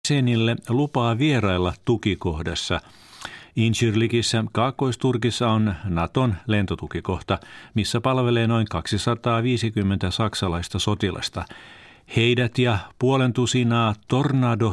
jäsenille lupaa vierailla tukikohdassa. Incirlikissä Kaakkois-Turkissa on Naton lentotukikohta, missä palvelee noin 250 saksalaista sotilasta. Heidät ja puolen tusinaa Tornado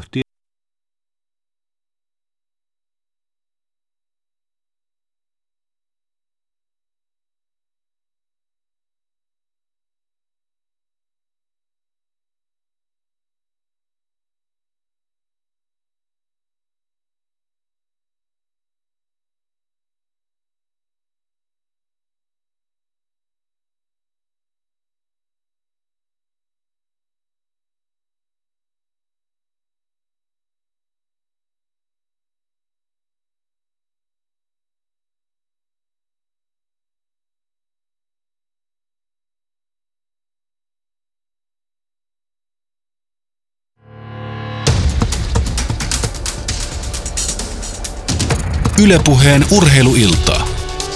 Yle Puheen urheiluiltaa.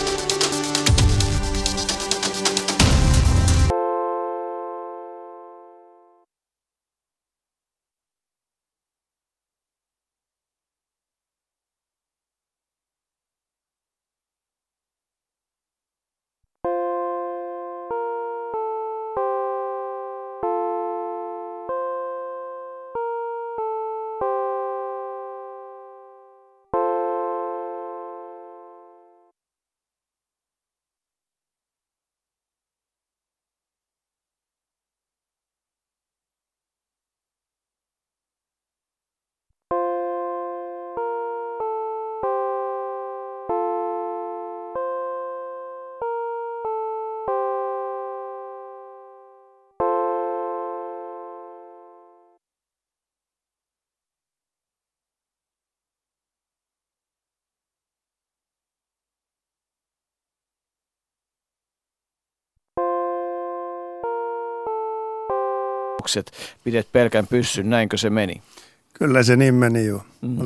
Pidet pelkän pyssyn, näinkö se meni? Kyllä se niin meni jo.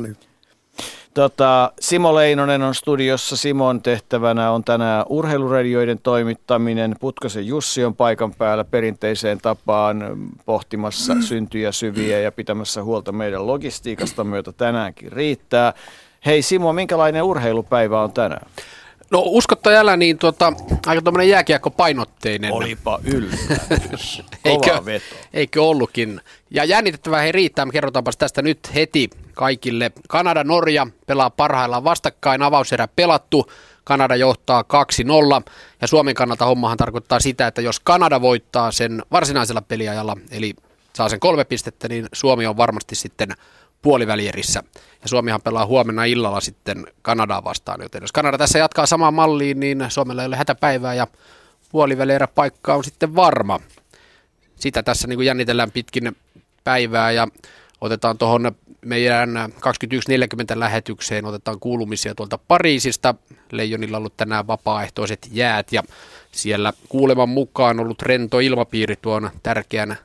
Simo Leinonen on studiossa. Simon tehtävänä on tänään urheiluradioiden toimittaminen. Putkosen Jussi on paikan päällä perinteiseen tapaan pohtimassa syntyjä syviä ja pitämässä huolta meidän logistiikastamme, jota tänäänkin riittää. Hei Simo, minkälainen urheilupäivä on tänään? No uskottaa jälleen niin aika tommoinen jääkiekkopainotteinen. Olipa yllätys. Kova veto. Eikö ollutkin? Ja jännittävää he riittää. Me kerrotaanpas tästä nyt heti kaikille. Kanada-Norja pelaa parhaillaan vastakkain. Avauserä pelattu. Kanada johtaa 2-0. Ja Suomen kannalta hommahan tarkoittaa sitä, että jos Kanada voittaa sen varsinaisella peliajalla, eli saa sen 3 pistettä, niin Suomi on varmasti sitten puolivälierissä. Ja Suomihan pelaa huomenna illalla sitten Kanadaa vastaan, joten jos Kanada tässä jatkaa samaan malliin, niin Suomella ei ole hätäpäivää ja puolivälierä-paikka on sitten varma. Sitä tässä niin kuin jännitellään pitkin päivää ja otetaan tuohon meidän 21.40 lähetykseen, otetaan kuulumisia tuolta Pariisista. Leijonilla on ollut tänään vapaaehtoiset jäät ja siellä kuuleman mukaan ollut rento ilmapiiri tuon tärkeän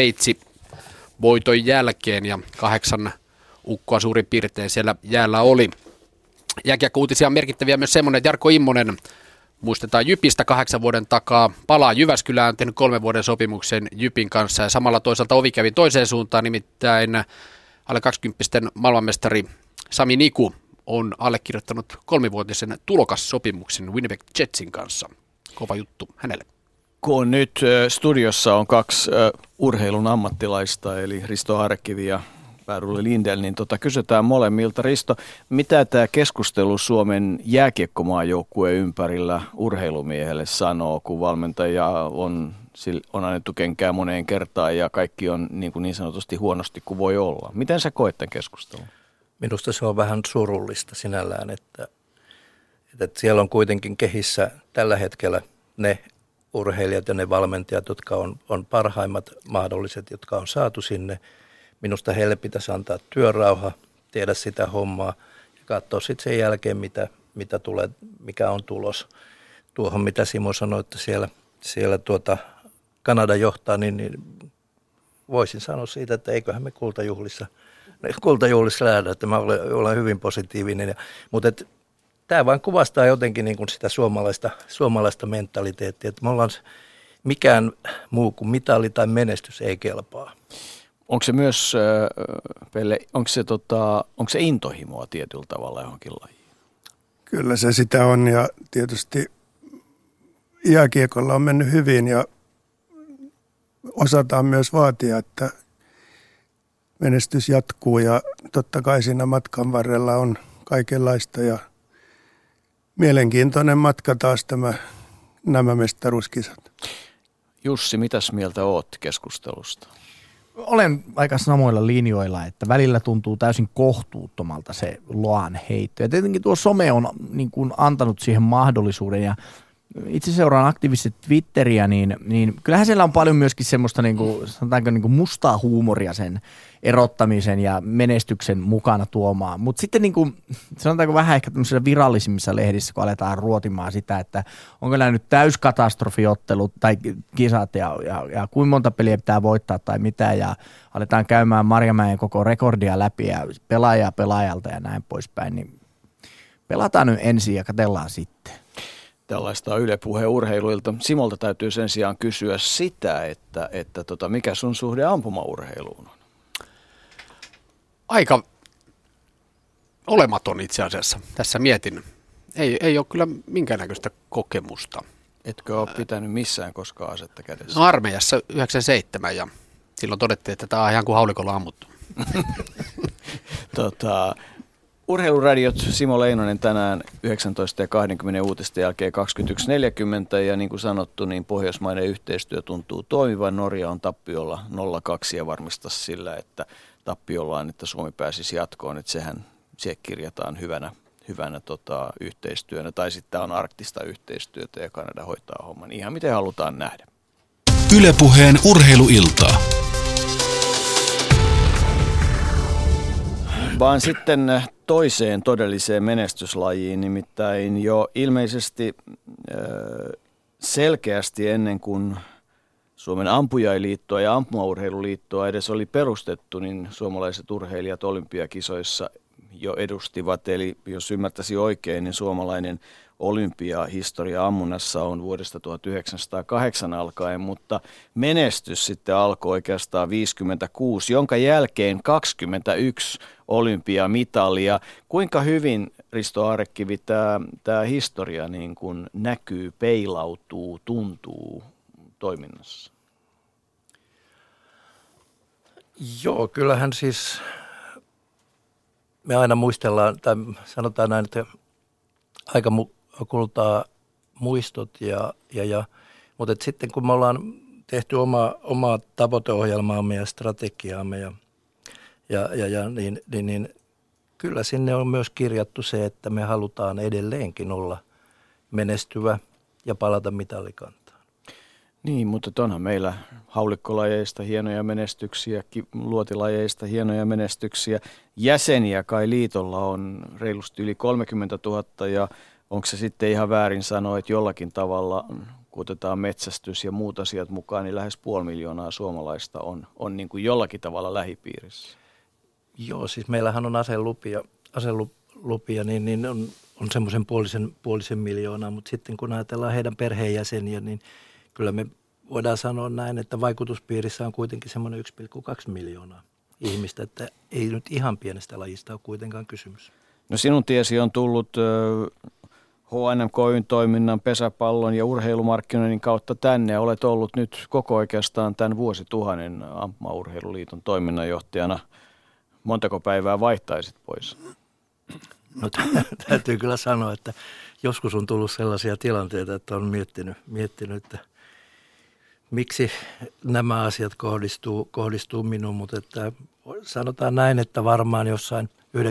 Sveitsi-voiton jälkeen ja 8 ukkoa suurin piirtein siellä jäällä oli. Jääkiekko-uutisia on merkittäviä myös semmoinen, että Jarkko Immonen, muistetaan Jypistä 8 vuoden takaa, palaa Jyväskylään, on tehnyt 3 vuoden sopimuksen Jypin kanssa ja samalla toisaalta ovi kävi toiseen suuntaan, nimittäin alle 20 maailmanmestari Sami Niku on allekirjoittanut 3-vuotisen tulokassopimuksen Winnipeg Jetsin kanssa. Kova juttu hänelle. Kun nyt studiossa on 2 urheilun ammattilaista, eli Risto Haarekivi ja Päärulli Lindell, niin kysytään molemmilta. Risto, mitä tämä keskustelu Suomen jääkiekkomaajoukkueen ympärillä urheilumiehelle sanoo, kun valmentaja on annettu kenkää moneen kertaan ja kaikki on niin sanotusti huonosti kuin voi olla. Miten sä koet tämän keskustelun? Minusta se on vähän surullista sinällään, että siellä on kuitenkin kehissä tällä hetkellä ne urheilijat ja ne valmentajat, jotka on parhaimmat mahdolliset, jotka on saatu sinne. Minusta heille pitäisi antaa työrauha, tehdä sitä hommaa ja katsoa sitten sen jälkeen, mitä tulee, mikä on tulos. Tuohon, mitä Simo sanoi, että siellä Kanada johtaa, niin voisin sanoa siitä, että eiköhän me kultajuhlissa lähdä, että mä olen hyvin positiivinen. Mutta tämä vain kuvastaa jotenkin niin kuin sitä suomalaista mentaliteettia, että me ollaan mikään muu kuin mitali tai menestys ei kelpaa. Onko se myös, Pelle, onko se intohimoa tietyllä tavalla johonkin lajiin? Kyllä se sitä on ja tietysti jääkiekolla on mennyt hyvin ja osataan myös vaatia, että menestys jatkuu ja totta kai siinä matkan varrella on kaikenlaista ja mielenkiintoinen matka taas nämä mestaruuskisat. Jussi, mitäs mieltä oot keskustelusta? Olen aika samoilla linjoilla, että välillä tuntuu täysin kohtuuttomalta se loan heitto. Ja tietenkin tuo some on niin kuin antanut siihen mahdollisuuden ja itse seuraan aktiivisesti Twitteriä, niin kyllähän siellä on paljon myöskin semmoista niin kuin, sanotaanko niin kuin mustaa huumoria sen erottamisen ja menestyksen mukana tuomaan. Mutta sitten niin kuin, sanotaanko vähän ehkä tämmöisissä virallisimmissa lehdissä, kun aletaan ruotimaan sitä, että onko nämä nyt täyskatastrofiottelut tai kisat ja kuinka monta peliä pitää voittaa tai mitä ja aletaan käymään Marjamäen koko rekordia läpi ja pelaajalta ja näin poispäin, niin pelataan nyt ensin ja katsellaan sitten. Tällaista Yle Puheen urheiluilta. Simolta täytyy sen sijaan kysyä sitä, että mikä sun suhde ampumaurheiluun on? Aika olematon itse asiassa. Tässä mietin. Ei ole kyllä minkäännäköistä kokemusta. Etkö ole pitänyt missään koskaan asetta kädessä? No armeijassa 97 ja silloin todettiin, että tämä on ihan kuin haulikolla ammuttu. Urheiluradiot, Simo Leinonen tänään 19:20 uutisten jälkeen 21:40 ja niin kuin sanottu, niin pohjoismainen yhteistyö tuntuu toimivan. Norja on tappiolla 0-2 ja varmistaa sillä, että tappiollaan, että Suomi pääsisi jatkoon, että se kirjataan hyvänä yhteistyönä. Tai sitten on arktista yhteistyötä ja Kanada hoitaa homman ihan miten halutaan nähdä. Yle Puheen urheiluiltaa. Vaan sitten toiseen todelliseen menestyslajiin, nimittäin jo ilmeisesti selkeästi ennen kuin Suomen ampujailiittoa ja ampumaurheiluliittoa edes oli perustettu, niin suomalaiset urheilijat olympiakisoissa jo edustivat. Eli jos ymmärtäisi oikein, niin suomalainen olympiahistoria ammunnassa on vuodesta 1908 alkaen, mutta menestys sitten alkoi oikeastaan 56, jonka jälkeen 21 olympiamitalia. Kuinka hyvin, Risto Aarekivi, tämä historia niin kuin näkyy, peilautuu, tuntuu toiminnassa? Joo, kyllähän siis me aina muistellaan, tai sanotaan näin, että aika kultaa muistot, mutta sitten kun me ollaan tehty omaa tavoiteohjelmaamme ja strategiaamme niin kyllä sinne on myös kirjattu se, että me halutaan edelleenkin olla menestyvä ja palata mitalikantaan. Niin, mutta onhan meillä haulikkolajeista hienoja menestyksiä, luotilajeista hienoja menestyksiä. Jäseniä kai liitolla on reilusti yli 30 000 ja onko se sitten ihan väärin sanoa, että jollakin tavalla, kun otetaan metsästys ja muut asiat mukaan, niin lähes 500 000 suomalaista on niin kuin jollakin tavalla lähipiirissä. Joo, siis meillähän on aselupia niin on semmoisen puolisen miljoonaa, mutta sitten kun ajatellaan heidän perheenjäseniä, niin kyllä me voidaan sanoa näin, että vaikutuspiirissä on kuitenkin semmoinen 1,2 miljoonaa ihmistä, että ei nyt ihan pienestä lajista ole kuitenkaan kysymys. No sinun tiesi on tullut HNMK:n toiminnan, pesäpallon ja urheilumarkkinoinnin kautta tänne. Olet ollut nyt koko oikeastaan tämän vuosituhannen ampumaurheiluliiton toiminnanjohtajana. Montako päivää vaihtaisit pois? No täytyy kyllä sanoa, että joskus on tullut sellaisia tilanteita, että on miettinyt että miksi nämä asiat kohdistuu minuun, mutta että sanotaan näin, että varmaan jossain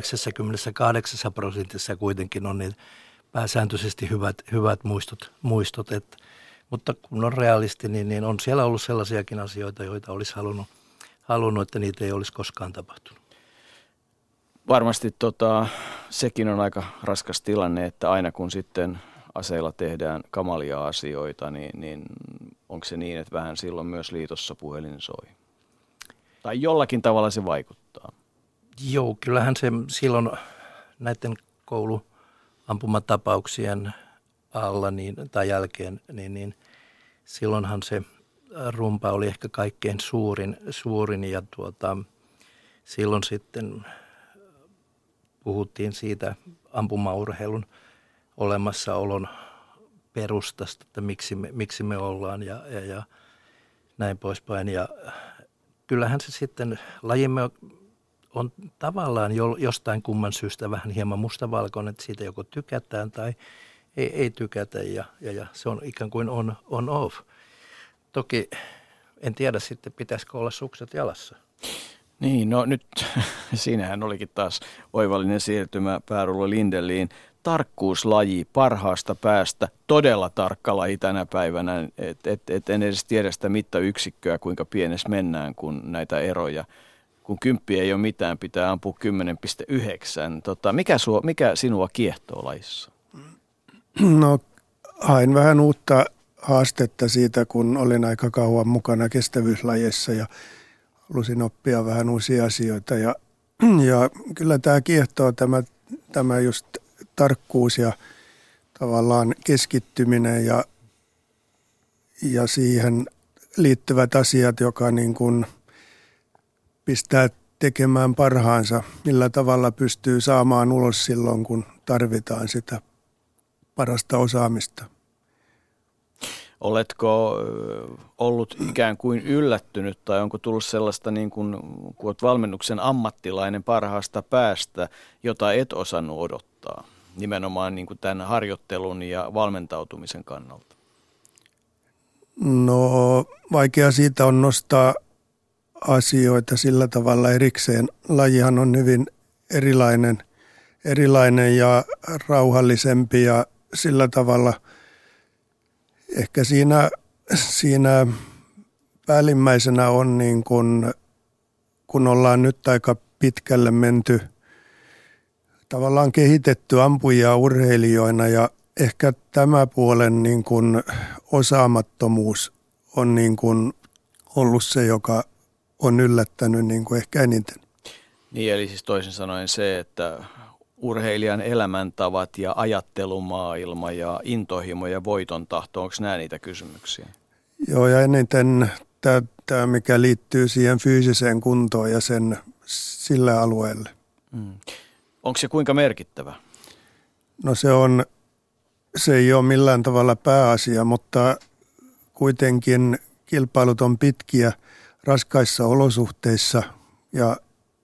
98% kuitenkin on niin pääsääntöisesti hyvät muistot mutta kun on realisti, niin on siellä ollut sellaisiakin asioita, joita olisi halunnut, että niitä ei olisi koskaan tapahtunut. Varmasti sekin on aika raskas tilanne, että aina kun sitten aseilla tehdään kamalia asioita, niin onko se niin, että vähän silloin myös liitossa puhelin soi? Tai jollakin tavalla se vaikuttaa? Joo, kyllähän se silloin näiden kouluampumatapauksien alla tai jälkeen, niin silloinhan se rumpa oli ehkä kaikkein suurin ja silloin sitten puhuttiin siitä ampumaurheilun olemassaolon perustasta, että miksi me ollaan ja näin poispäin. Ja kyllähän se sitten lajimme on tavallaan jostain kumman syystä vähän hieman mustavalkoinen, että siitä joko tykätään tai ei tykätä ja se on ikään kuin on off. Toki en tiedä sitten, pitäisikö olla sukset jalassa. Niin, no nyt siinähän olikin taas oivallinen siirtymä Päärullo Lindeliin. Tarkkuuslaji parhaasta päästä, todella tarkka laji tänä päivänä, en edes tiedä sitä mittayksikköä, kuinka pienessä mennään, kun näitä eroja. Kun 10 ei ole mitään, pitää ampua 10,9. Mikä sinua kiehtoo lajissa? No, hain vähän uutta haastetta siitä, kun olin aika kauan mukana kestävyyslajeissa ja halusin oppia vähän uusia asioita. Ja kyllä tämä kiehtoo tämä just tarkkuus ja tavallaan keskittyminen ja siihen liittyvät asiat, joka niin kuin pistää tekemään parhaansa, millä tavalla pystyy saamaan ulos silloin, kun tarvitaan sitä parasta osaamista. Oletko ollut ikään kuin yllättynyt tai onko tullut sellaista, niin kuin, kun olet valmennuksen ammattilainen parhaasta päästä, jota et osannut odottaa, nimenomaan niin kuin tämän harjoittelun ja valmentautumisen kannalta? No, vaikea siitä on nostaa asioita sillä tavalla erikseen. Lajihan on hyvin erilainen ja rauhallisempi ja sillä tavalla ehkä siinä päällimmäisenä on niin kun ollaan nyt aika pitkälle menty, tavallaan kehitetty ampujia urheilijoina ja ehkä tämä puolen niin kuin osaamattomuus on niin kuin ollut se, joka on yllättänyt niin kuin ehkä eniten. Niin, eli siis toisin sanoen se, että urheilijan elämäntavat ja ajattelumaailma ja intohimo ja voiton tahto, onko nämä niitä kysymyksiä? Joo, ja eniten tämä, mikä liittyy siihen fyysiseen kuntoon ja sille alueelle. Onko se kuinka merkittävä? No se ei ole millään tavalla pääasia, mutta kuitenkin kilpailut on pitkiä raskaissa olosuhteissa ja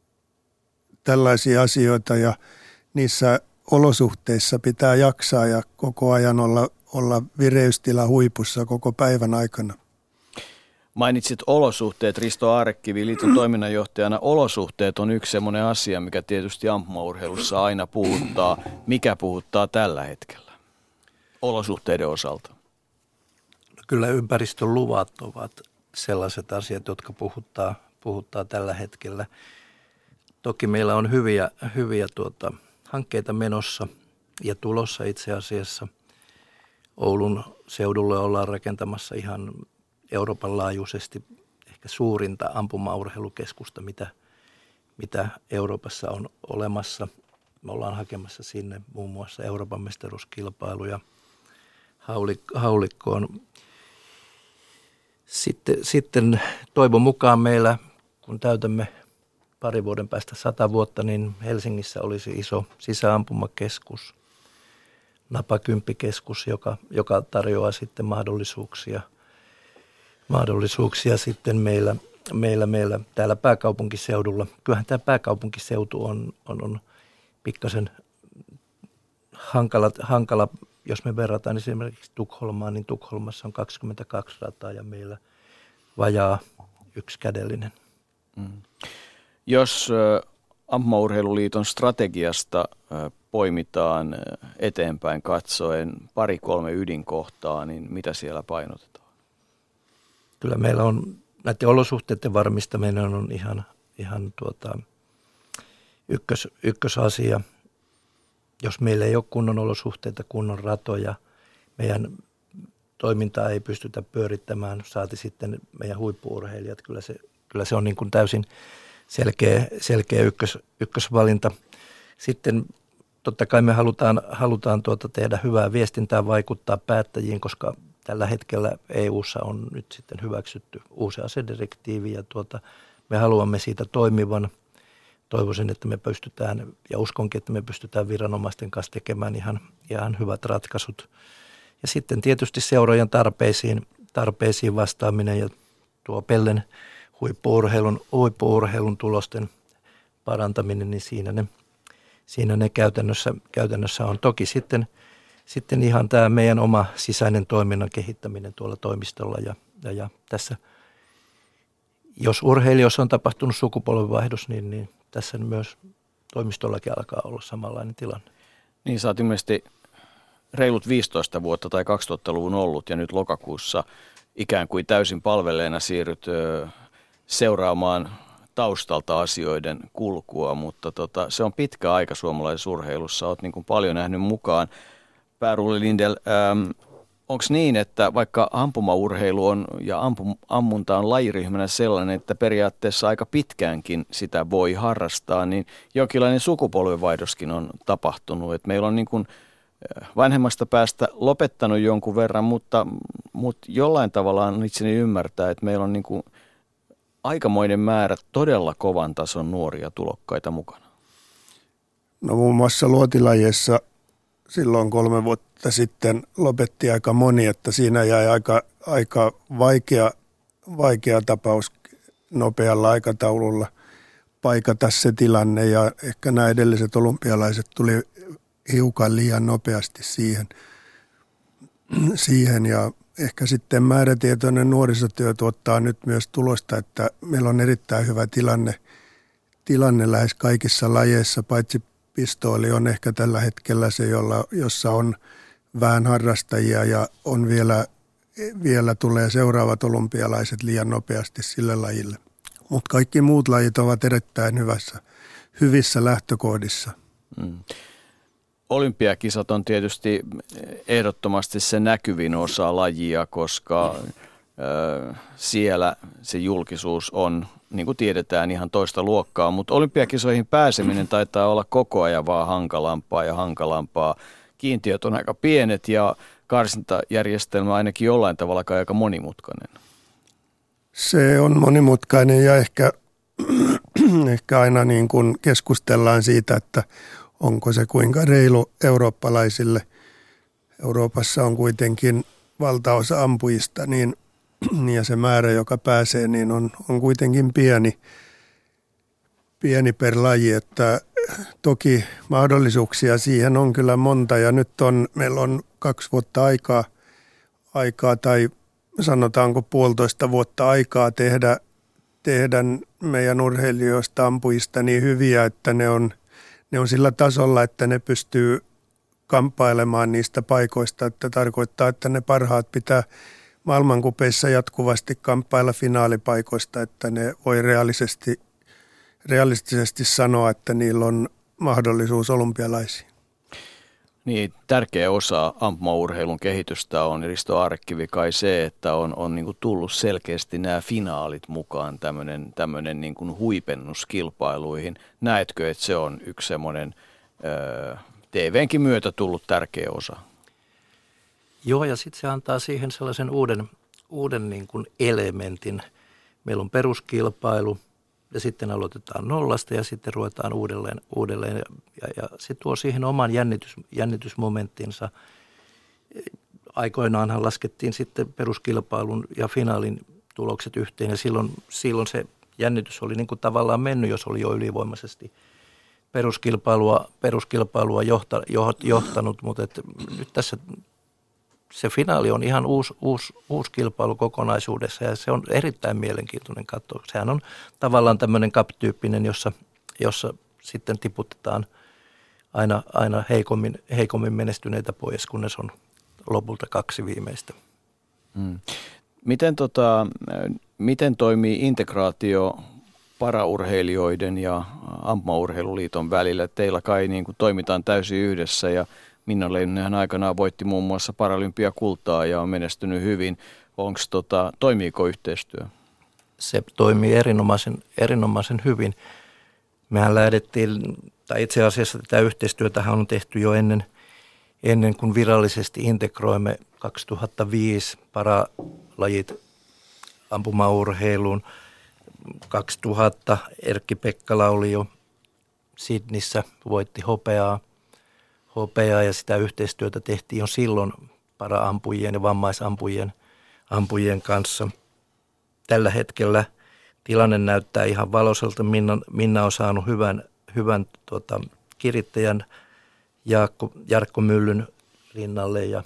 tällaisia asioita ja niissä olosuhteissa pitää jaksaa ja koko ajan olla vireystila huipussa koko päivän aikana. Mainitsit olosuhteet, Risto Aarekivi, liiton toiminnanjohtajana. Olosuhteet on yksi semmoinen asia, mikä tietysti ampumaurheilussa aina puhuttaa. Mikä puhuttaa tällä hetkellä olosuhteiden osalta? Kyllä ympäristön luvat ovat sellaiset asiat, jotka puhuttaa tällä hetkellä. Toki meillä on hyviä hankkeita menossa ja tulossa itse asiassa. Oulun seudulle ollaan rakentamassa ihan Euroopan laajuisesti ehkä suurinta ampumaurheilukeskusta, mitä Euroopassa on olemassa. Me ollaan hakemassa sinne muun muassa Euroopan mestaruuskilpailuja haulikkoon. Sitten toivon mukaan meillä, kun täytämme pari vuoden päästä 100 vuotta, niin Helsingissä olisi iso sisäampumakeskus, napakymppikeskus, joka tarjoaa sitten mahdollisuuksia sitten meillä täällä pääkaupunkiseudulla. Kyllähän tämä pääkaupunkiseutu on pikkasen hankala, jos me verrataan esimerkiksi Tukholmaan, niin Tukholmassa on 22 rataa ja meillä vajaa 1 kädellinen. Jos Ampumaurheiluliiton strategiasta poimitaan eteenpäin katsoen 2-3 ydinkohtaa, niin mitä siellä painotetaan? Kyllä meillä on näiden olosuhteiden varmistaminen on ihan ykkösasia. Jos meillä ei ole kunnon olosuhteita, kunnon ratoja, meidän toimintaa ei pystytä pyörittämään, saati sitten meidän huippu-urheilijat. Kyllä se on niin kuin täysin selkeä ykkösvalinta. Sitten totta kai me halutaan tehdä hyvää viestintää, vaikuttaa päättäjiin, koska tällä hetkellä EU:ssa on nyt sitten hyväksytty uusi asedirektiivi ja me haluamme siitä toimivan. Toivoisin, että me pystytään ja uskonkin, että me pystytään viranomaisten kanssa tekemään ihan hyvät ratkaisut. Ja sitten tietysti seurojen tarpeisiin vastaaminen ja tuo Pellen huippu-urheilun tulosten parantaminen, niin siinä ne käytännössä on. Toki sitten ihan tämä meidän oma sisäinen toiminnan kehittäminen tuolla toimistolla ja tässä, jos urheilijoissa on tapahtunut sukupolvenvaihdos, niin tässä myös toimistollakin alkaa olla samanlainen tilanne. Niin, sä oot ilmeisesti reilut 15 vuotta tai 2000-luvun ollut ja nyt lokakuussa ikään kuin täysin palvelleena siirryt seuraamaan taustalta asioiden kulkua, mutta se on pitkä aika suomalaisessa urheilussa. Olet niin kuin paljon nähnyt mukaan. Pär-Ulle Lindell, onko niin, että vaikka ampumaurheilu on ja ammunta on lajiryhmänä sellainen, että periaatteessa aika pitkäänkin sitä voi harrastaa, niin jonkinlainen sukupolvenvaihdoskin on tapahtunut. Et meillä on niin kuin vanhemmasta päästä lopettanut jonkun verran, mutta jollain tavalla on itseni ymmärtää, että meillä on niin kuin aikamoinen määrä todella kovan tason nuoria tulokkaita mukana. No muun muassa luotilajeissa silloin 3 vuotta sitten lopetti aika moni, että siinä jäi aika vaikea tapaus nopealla aikataululla paikata se tilanne ja ehkä nämä edelliset olympialaiset tuli hiukan liian nopeasti siihen ja ehkä sitten määrätietoinen nuorisotyö tuottaa nyt myös tulosta, että meillä on erittäin hyvä tilanne lähes kaikissa lajeissa, paitsi pistooli on ehkä tällä hetkellä se, jossa on vähän harrastajia ja on vielä tulee seuraavat olympialaiset liian nopeasti sille lajille. Mutta kaikki muut lajit ovat erittäin hyvissä lähtökohdissa. Olympiakisat on tietysti ehdottomasti se näkyvin osa lajia, koska siellä se julkisuus on, niin kuin tiedetään, ihan toista luokkaa. Mutta olympiakisoihin pääseminen taitaa olla koko ajan vaan hankalampaa ja hankalampaa. Kiintiöt on aika pienet ja karsintajärjestelmä ainakin jollain tavalla aika monimutkainen. Se on monimutkainen ja ehkä aina niin kuin keskustellaan siitä, että onko se kuinka reilu eurooppalaisille. Euroopassa on kuitenkin valtaosa ampujista, niin ja se määrä, joka pääsee, niin on kuitenkin pieni per laji, että toki mahdollisuuksia siihen on kyllä monta ja nyt meillä on 2 vuotta aikaa tai sanotaanko 1,5 vuotta aikaa tehdä meidän urheilijoista ampujista niin hyviä, että ne on sillä tasolla, että ne pystyy kamppailemaan niistä paikoista, että tarkoittaa, että ne parhaat pitää maailmankupeissa jatkuvasti kamppailla finaalipaikoista, että ne voi realistisesti sanoa, että niillä on mahdollisuus olympialaisiin. Niin, tärkeä osa ampumaurheilun kehitystä on, Risto Aarekivi, kai se, että on niin kuin tullut selkeästi nämä finaalit mukaan, tämmöinen niin kuin huipennus kilpailuihin. Näetkö, että se on yksi semmoinen TV:nkin myötä tullut tärkeä osa? Joo, ja sitten se antaa siihen sellaisen uuden niin kuin elementin. Meillä on peruskilpailu ja sitten aloitetaan nollasta ja sitten ruvetaan uudelleen ja se tuo siihen oman jännitysmomenttinsa. Aikoinaanhan laskettiin sitten peruskilpailun ja finaalin tulokset yhteen ja silloin se jännitys oli niin kuin tavallaan mennyt, jos oli jo ylivoimaisesti peruskilpailua johtanut, mutta nyt tässä se finaali on ihan uusi kilpailu kokonaisuudessa ja se on erittäin mielenkiintoinen katsoa. Sehän on tavallaan tämmöinen cup-tyyppinen, jossa sitten tiputetaan aina heikommin menestyneitä pois, kunnes on lopulta 2 viimeistä. Miten toimii integraatio paraurheilijoiden ja ampumaurheiluliiton välillä? Teillä kai niin kuin toimitaan täysin yhdessä ja Minna Leinunenhan aikanaan voitti muun muassa paralympiakultaa ja on menestynyt hyvin. Toimiiko yhteistyö? Se toimii erinomaisen hyvin. Mehän lähdettiin, tai itse asiassa tätä yhteistyötähän on tehty jo ennen kuin virallisesti integroimme 2005 paralajit ampumaurheiluun. 2000 Erkki Pekkala oli jo Sydneyssä, voitti hopeaa ja sitä yhteistyötä tehtiin jo silloin para-ampujien ja vammaisampujien kanssa. Tällä hetkellä tilanne näyttää ihan valoiselta. Minna on saanut hyvän kirittäjän Jarkko Myllyn rinnalle ja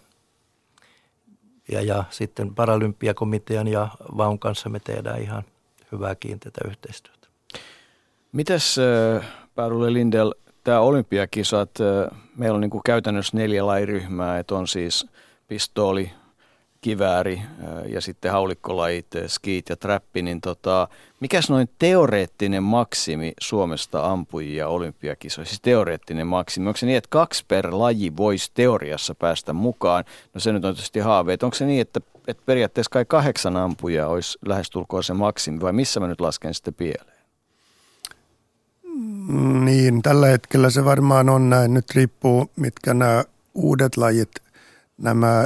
sitten Paralympiakomitean ja Vaun kanssa me tehdään ihan hyvää kiinteätä yhteistyötä. Mitäs Per-Olle Lindell, tämä olympiakisat, meillä on niin kuin käytännössä 4 lajiryhmää, että on siis pistooli, kivääri ja sitten haulikkolajit, skiit ja trappi, niin mikäs noin teoreettinen maksimi Suomesta ampujia olympiakisoissa, siis teoreettinen maksimi, onko se niin, että 2 per laji voisi teoriassa päästä mukaan? No se nyt on tietysti haaveet, onko se niin, että periaatteessa kai 8 ampujaa olisi lähestulkoon se maksimi, vai missä mä nyt lasken sitten pieleen? Niin, tällä hetkellä se varmaan on näin. Nyt riippuu, mitkä nämä uudet lajit, nämä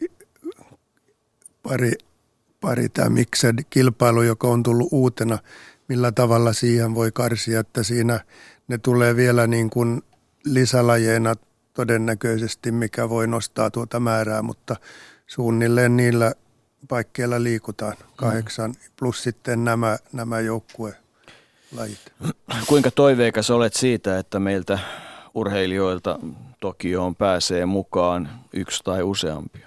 pari tämä mixed-kilpailu, joka on tullut uutena, millä tavalla siihen voi karsia, että siinä ne tulee vielä niin kuin lisälajeina todennäköisesti, mikä voi nostaa tuota määrää, mutta suunnilleen niillä paikkeilla liikutaan 8 plus sitten nämä joukkuelajit. Kuinka toiveikas olet siitä, että meiltä urheilijoilta Tokioon pääsee mukaan 1 tai useampia?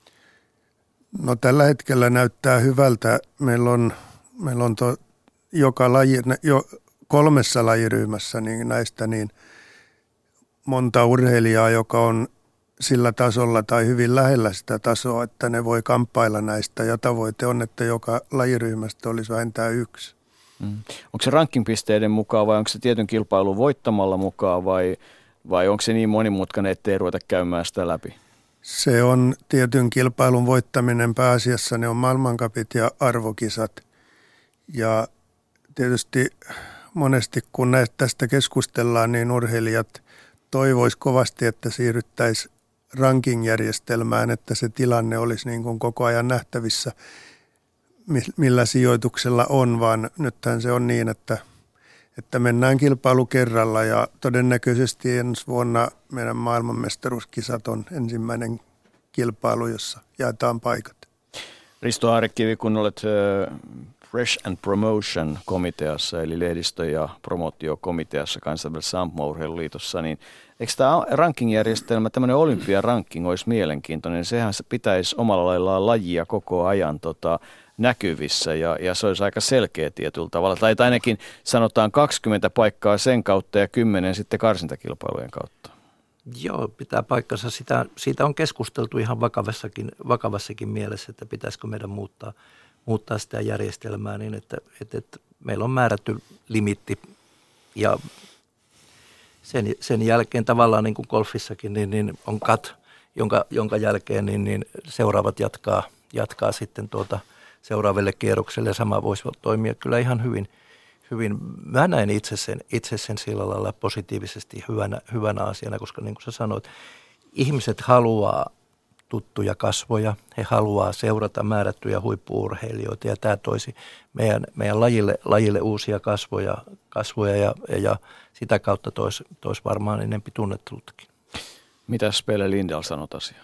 No tällä hetkellä näyttää hyvältä. Meillä on joka laji, jo 3 lajiryhmässä niin näistä niin monta urheilijaa, joka on sillä tasolla tai hyvin lähellä sitä tasoa, että ne voi kamppailla näistä. Ja tavoite on, että joka lajiryhmästä olisi vähintään 1. Onko se rankingpisteiden mukaan vai onko se tietyn kilpailun voittamalla mukaan vai onko se niin monimutkainen, ettei ruveta käymään sitä läpi? Se on tietyn kilpailun voittaminen pääasiassa, ne on maailmancupit ja arvokisat. Ja tietysti monesti kun tästä keskustellaan, niin urheilijat toivois kovasti, että siirryttäisiin ranking-järjestelmään, että se tilanne olisi niin kuin koko ajan nähtävissä, millä sijoituksella on, vaan nythän se on niin, että mennään kilpailu kerralla ja todennäköisesti ensi vuonna meidän maailmanmestaruuskisat on ensimmäinen kilpailu, jossa jaetaan paikat. Risto Aarekivi, kun olet Fresh and Promotion komiteassa, eli lehdistö- ja promootiokomiteassa kansainvälisessä ampumaurheiluliitossa, niin eikö tämä ranking-järjestelmä, tämmöinen olympiaranking olisi mielenkiintoinen? Sehän se pitäisi omalla laillaan lajia koko ajan näkyvissä ja se olisi aika selkeä tietyllä tavalla. Tai ainakin sanotaan 20 paikkaa sen kautta ja 10 sitten karsintakilpailujen kautta. Joo, pitää paikkansa. Siitä on keskusteltu ihan vakavassakin mielessä, että pitäisikö meidän muuttaa sitä järjestelmää niin, että meillä on määrätty limitti ja sen jälkeen tavallaan niin kuin golfissakin niin on cut, jonka jälkeen niin seuraavat jatkaa sitten seuraaville kierrokselle ja sama voisi toimia kyllä ihan hyvin. Mä näen itse sen sillä lailla positiivisesti hyvänä asiana, koska niin kuin sä sanoit, ihmiset haluaa tuttuja kasvoja, he haluaa seurata määrättyjä huippu-urheilijoita ja tämä toisi meidän lajille uusia kasvoja ja sitä kautta toisi varmaan enempi tunnetteluttakin. Mitäs Pelle Lindell sanot asiaan?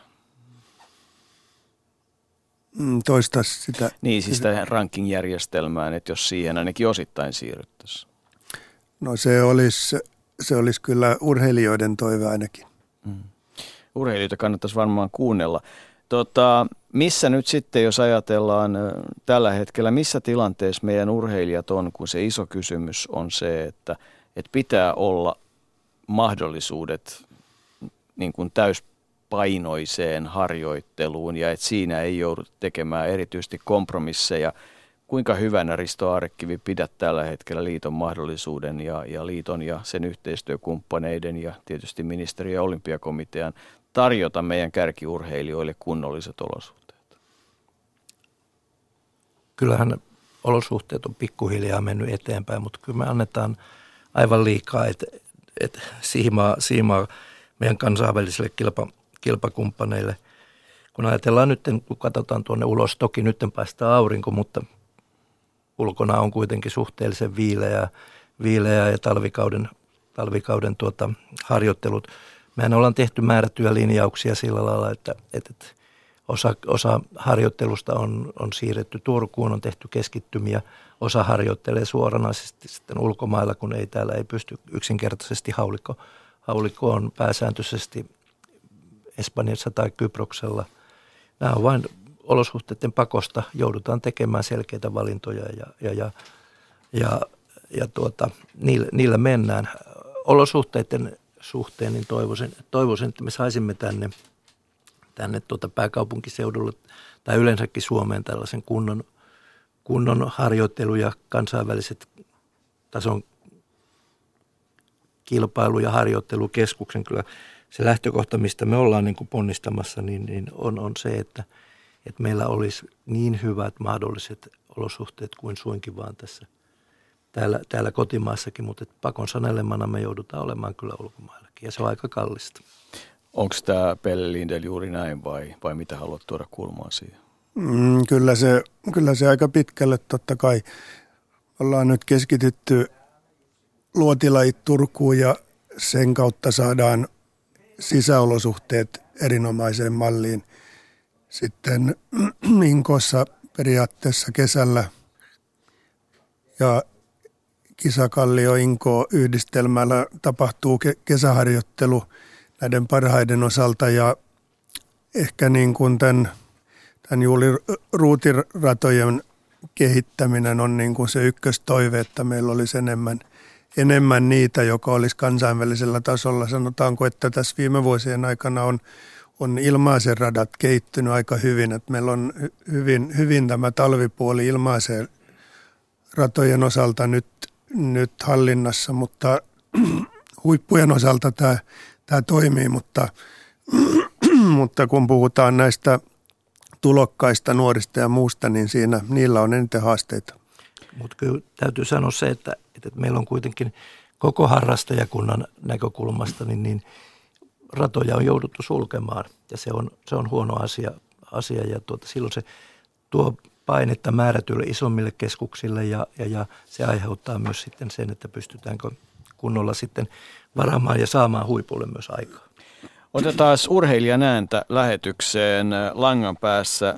Toista sitä. Niin, siis sitä ranking-järjestelmään, että jos siihen ainakin osittain siirryttäisiin. No se olisi kyllä urheilijoiden toive ainakin. Urheilijoita kannattaisi varmaan kuunnella. Missä nyt sitten, jos ajatellaan tällä hetkellä, missä tilanteessa meidän urheilijat on, kun se iso kysymys on se, että pitää olla mahdollisuudet niin kuin täyspainoiseen harjoitteluun ja että siinä ei joudu tekemään erityisesti kompromisseja. Kuinka hyvänä, Risto Aarekivi, pidät tällä hetkellä liiton mahdollisuuden ja liiton ja sen yhteistyökumppaneiden ja tietysti ministeri- ja olympiakomitean tarjota meidän kärkiurheilijoille kunnolliset olosuhteet? Kyllähän olosuhteet on pikkuhiljaa mennyt eteenpäin, mutta kyllä me annetaan aivan liikaa, että siimaa meidän kansainvälisille kilpakumppaneille. kun ajatellaan nyt, kun katsotaan tuonne ulos, toki nyt paistaa aurinko, mutta ulkona on kuitenkin suhteellisen viileää ja talvikauden harjoittelut. Mehän ollaan tehty määrättyjä linjauksia sillä lailla, että osa harjoittelusta on siirretty Turkuun, on tehty keskittymiä, osa harjoittelee suoranaisesti sitten ulkomailla, kun täällä ei pysty yksinkertaisesti haulikko on pääsääntöisesti Espanjassa tai Kyproksella. Nämä on vain olosuhteiden pakosta, joudutaan tekemään selkeitä valintoja ja niillä mennään. Olosuhteiden suhteen niin toivoisin, että me saisimme tänne pääkaupunkiseudulle tai yleensäkin Suomeen tällaisen kunnon harjoittelu- ja kansainväliset tason kilpailu- ja harjoittelukeskuksen. Kyllä se lähtökohta, mistä me ollaan niin kuin ponnistamassa, niin on se, että meillä olisi niin hyvät mahdolliset olosuhteet kuin suinkin vaan tässä täällä kotimaassakin, mutta pakon sanelemana me joudutaan olemaan kyllä ulkomaillakin ja se on aika kallista. Onko tämä Pelle Lindell juuri näin vai mitä haluat tuoda kulmaa siihen? Kyllä se aika pitkälle totta kai. Ollaan nyt keskitytty luotilajit Turkuun ja sen kautta saadaan sisäolosuhteet erinomaiseen malliin. Sitten Inkossa periaatteessa kesällä ja Kisakallio Inko yhdistelmällä tapahtuu kesäharjoittelu näiden parhaiden osalta ja ehkä niin kuin tämän juuri ruutiratojen kehittäminen on niin kuin se ykköstoive, että meillä olisi enemmän niitä, joka olisi kansainvälisellä tasolla. Sanotaanko, että tässä viime vuosien aikana on ilmaisen radat kehittynyt aika hyvin, että meillä on hyvin tämä talvipuoli ilmaisen ratojen osalta nyt hallinnassa, mutta huippujen osalta tämä toimii, mutta kun puhutaan näistä tulokkaista, nuorista ja muusta, niin niillä on eniten haasteita. Mutta kyllä täytyy sanoa se, että meillä on kuitenkin koko harrastajakunnan näkökulmasta, niin ratoja on jouduttu sulkemaan ja se on huono asia ja silloin se tuo painetta määrätyille isommille keskuksille ja se aiheuttaa myös sitten sen, että pystytäänkö kunnolla sitten varaamaan ja saamaan huipulle myös aikaa. Otetaan urheilijan ääntä lähetykseen. Langan päässä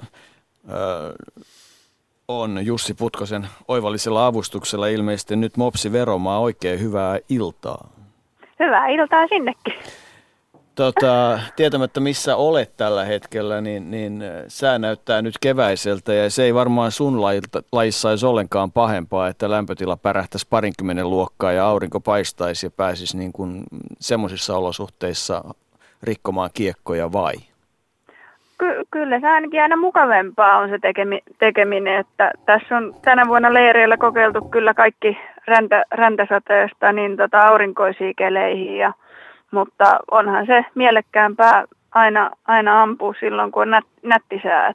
on Jussi Putkosen oivallisella avustuksella ilmeisesti nyt Mopsi Veromaa. Oikein hyvää iltaa. Hyvää iltaa sinnekin. Tietämättä missä olet tällä hetkellä, niin sää näyttää nyt keväiseltä ja se ei varmaan sun lajissa olisi ollenkaan pahempaa, että lämpötila pärähtäisi 20 luokkaa ja aurinko paistaisi ja pääsisi niin kuin semmoisissa olosuhteissa rikkomaan kiekkoja vai? Kyllä se ainakin aina mukavempaa on se tekeminen, että tässä on tänä vuonna leireillä kokeiltu kyllä kaikki räntäsateesta niin aurinkoisiin keleihin mutta onhan se mielekkäämpää aina ampua silloin, kun on nättisää,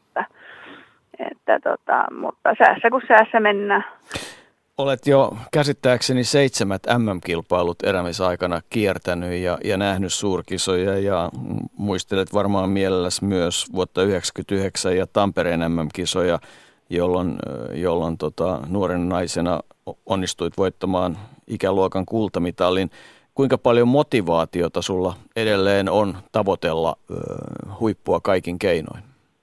mutta säässä kun säässä mennään. Olet jo käsittääkseni 7 MM-kilpailut elämisaikana kiertänyt ja nähnyt suurkisoja ja muistelet varmaan mielelläsi myös vuotta 1999 ja Tampereen MM-kisoja, jolloin nuorena naisena onnistuit voittamaan ikäluokan kultamitalin. Kuinka paljon motivaatiota sulla edelleen on tavoitella huippua kaikin keinoin?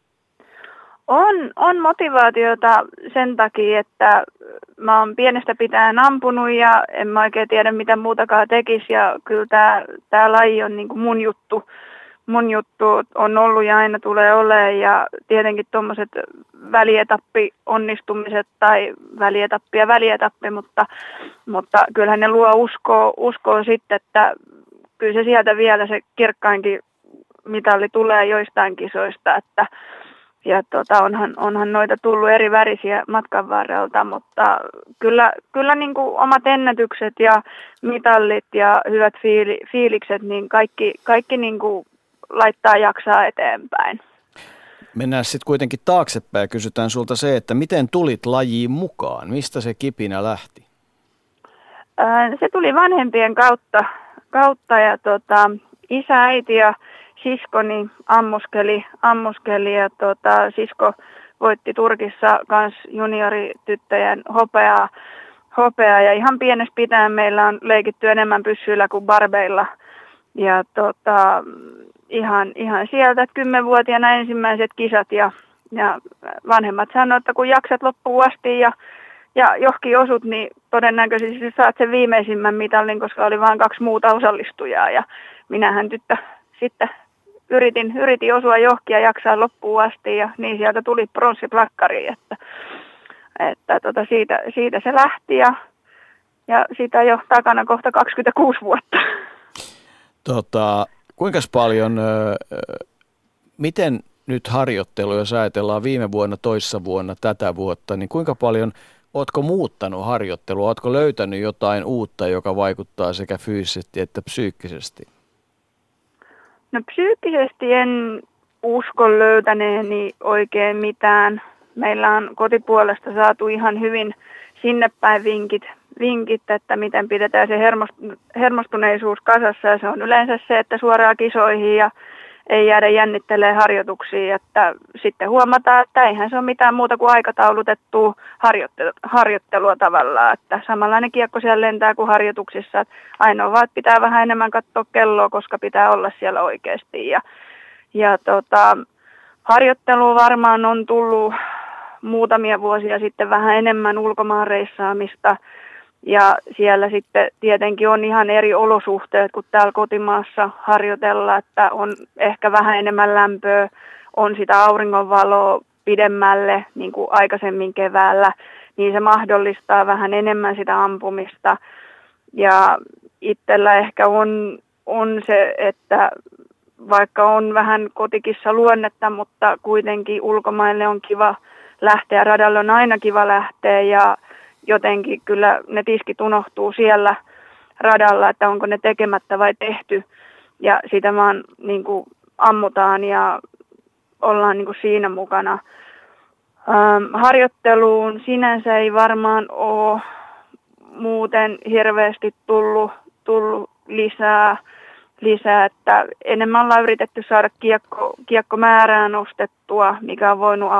On motivaatiota sen takia, että mä oon pienestä pitäen ampunut ja en mä oikein tiedä mitä muutakaan tekisi ja kyllä tää laji on niin kuin mun juttu on ollut ja aina tulee olemaan ja tietenkin tuommoiset välietappi-onnistumiset tai välietappi, mutta kyllähän ne luo uskoa sitten, että kyllä se sieltä vielä se kirkkainkin mitalli tulee joistain kisoista, ja onhan noita tullut eri värisiä matkan varrelta, mutta kyllä niin kuin omat ennätykset ja mitallit ja hyvät fiilikset, niin kaikki niin kuin laittaa jaksaa eteenpäin. Mennään sitten kuitenkin taaksepäin ja kysytään sulta se, että miten tulit lajiin mukaan? Mistä se kipinä lähti? Se tuli vanhempien kautta ja isä, äiti ja siskoni ammuskeli ja sisko voitti Turkissa kans juniorityttöjen hopeaa ja ihan pienestä pitäen meillä on leikitty enemmän pyssyillä kuin barbeilla. Ja ihan sieltä 10-vuotiaana ensimmäiset kisat ja vanhemmat sanoivat, että kun jaksat loppuun asti ja johonkin osut, niin todennäköisesti saat sen viimeisimmän mitallin, koska oli vain 2 muuta osallistujaa ja minähän tyttö sitten yritin osua johonkin ja jaksaa loppuun asti ja niin sieltä tuli pronssiplakkari, että siitä se lähti ja siitä jo takana kohta 26 vuotta. Kuinka paljon, miten nyt harjoittelu, jos ajatellaan viime vuonna, toissa vuonna, tätä vuotta, niin kuinka paljon ootko muuttanut harjoittelua? Ootko löytänyt jotain uutta, joka vaikuttaa sekä fyysisesti että psyykkisesti? No psyykkisesti en usko löytäneeni oikein mitään. Meillä on kotipuolesta saatu ihan hyvin sinne päin vinkit, että miten pidetään se hermostuneisuus kasassa. Ja se on yleensä se, että suoraan kisoihin ja ei jäädä jännittelemään harjoituksia. Että sitten huomataan, että eihän se ole mitään muuta kuin aikataulutettua harjoittelua tavallaan. Että samanlainen kiekko siellä lentää kuin harjoituksissa. Että ainoa vaan, että pitää vähän enemmän katsoa kelloa, koska pitää olla siellä oikeasti. Harjoittelu varmaan on tullut muutamia vuosia sitten vähän enemmän ulkomaan reissaamista ja siellä sitten tietenkin on ihan eri olosuhteet kuin täällä kotimaassa harjoitella, että on ehkä vähän enemmän lämpöä, on sitä auringonvaloa pidemmälle niin kuin aikaisemmin keväällä, niin se mahdollistaa vähän enemmän sitä ampumista ja itsellä ehkä on se, että vaikka on vähän kotikissa luonnetta, mutta kuitenkin ulkomaille on kiva lähteä, radalle on aina kiva lähteä ja jotenkin kyllä ne tiskit unohtuu siellä radalla, että onko ne tekemättä vai tehty ja sitä vaan niin kuin ammutaan ja ollaan niin kuin siinä mukana. Harjoitteluun sinänsä ei varmaan ole muuten hirveästi tullut lisää, että enemmän ollaan yritetty saada kiekkomäärää nostettua, mikä on voinut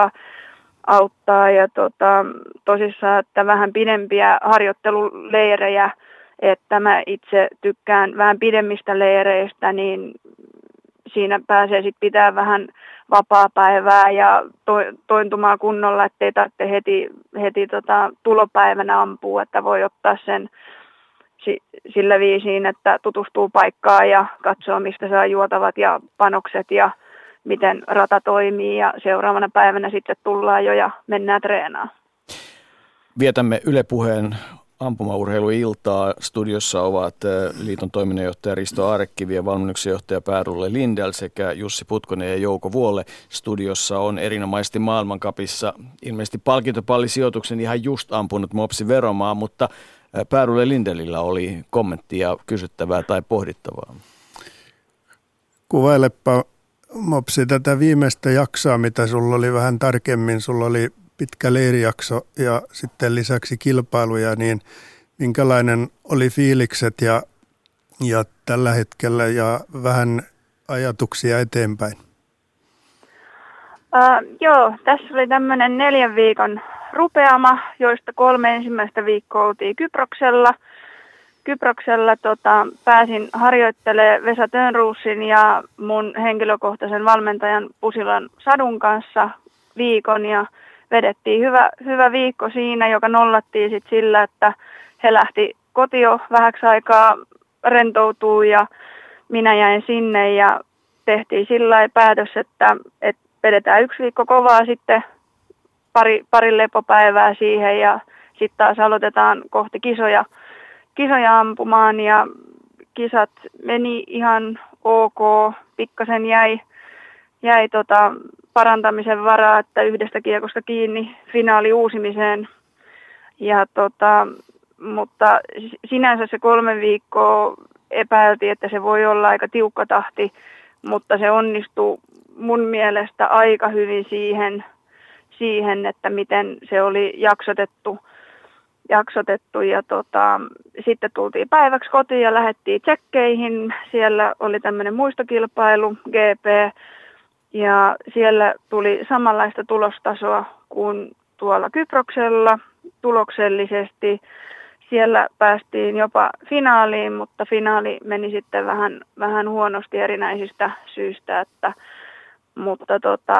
auttaa ja tosissaan, että vähän pidempiä harjoitteluleirejä, että mä itse tykkään vähän pidemmistä leireistä, niin siinä pääsee sitten pitää vähän vapaapäivää ja tointumaan kunnolla, ettei tarvitse heti tulopäivänä ampua, että voi ottaa sen sillä viisiin, että tutustuu paikkaan ja katsoo, mistä saa juotavat ja panokset ja miten rata toimii ja seuraavana päivänä sitten tullaan jo ja mennään treenaamaan. Vietämme Yle Puheen ampumaurheiluiltaa. Studiossa ovat liiton toiminnanjohtaja Risto Aarekivi ja valmennuksen johtaja Pär-Ulle Lindell sekä Jussi Putkonen ja Jouko Vuolle. Studiossa on erinomaisesti maailmancupissa ilmeisesti palkintopallisijoituksen ihan just ampunut Mopsi Veromaa, mutta Pär-Ulle Lindellillä oli kommenttia, kysyttävää tai pohdittavaa. Kuvailepa Mopsi tätä viimeistä jaksoa, mitä sulla oli vähän tarkemmin. Sulla oli pitkä leirijakso ja sitten lisäksi kilpailuja, niin minkälainen oli fiilikset ja tällä hetkellä ja vähän ajatuksia eteenpäin? Joo, tässä oli tämmöinen 4 viikon rupeama, joista 3 ensimmäistä viikkoa oltiin Kyproksella pääsin harjoittelemaan Vesa Törnrosin ja mun henkilökohtaisen valmentajan Pusilan Sadun kanssa viikon ja vedettiin hyvä viikko siinä, joka nollattiin sitten sillä, että he lähti kotiin vähäksi aikaa rentoutuu ja minä jäin sinne ja tehtiin sillä lailla päätös, että vedetään 1 viikko kovaa sitten pari lepopäivää siihen ja sitten taas aloitetaan kohti kisoja ampumaan ja kisat meni ihan ok, pikkasen jäi parantamisen varaa, että 1 kiekosta kiinni finaali uusimiseen ja mutta sinänsä se 3 viikkoa epäiltiin, että se voi olla aika tiukka tahti, mutta se onnistui mun mielestä aika hyvin siihen, että miten se oli jaksotettu. jaksotettu ja sitten tultiin päiväksi kotiin ja lähdettiin tsekkeihin. Siellä oli tämmöinen muistokilpailu, GP, ja siellä tuli samanlaista tulostasoa kuin tuolla Kyproksella tuloksellisesti. Siellä päästiin jopa finaaliin, mutta finaali meni sitten vähän huonosti erinäisistä syistä, mutta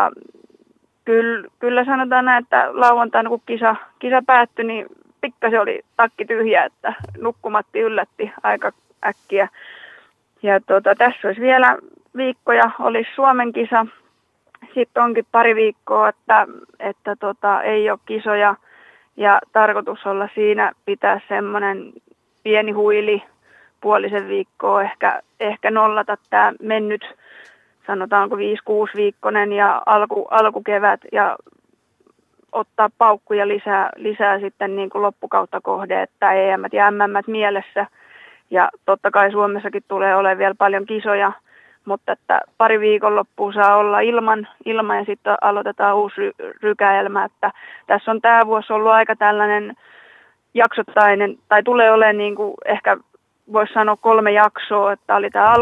kyllä sanotaan näin, että lauantaina kun kisa päättyi, niin pikkasen oli takki tyhjä, että nukkumatti yllätti aika äkkiä. Ja tässä olisi vielä viikkoja, olisi Suomen kisa. Sitten onkin pari viikkoa, että ei ole kisoja ja tarkoitus olla siinä pitää semmoinen pieni huili puolisen viikkoa, ehkä nollata tämä mennyt, sanotaanko 5-6 viikkoinen ja alkukevät ja ottaa paukkuja lisää sitten niin kuin loppukautta kohde, että EM ja MM mielessä. Ja totta kai Suomessakin tulee olemaan vielä paljon kisoja, mutta että pari viikonloppua saa olla ilman ja sitten aloitetaan uusi rykäelmä. Että tässä on tämä vuosi ollut aika tällainen jaksottainen, tai tulee olemaan niin kuin ehkä voisi sanoa 3 jaksoa, että oli tämä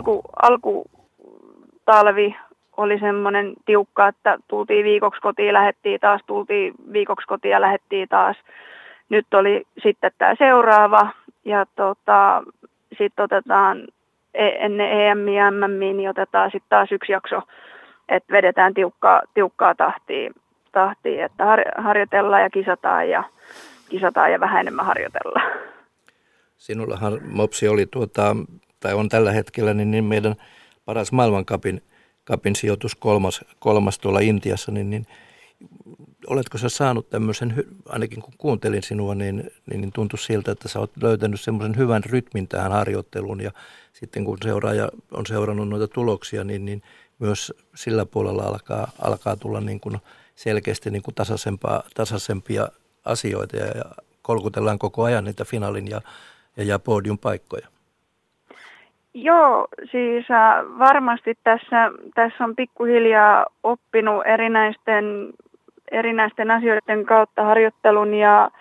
alkutalvi oli semmoinen tiukka, että tultiin viikoksi kotiin, lähdettiin taas, tultiin viikoksi kotiin ja lähdettiin taas. Nyt oli sitten tämä seuraava ja sitten otetaan ennen EM ja MM, niin otetaan sitten taas yksi jakso, että vedetään tiukkaa tahtia, että harjoitellaan ja kisataan ja vähän enemmän harjoitellaan. Sinullahan, Mopsi, oli tai on tällä hetkellä niin meidän paras maailmancupin sijoitus kolmas tuolla Intiassa, niin oletko sä saanut tämmöisen, ainakin kun kuuntelin sinua, niin tuntui siltä, että sä oot löytänyt semmoisen hyvän rytmin tähän harjoitteluun ja sitten kun seuraaja on seurannut noita tuloksia, niin myös sillä puolella alkaa tulla niin kuin selkeästi niin kuin tasaisempia asioita ja kolkutellaan koko ajan niitä finaalin ja podium paikkoja. Joo, siis varmasti tässä on pikkuhiljaa oppinut erinäisten asioiden kautta harjoittelun ja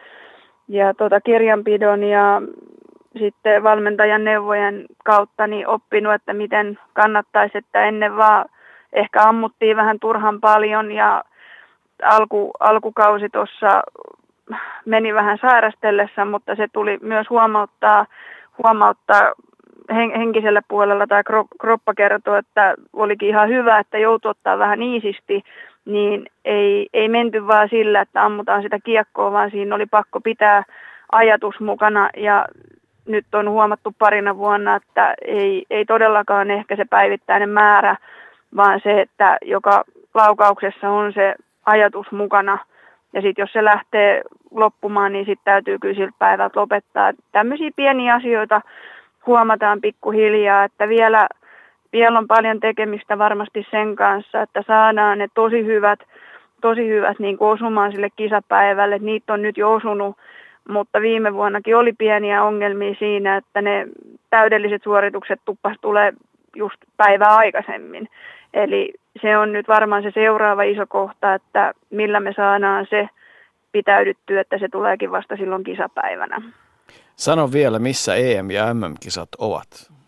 kirjanpidon ja sitten valmentajan neuvojen kautta niin oppinut, että miten kannattaisi, että ennen vaan ehkä ammuttiin vähän turhan paljon ja alkukausi tuossa meni vähän sairastellessa, mutta se tuli myös huomauttaa henkisellä puolella tai kroppa kertoi, että olikin ihan hyvä, että joutui ottaa vähän iisisti, niin ei menty vaan sillä, että ammutaan sitä kiekkoa, vaan siinä oli pakko pitää ajatus mukana ja nyt on huomattu parina vuonna, että ei todellakaan ehkä se päivittäinen määrä, vaan se, että joka laukauksessa on se ajatus mukana. Ja sitten jos se lähtee loppumaan, niin sitten täytyy kyllä siltä päivältä lopettaa. Tämmöisiä pieniä asioita huomataan pikkuhiljaa, että vielä on paljon tekemistä varmasti sen kanssa, että saadaan ne tosi hyvät niin kuin osumaan sille kisapäivälle. Niitä on nyt jo osunut, mutta viime vuonnakin oli pieniä ongelmia siinä, että ne täydelliset suoritukset tulee just päivää aikaisemmin. Eli se on nyt varmaan se seuraava iso kohta, että millä me saadaan se pitäydyttyä, että se tuleekin vasta silloin kisapäivänä. Sano vielä, missä EM- ja MM-kisat ovat?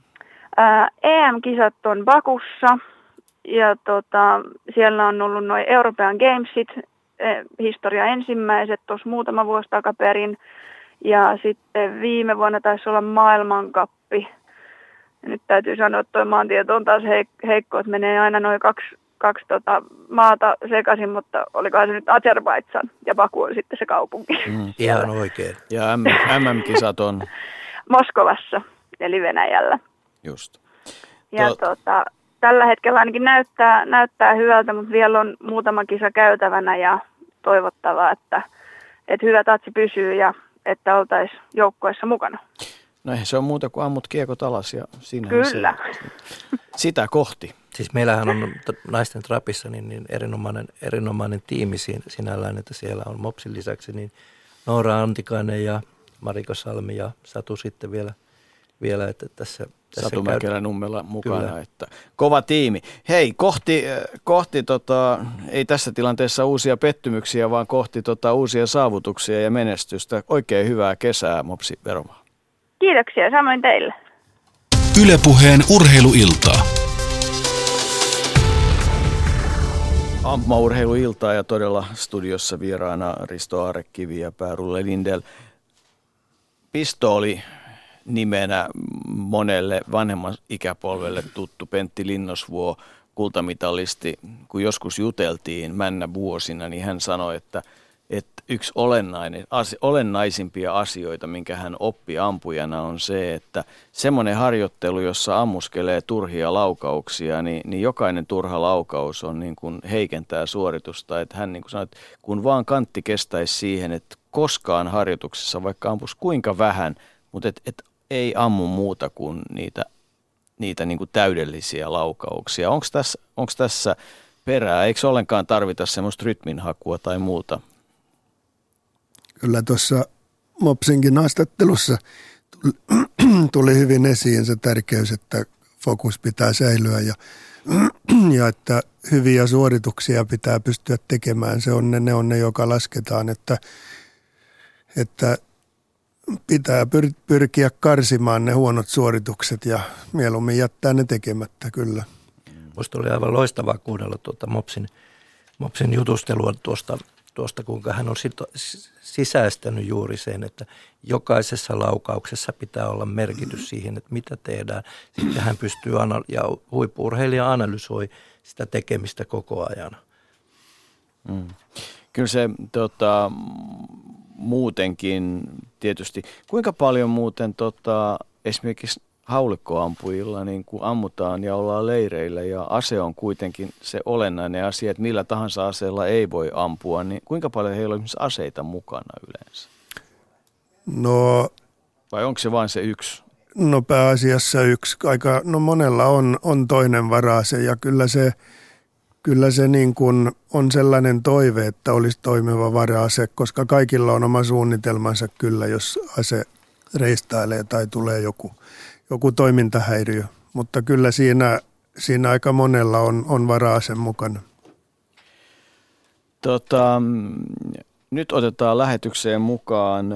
EM-kisat on Bakussa ja siellä on ollut nuo European Gamesit, historia ensimmäiset tuossa muutama vuosi takaperin ja sitten viime vuonna taisi olla maailmankappi. Ja nyt täytyy sanoa, että tuo maantieto on taas heikko, että menee aina noin kaksi maata sekaisin, mutta olikohan se nyt Azerbaidžan ja Baku on sitten se kaupunki. Ihan oikein. Ja MM-kisat on? Moskovassa, eli Venäjällä. Just. Ja tällä hetkellä ainakin näyttää hyvältä, mutta vielä on muutama kisa käytävänä ja toivottavaa, että hyvä tatsi pysyy ja että oltaisiin joukkueessa mukana. No eihän se on muuta kuin ammut kiekot alas ja siinähän kyllä. Sitä kohti. Siis meillähän on naisten trapissa niin erinomainen tiimi sinällään, että siellä on Mopsin lisäksi niin Noora Antikainen ja Mariko Salmi ja Satu sitten vielä että Satu Mäkelä-Nummela mukana, että kova tiimi. Hei, kohti ei tässä tilanteessa uusia pettymyksiä, vaan kohti uusia saavutuksia ja menestystä. Oikein hyvää kesää, Mopsi Veromaa. Kiitoksia, samoin teille. Yle Puheen urheiluiltaa. Ampumaurheiluiltaa ja todella studiossa vieraana Risto Aarekivi ja Pärulle Lindell. Pistooli nimenä monelle vanhemman ikäpolvelle tuttu Pentti Linnosvuo, kultamitalisti. Kun joskus juteltiin männä vuosina, niin hän sanoi, että yksi olennaisimpia asioita, minkä hän oppi ampujana, on se, että semmoinen harjoittelu, jossa ammuskelee turhia laukauksia, niin jokainen turha laukaus on niin kuin heikentää suoritusta. Että hän niin kuin sanoi, että kun vaan kantti kestäisi siihen, että koskaan harjoituksessa, vaikka ampus kuinka vähän, mutta et ei ammu muuta kuin niitä niin kuin täydellisiä laukauksia. Onko tässä perää? Eikö ollenkaan tarvita semmoista rytminhakua tai muuta? Kyllä tuossa Mopsinkin haastattelussa tuli hyvin esiin se tärkeys, että fokus pitää säilyä ja että hyviä suorituksia pitää pystyä tekemään. Ne on ne, joka lasketaan, että pitää pyrkiä karsimaan ne huonot suoritukset ja mieluummin jättää ne tekemättä, kyllä. Minusta oli aivan loistavaa kuunnella Mopsin jutustelua tuosta, kuinka hän on sisäistänyt juuri sen, että jokaisessa laukauksessa pitää olla merkitys siihen, että mitä tehdään. Sitten hän pystyy, ja huippu-urheilija analysoi sitä tekemistä koko ajan. Kyllä se muutenkin tietysti. Kuinka paljon muuten esimerkiksi haulikkoampujilla niin kun ammutaan ja ollaan leireillä ja ase on kuitenkin se olennainen asia, että millä tahansa aseella ei voi ampua, niin kuinka paljon heillä on esimerkiksi aseita mukana yleensä? No, vai onko se vain se yksi? No pääasiassa yksi. Monella on toinen vara-ase ja kyllä se niin kuin on sellainen toive, että olisi toimiva vara-ase, koska kaikilla on oma suunnitelmansa kyllä, jos ase reistailee tai tulee joku toimintahäiriö. Mutta kyllä siinä aika monella on vara-ase mukana. Nyt otetaan lähetykseen mukaan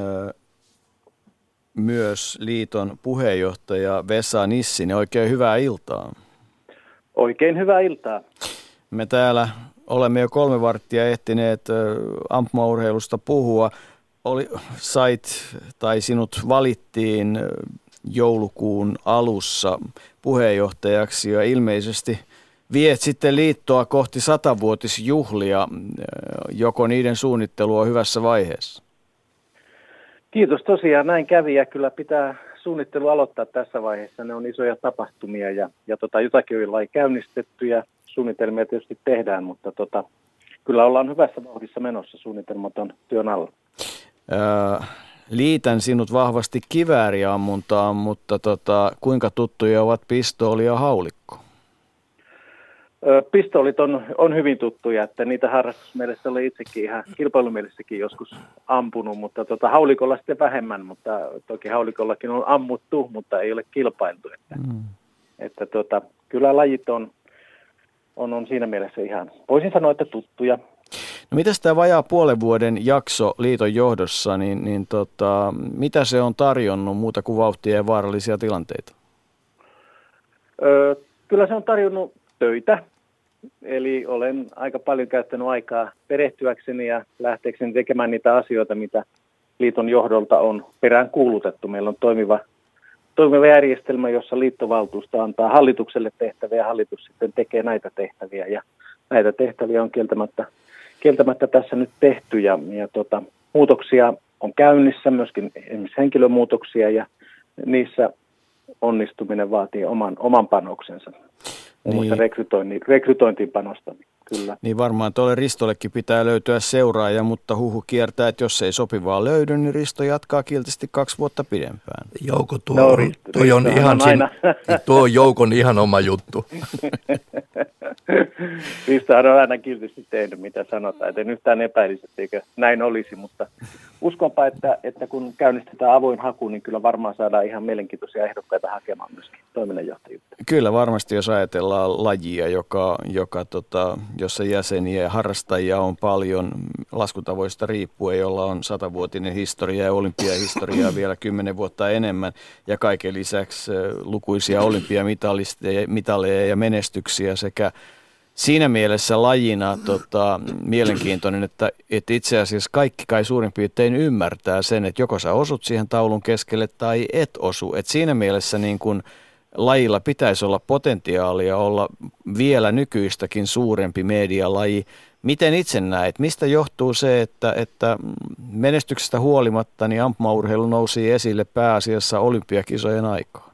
myös liiton puheenjohtaja Vesa Nissinen. Oikein hyvää iltaa. Oikein hyvää iltaa. Me täällä olemme jo 3 varttia ehtineet ampumaurheilusta puhua. Sinut valittiin joulukuun alussa puheenjohtajaksi ja ilmeisesti viet sitten liittoa kohti 100-vuotisjuhlia. Joko niiden suunnittelu on hyvässä vaiheessa? Kiitos, tosiaan näin kävi ja kyllä pitää suunnittelu aloittaa tässä vaiheessa. Ne on isoja tapahtumia ja jotakin on käynnistetty ja suunnitelmia tietysti tehdään, mutta kyllä ollaan hyvässä vauhdissa menossa, suunnitelmat on työn alla. Liitän sinut vahvasti kivääriammuntaan, mutta kuinka tuttuja ovat pistooli ja haulikko? Pistoolit on hyvin tuttuja, että niitä harrastusmielessä oli itsekin ihan kilpailumielissäkin joskus ampunut, mutta haulikolla sitten vähemmän, mutta toki haulikollakin on ammuttu, mutta ei ole kilpailtu. Että kyllä lajit on siinä mielessä ihan, voisin sanoa, että tuttuja. No mitäs tämä vajaa puolen vuoden jakso liiton johdossa, niin mitä se on tarjonnut muuta kuin vauhtia ja vaarallisia tilanteita? Kyllä se on tarjonnut töitä, eli olen aika paljon käyttänyt aikaa perehtyäkseni ja lähteekseni tekemään niitä asioita, mitä liiton johdolta on perään kuulutettu. Meillä on toimiva järjestelmä, jossa liittovaltuusto antaa hallitukselle tehtäviä ja hallitus sitten tekee näitä tehtäviä ja näitä tehtäviä on kieltämättä tässä nyt tehty ja muutoksia on käynnissä, myöskin esimerkiksi henkilömuutoksia ja niissä onnistuminen vaatii oman panoksensa. Muun muassa rekrytointiin panostaminen, kyllä. Niin varmaan tuolle Ristollekin pitää löytyä seuraaja, mutta huhu kiertää, että jos ei sopivaa löydy, niin Risto jatkaa kiltisti 2 vuotta pidempään. Jouko, tuo on Joukon ihan oma juttu. Ristohan on aina kiltisti tehnyt, mitä sanotaan. Et en yhtään epäilisi, etteikö näin olisi, mutta uskonpa, että kun käynnistetään avoin haku, niin kyllä varmaan saadaan ihan mielenkiintoisia ehdokkaita hakemaan myöskin toiminnanjohtajuutta. Kyllä varmasti, jos ajatellaan lajia, jossa jäseniä ja harrastajia on paljon laskutavoista riippuen, jolla on 100-vuotinen historia ja olympiahistoriaa vielä 10 vuotta enemmän ja kaiken lisäksi lukuisia olympiamitaleja ja menestyksiä sekä siinä mielessä lajina mielenkiintoinen, että itse asiassa kaikki kai suurin piirtein ymmärtää sen, että joko sä osut siihen taulun keskelle tai et osu. Et siinä mielessä niin kun lajilla pitäisi olla potentiaalia olla vielä nykyistäkin suurempi medialaji. Miten itse näet? Mistä johtuu se, että menestyksestä huolimatta niin ampumaurheilu nousi esille pääasiassa olympiakisojen aikaan?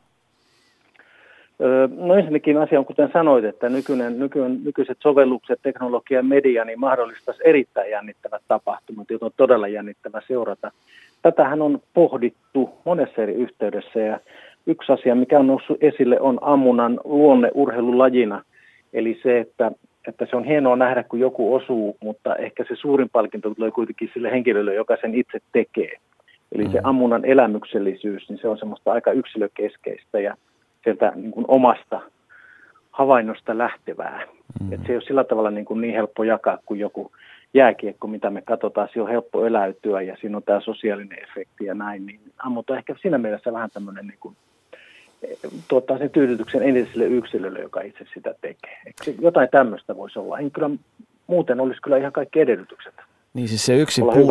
No ensinnäkin asia on, kuten sanoit, että nykyiset sovellukset, teknologia ja media niin mahdollistaisi erittäin jännittävät tapahtumat, joita on todella jännittävä seurata. Tätähän on pohdittu monessa eri yhteydessä ja yksi asia, mikä on noussut esille, on ammunnan luonne urheilulajina. Eli se, että se on hienoa nähdä, kun joku osuu, mutta ehkä se suurin palkinto tulee kuitenkin sille henkilölle, joka sen itse tekee. Eli se ammunnan elämyksellisyys, niin se on semmoista aika yksilökeskeistä ja sieltä niin kuin omasta havainnosta lähtevää. Että se ei ole sillä tavalla niin helppo jakaa kuin joku jääkiekko, mitä me katsotaan. Se on helppo eläytyä ja siinä on tämä sosiaalinen efekti ja näin. Niin ammunta ehkä siinä mielessä vähän tämmöinen niin kuin tuottaa sen tyydytyksen entiselle yksilölle, joka itse sitä tekee. Jotain tämmöistä voisi olla. Kyllä, muuten olisi kyllä ihan kaikki edellytykset. Niin siis se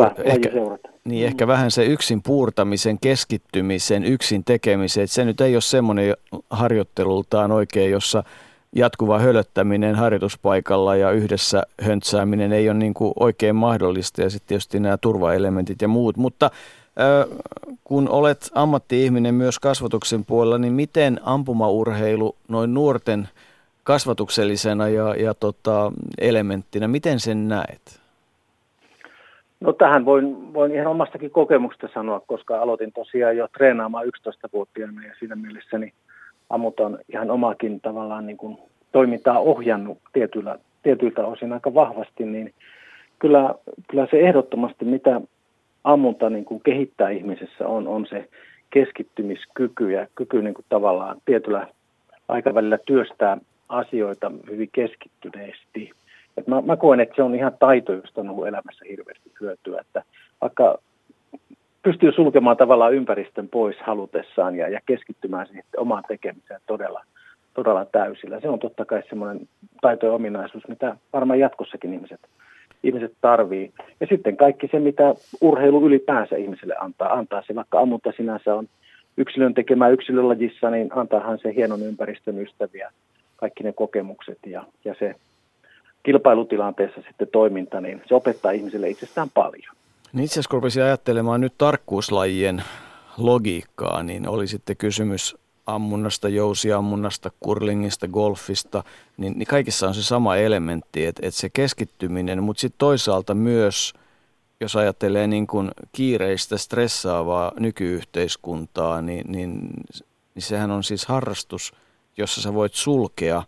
ehkä vähän se yksin puurtamisen, keskittymisen, yksin tekemisen, että se nyt ei ole semmoinen harjoittelultaan oikein, jossa jatkuva hölöttäminen harjoituspaikalla ja yhdessä höntsääminen ei ole niin kuin oikein mahdollista ja sitten tietysti nämä turvaelementit ja muut, mutta kun olet ammatti-ihminen myös kasvatuksen puolella, niin miten ampumaurheilu noin nuorten kasvatuksellisena ja elementtinä, miten sen näet? No tähän voin ihan omastakin kokemuksesta sanoa, koska aloitin tosiaan jo treenaamaan 11-vuotiaana ja siinä mielessä niin ammunta on ihan omakin tavallaan niin kuin toimintaa ohjannut tietyiltä osin aika vahvasti, niin kyllä se ehdottomasti mitä ammunta niin kuin kehittää ihmisessä on se keskittymiskyky ja kyky niin kuin tavallaan tietyllä aikavälillä työstää asioita hyvin keskittyneesti. Et mä koen, että se on ihan taito, josta on ollut elämässä hirveästi hyötyä, että vaikka pystyy sulkemaan tavallaan ympäristön pois halutessaan ja keskittymään siihen omaan tekemiseen todella täysillä. Se on totta kai semmoinen taito ja ominaisuus, mitä varmaan jatkossakin ihmiset tarvii. Ja sitten kaikki se, mitä urheilu ylipäänsä ihmiselle antaa se, vaikka ammunta sinänsä on yksilön tekemä yksilölajissa, niin antaahan se hienon ympäristön ystäviä, kaikki ne kokemukset ja se kilpailutilanteessa sitten toiminta, niin se opettaa ihmiselle itsestään paljon. Niin itse asiassa kun rupesin ajattelemaan nyt tarkkuuslajien logiikkaa, niin oli sitten kysymys ammunnasta, jousiammunnasta, curlingista, golfista, niin kaikissa on se sama elementti, että se keskittyminen, mutta sitten toisaalta myös, jos ajattelee niin kuin kiireistä, stressaavaa nykyyhteiskuntaa, niin sehän on siis harrastus, jossa sä voit sulkea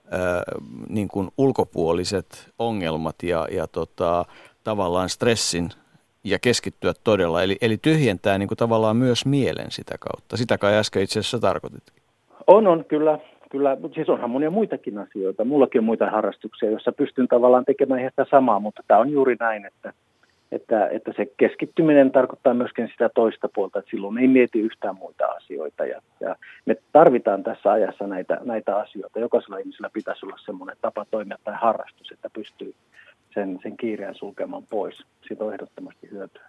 niin kuin ulkopuoliset ongelmat ja tavallaan stressin ja keskittyä todella. Eli tyhjentää niin kuin tavallaan myös mielen sitä kautta. Sitä kai äsken itse asiassa tarkoititkin. On kyllä. Mutta siis onhan monia muitakin asioita. Mullakin on muita harrastuksia, joissa pystyn tavallaan tekemään ihan sitä samaa, mutta tämä on juuri näin, että se keskittyminen tarkoittaa myöskin sitä toista puolta, että silloin ei mieti yhtään muita asioita. Ja me tarvitaan tässä ajassa näitä asioita. Jokaisella ihmisellä pitäisi olla semmoinen tapa toimia tai harrastus, että pystyy sen kiireen sulkemaan pois. Siitä on ehdottomasti hyötyä.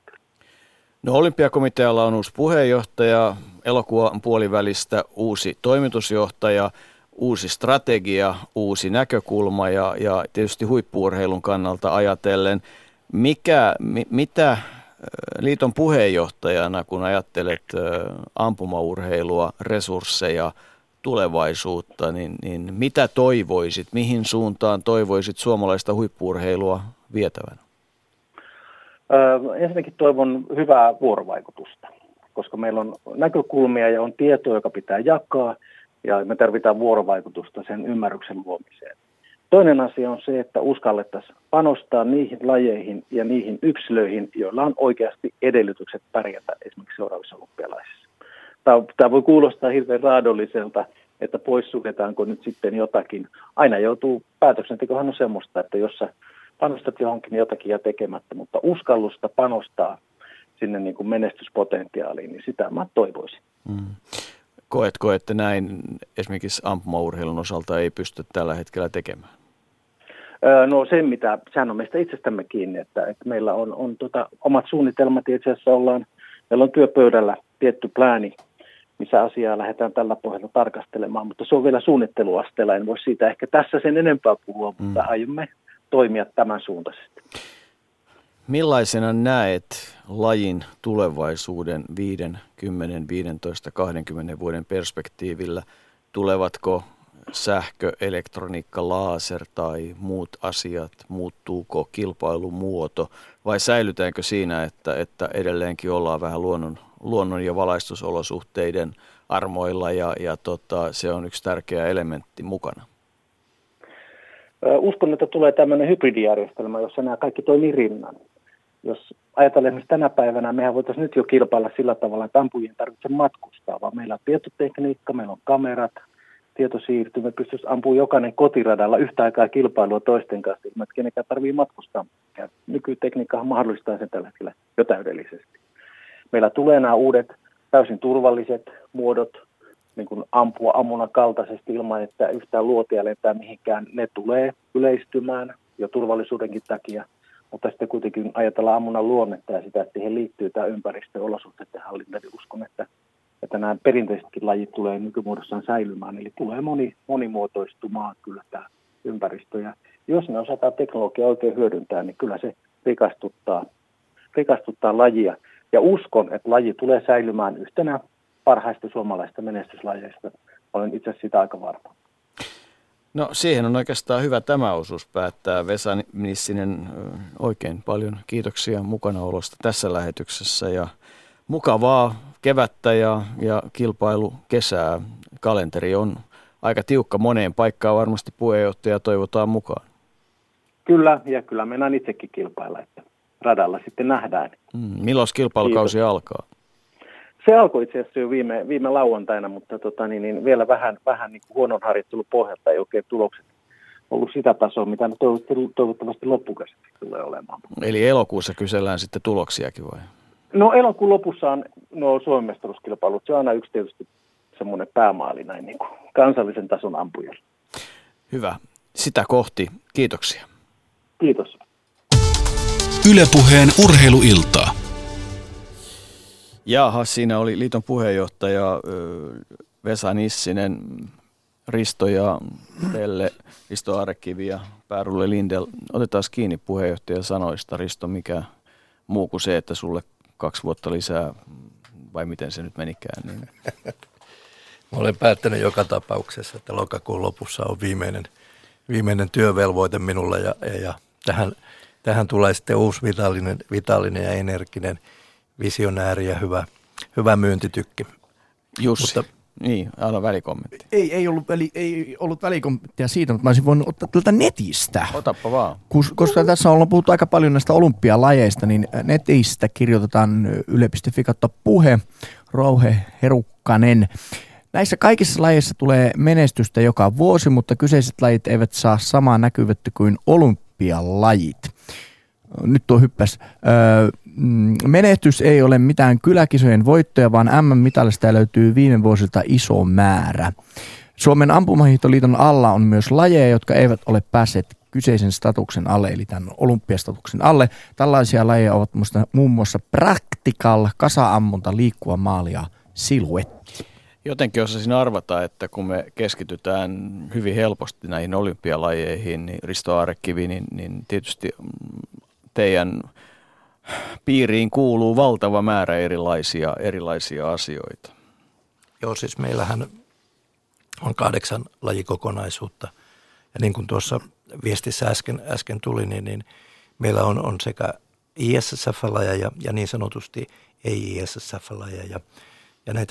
No Olympiakomitealla on uusi puheenjohtaja, elokuun puolivälistä uusi toimitusjohtaja, uusi strategia, uusi näkökulma ja tietysti huippu-urheilun kannalta ajatellen. Mitä liiton puheenjohtajana, kun ajattelet ampumaurheilua, resursseja, tulevaisuutta, niin mitä toivoisit, mihin suuntaan toivoisit suomalaista huippu-urheilua vietävän? Ensinnäkin toivon hyvää vuorovaikutusta, koska meillä on näkökulmia ja on tietoa, joka pitää jakaa, ja me tarvitaan vuorovaikutusta sen ymmärryksen luomiseen. Toinen asia on se, että uskallettaisiin panostaa niihin lajeihin ja niihin yksilöihin, joilla on oikeasti edellytykset pärjätä esimerkiksi seuraavissa olympialaisissa. Tämä voi kuulostaa hirveän raadolliselta, että poissulketaanko nyt sitten jotakin. Aina joutuu, päätöksentekohan on semmoista, että jos sä panostat johonkin, niin jotakin jää tekemättä, mutta uskallusta panostaa sinne niin kuin menestyspotentiaaliin, niin sitä mä toivoisin. Koetko, että näin esimerkiksi ampumaurheilun osalta ei pysty tällä hetkellä tekemään? No sehän on meistä itsestämme kiinni, että meillä on omat suunnitelmat, ja itse asiassa meillä on työpöydällä tietty plääni, missä asiaa lähdetään tällä pohjalla tarkastelemaan, mutta se on vielä suunnitteluasteella, en voi siitä ehkä tässä sen enempää puhua, mutta aiomme toimia tämän suuntaisesti. Millaisena näet lajin tulevaisuuden 5, 10, 15, 20 vuoden perspektiivillä? Tulevatko sähkö, elektroniikka, laser tai muut asiat, muuttuuko kilpailumuoto vai säilytäänkö siinä, että edelleenkin ollaan vähän luonnon ja valaistusolosuhteiden armoilla ja se on yksi tärkeä elementti mukana? Uskon, että tulee tämmöinen hybridijärjestelmä, jossa nämä kaikki toimii rinnan. Jos ajatellaan esimerkiksi tänä päivänä, mehän voitaisiin nyt jo kilpailla sillä tavalla, että ampujien tarvitse matkustaa, vaan meillä on tietotekniikka, meillä on kamerat, tietosiirtymä, me pystyisi ampumaan jokainen kotiradalla yhtä aikaa kilpailua toisten kanssa, että kenenkään tarvitsee matkustaa. Ja nykytekniikkahan mahdollistaa sen tällä hetkellä jo täydellisesti. Meillä tulee nämä uudet täysin turvalliset muodot, niin kuin ampua ammuna kaltaisesti ilman, että yhtään luotia lentää mihinkään. Ne tulee yleistymään jo turvallisuudenkin takia, mutta sitten kuitenkin ajatellaan ammunnan luonnetta ja sitä, että siihen liittyy tämä ympäristöolosuhteiden hallinta, niin uskon, että nämä perinteisetkin lajit tulee nykymuodossaan säilymään, eli tulee monimuotoistumaan kyllä tämä ympäristö. Ja jos me osataan teknologiaa oikein hyödyntää, niin kyllä se rikastuttaa lajia. Ja uskon, että laji tulee säilymään yhtenä parhaista suomalaisista menestyslajeista. Olen itse asiassa sitä aika varma. No siihen on oikeastaan hyvä tämä osuus päättää. Vesa Nissinen, oikein paljon kiitoksia mukanaolosta tässä lähetyksessä ja mukavaa kevättä ja kilpailukesää. Kalenteri on aika tiukka moneen paikkaan, varmasti puheenjohtaja toivotaan mukaan. Kyllä, ja kyllä mennään itsekin kilpailla, että radalla sitten nähdään. Milloin kilpailukausi alkaa? Se alkoi itse asiassa jo viime lauantaina, mutta vielä vähän niin kuin huonon harjoittelun pohjalta ei oikein tulokset ollut sitä tasoa, mitä ne toivottavasti loppukäisesti tulee olemaan. Eli elokuussa kysellään sitten tuloksiakin vai? No elokuun lopussa on Suomen mestaruuskilpailut. Se on aina yksi tietysti semmoinen päämaali näin niin kuin kansallisen tason ampujalla. Hyvä. Sitä kohti. Kiitoksia. Kiitos. Yle Puheen urheiluiltaa. Jaha, siinä oli liiton puheenjohtaja Vesa Nissinen, Risto ja Pelle, Risto Arekivi ja Päärule Lindell. Otetaan kiinni puheenjohtajan sanoista. Risto, mikä muu kuin se, että sulle 2 vuotta lisää, vai miten se nyt menikään? Niin. Mä olen päättänyt joka tapauksessa, että lokakuun lopussa on viimeinen työvelvoite minulla ja tähän tulee sitten uusi vitaalinen ja energinen visionääri ja hyvä myyntitykki. Jussi, mutta, niin, aina välikommentti. Ei ollut välikommenttia siitä, mutta mä olisin voinut ottaa tältä netistä. Otappa vaan. Koska tässä ollaan puhuttu aika paljon näistä olympialajeista, niin netistä kirjoitetaan yle.fi puhe, Rauhe Herukkanen. Näissä kaikissa lajeissa tulee menestystä joka vuosi, mutta kyseiset lajit eivät saa samaa näkyvyyttä kuin olympialajit. Nyt tuo hyppäs. Menestys ei ole mitään kyläkisojen voittoja, vaan MM-mitalista löytyy viime vuosilta iso määrä. Suomen ampumahiihtoliiton alla on myös lajeja, jotka eivät ole päässeet kyseisen statuksen alle, eli tämän olympiastatuksen alle. Tällaisia lajeja ovat muun muassa practical, kasa-ammunta, liikkuva maali ja siluetti. Jotenkin osasin arvata, että kun me keskitytään hyvin helposti näihin olympialajeihin, niin Risto Aarekivi, niin tietysti teidän piiriin kuuluu valtava määrä erilaisia asioita. Joo, siis meillähän on 8 lajikokonaisuutta. Ja niin kuin tuossa viestissä äsken tuli, niin meillä on sekä ISSF-lajeja ja niin sanotusti ei-ISSF-lajeja. Ja näitä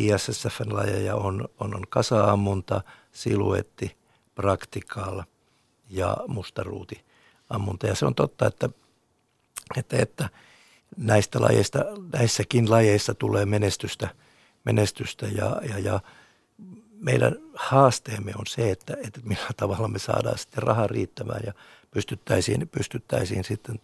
ei-ISSF-lajeja on kasa-ammunta, siluetti, practical, ja mustaruutiammunta. Ja se on totta, että näissäkin lajeissa tulee menestystä ja meidän haasteemme on se, että millä tavalla me saadaan sitten rahaa riittämään ja pystyttäisiin sitten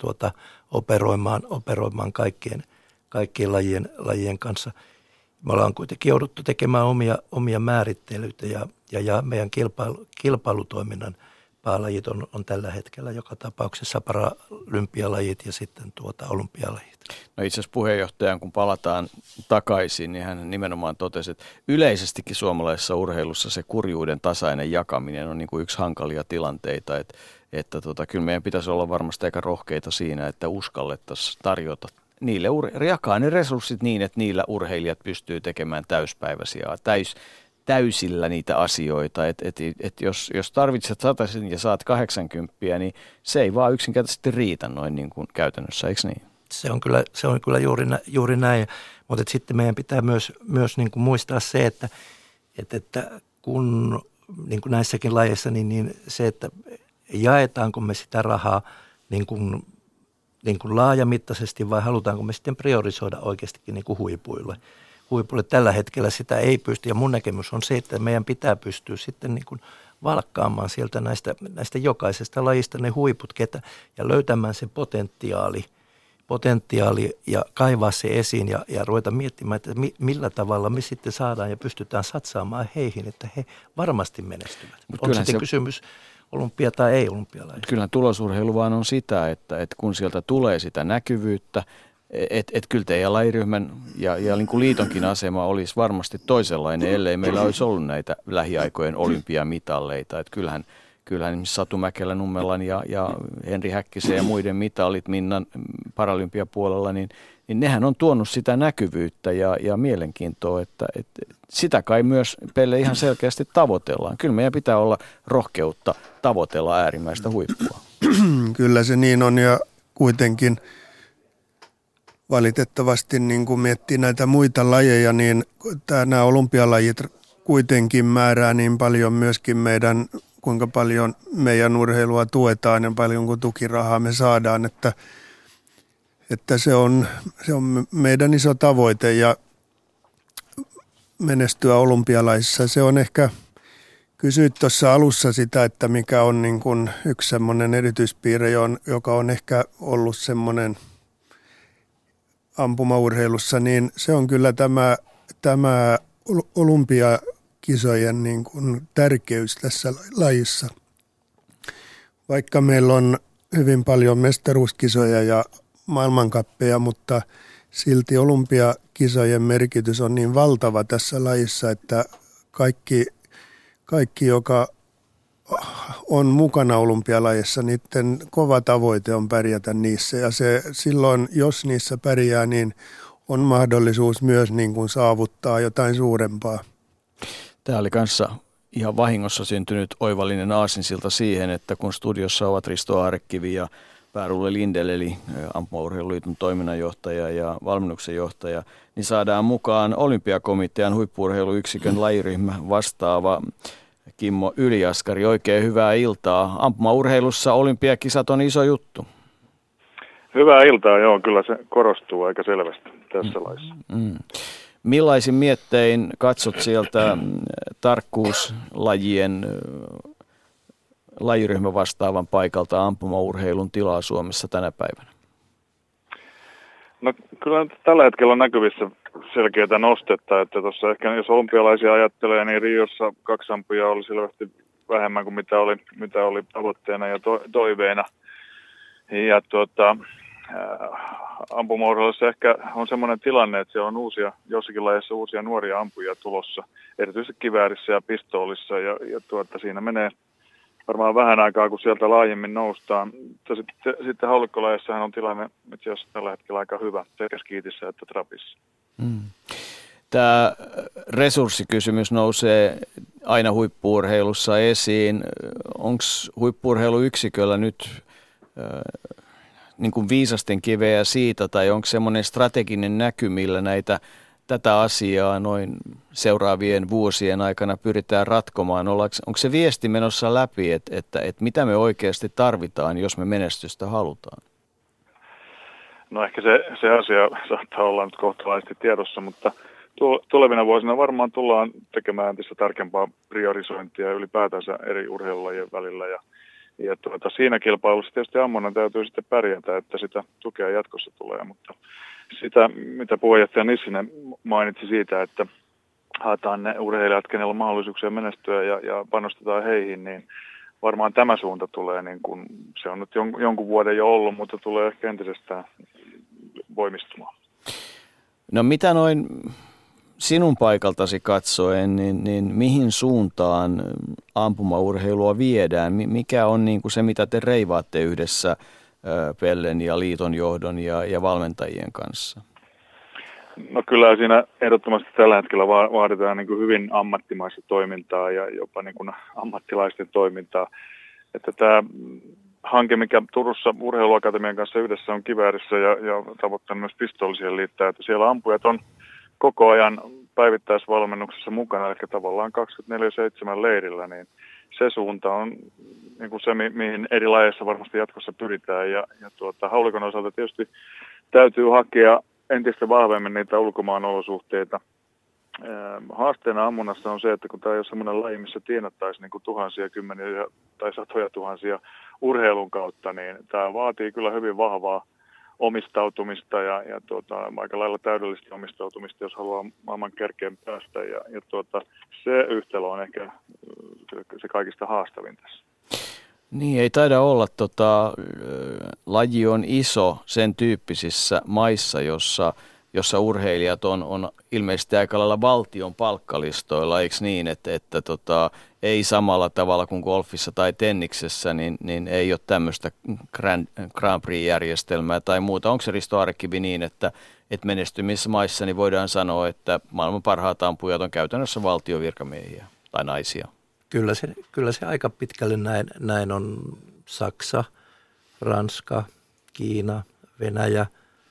operoimaan kaikkien lajien kanssa. Me ollaan kuitenkin jouduttu tekemään omia määrittelyitä ja meidän kilpailutoiminnan päälajit on tällä hetkellä joka tapauksessa paralympialajit ja sitten olympialajit. No itse asiassa puheenjohtajan, kun palataan takaisin, niin hän nimenomaan totesi, että yleisestikin suomalaisessa urheilussa se kurjuuden tasainen jakaminen on niin kuin yksi hankalia tilanteita, että kyllä meidän pitäisi olla varmasti aika rohkeita siinä, että uskallettaisiin tarjota niille, jakaa ne resurssit niin, että niillä urheilijat pystyy tekemään täyspäiväisiä, täysillä niitä asioita, että jos tarvitset 100 ja saat 80, niin se ei vaan yksinkertaisesti riitä noin niin kuin käytännössä, eikö niin? Se on kyllä juuri näin, mutta sitten meidän pitää myös niin kuin muistaa se, että kun niin kuin näissäkin lajeissa, niin se, että jaetaanko me sitä rahaa niin kuin laajamittaisesti vai halutaanko me sitten priorisoida oikeastikin niin kuin huipuille. Tällä hetkellä sitä ei pysty ja mun näkemys on se, että meidän pitää pystyä sitten niin kuin valkkaamaan sieltä näistä jokaisesta lajista ne huiput ja löytämään se potentiaali ja kaivaa se esiin ja ruveta miettimään, että millä tavalla me sitten saadaan ja pystytään satsaamaan heihin, että he varmasti menestyvät. On sitten kysymys olympia tai ei olympialaji. Kyllähän tulosurheilu vaan on sitä, että kun sieltä tulee sitä näkyvyyttä, että kyllä teidän lajiryhmän ja niin kuin liitonkin asema olisi varmasti toisenlainen, ellei meillä olisi ollut näitä lähiaikojen olympiamitalleita. Että kyllähän esimerkiksi Satu Mäkelä-Nummelan ja Henri Häkkisen ja muiden mitalit Minnan paralympiapuolella, niin nehän on tuonut sitä näkyvyyttä ja mielenkiintoa, että sitä kai myös Pelle ihan selkeästi tavoitellaan. Kyllä meidän pitää olla rohkeutta tavoitella äärimmäistä huippua. Kyllä se niin on ja kuitenkin valitettavasti niin kun miettii näitä muita lajeja, niin nämä olympialajit kuitenkin määrää niin paljon myöskin kuinka paljon meidän urheilua tuetaan ja paljonko tukirahaa me saadaan, että se on meidän iso tavoite ja menestyä olympialaisissa. Se on ehkä, kysyit tuossa alussa sitä, että mikä on niin kuin yksi semmoinen erityispiirre, joka on ehkä ollut semmoinen ampumaurheilussa, niin se on kyllä tämä olympiakisojen niin kuin tärkeys tässä lajissa. Vaikka meillä on hyvin paljon mestaruuskisoja ja maailmankappeja, mutta silti olympiakisojen merkitys on niin valtava tässä lajissa, että kaikki joka on mukana olympialajissa, niiden kova tavoite on pärjätä niissä. Ja se silloin, jos niissä pärjää, niin on mahdollisuus myös niin kuin saavuttaa jotain suurempaa. Tämä oli kanssa ihan vahingossa syntynyt oivallinen aasinsilta siihen, että kun studiossa ovat Risto Aarekivi ja Pär-Ulle Lindell, eli Ampumaurheiluliiton toiminnanjohtaja ja valmennuksen johtaja, niin saadaan mukaan Olympiakomitean huippu-urheiluyksikön lajiryhmä vastaava Kimmo Yliaskari. Oikein hyvää iltaa. Ampumaurheilussa olympiakisat on iso juttu. Hyvää iltaa, joo, kyllä se korostuu aika selvästi tässä laissa. Millaisin miettein katsot sieltä tarkkuuslajien lajiryhmä vastaavan paikalta ampumaurheilun tilaa Suomessa tänä päivänä? No kyllä tällä hetkellä on näkyvissä selkeää nostetta, että tuossa ehkä jos olympialaisia ajattelee, niin Riossa 2 ampujaa oli selvästi vähemmän kuin mitä oli tavoitteena ja toiveena. Ja ampumaurheilussa ehkä on semmoinen tilanne, että siellä on jossakin lajeissa uusia nuoria ampujia tulossa, erityisesti kiväärissä ja pistoolissa ja siinä menee varmaan vähän aikaa, kun sieltä laajemmin noustaan. Sitten haulikkolajeissahan on tilanne itse asiassa tällä hetkellä aika hyvä sekä skiitissä että trapissa. Tämä resurssikysymys nousee aina huippu-urheilussa esiin. Onko huippu-urheiluyksiköllä nyt niin kuin viisasten kiveä siitä, tai onko semmoinen strateginen näky, millä näitä tätä asiaa noin seuraavien vuosien aikana pyritään ratkomaan? Onko se viesti menossa läpi, että mitä me oikeasti tarvitaan, jos me menestystä halutaan? No ehkä se asia saattaa olla nyt kohtalaisesti tiedossa, mutta tulevina vuosina varmaan tullaan tekemään entistä tarkempaa priorisointia ylipäätänsä eri urheilulajien välillä. Ja siinä kilpailussa tietysti ammunnan täytyy sitten pärjätä, että sitä tukea jatkossa tulee, mutta sitä, mitä puheenjohtaja Nissinen mainitsi siitä, että haetaan ne urheilijat, kenellä on mahdollisuuksia menestyä ja panostetaan heihin, niin varmaan tämä suunta tulee, niin kun se on nyt jonkun vuoden jo ollut, mutta tulee ehkä entisestään voimistumaan. No mitä noin sinun paikaltasi katsoen, niin mihin suuntaan ampumaurheilua viedään? Mikä on niin kuin se, mitä te reivaatte yhdessä Pellen ja liiton johdon ja valmentajien kanssa? No kyllä siinä ehdottomasti tällä hetkellä vaaditaan niin kuin hyvin ammattimaista toimintaa ja jopa niin kuin ammattilaisten toimintaa. Että tämä hanke, mikä Turussa Urheiluakatemian kanssa yhdessä on kiväärissä ja tavoittanut myös pistoolisien liittää, että siellä ampujat on koko ajan päivittäisvalmennuksessa mukana, eli tavallaan 24/7 leirillä, niin se suunta on niin kuin se, mihin eri lajeissa varmasti jatkossa pyritään. Ja haulikon osalta tietysti täytyy hakea entistä vahvemmin niitä ulkomaan olosuhteita. Haasteena ammunnassa on se, että kun tämä ei ole sellainen laji, missä tienattaisiin niin kuin tuhansia, kymmeniä tai satoja tuhansia urheilun kautta, niin tämä vaatii kyllä hyvin vahvaa omistautumista ja aika lailla täydellistä omistautumista, jos haluaa maailman kärkeen päästä. Se yhtälö on ehkä se kaikista haastavin tässä. Niin, ei taida olla, laji on iso sen tyyppisissä maissa, jossa urheilijat on ilmeisesti aika lailla valtion palkkalistoilla, eikö niin, että ei samalla tavalla kuin golfissa tai tenniksessä, niin ei ole tämmöistä Grand Prix-järjestelmää tai muuta. Onko se, Risto Arekivi, niin, että menestymissä maissa niin voidaan sanoa, että maailman parhaat ampujat on käytännössä valtiovirkamiehiä tai naisia? Kyllä se aika pitkälle näin on. Saksa, Ranska, Kiina, Venäjä,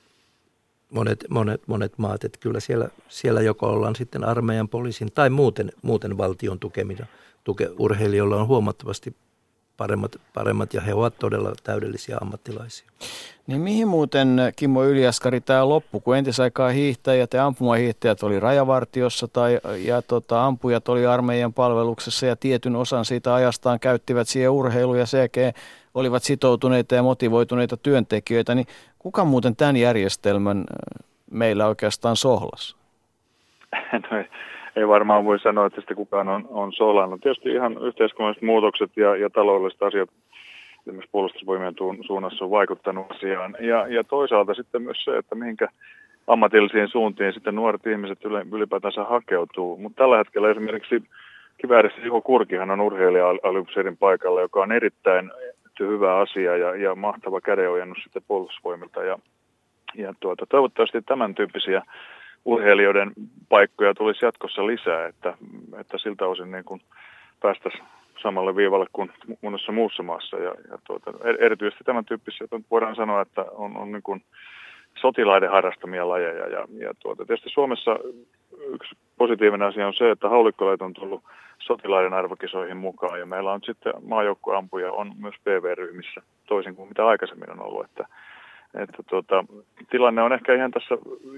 monet maat, että kyllä siellä joko ollaan sitten armeijan, poliisin tai muuten valtion tukemina. Urheilijoilla on huomattavasti paremmat ja he ovat todella täydellisiä ammattilaisia. Niin mihin muuten, Kimmo Yliaskari, tämä loppu, kun entisaikaa hiihtäjät ja ampumahiihtäjät oli rajavartiossa ampujat oli armeijan palveluksessa ja tietyn osan siitä ajastaan käyttivät siihen urheiluun ja sekä olivat sitoutuneita ja motivoituneita työntekijöitä, niin kuka muuten tämän järjestelmän meillä oikeastaan sohlasi? No ei varmaan voi sanoa, että sitä kukaan on sohlannut. Tietysti ihan yhteiskunnalliset muutokset ja taloudelliset asiat esimerkiksi puolustusvoimien suunnassa on vaikuttanut asiaan. Ja toisaalta sitten myös se, että mihinkä ammatillisiin suuntiin sitten nuoret ihmiset ylipäätänsä hakeutuu. Mutta tällä hetkellä esimerkiksi kiväärissä Juho Kurkihan on urheilija-aliupseerin paikalla, joka on erittäin hyvä asia ja mahtava kädenojennus sitten puolustusvoimilta. Ja toivottavasti tämän tyyppisiä urheilijoiden paikkoja tulisi jatkossa lisää, että siltä osin niin kuin päästäisiin samalle viivalle kuin monessa muussa maassa. Erityisesti tämän tyyppisiä voidaan sanoa, että on niin kuin sotilaiden harrastamia lajeja. Tietysti Suomessa yksi positiivinen asia on se, että haulikkolajit on tullut sotilaiden arvokisoihin mukaan ja meillä on sitten maajoukkueampuja on myös PV-ryhmissä toisin kuin mitä aikaisemmin on ollut. Että tilanne on ehkä ihan tässä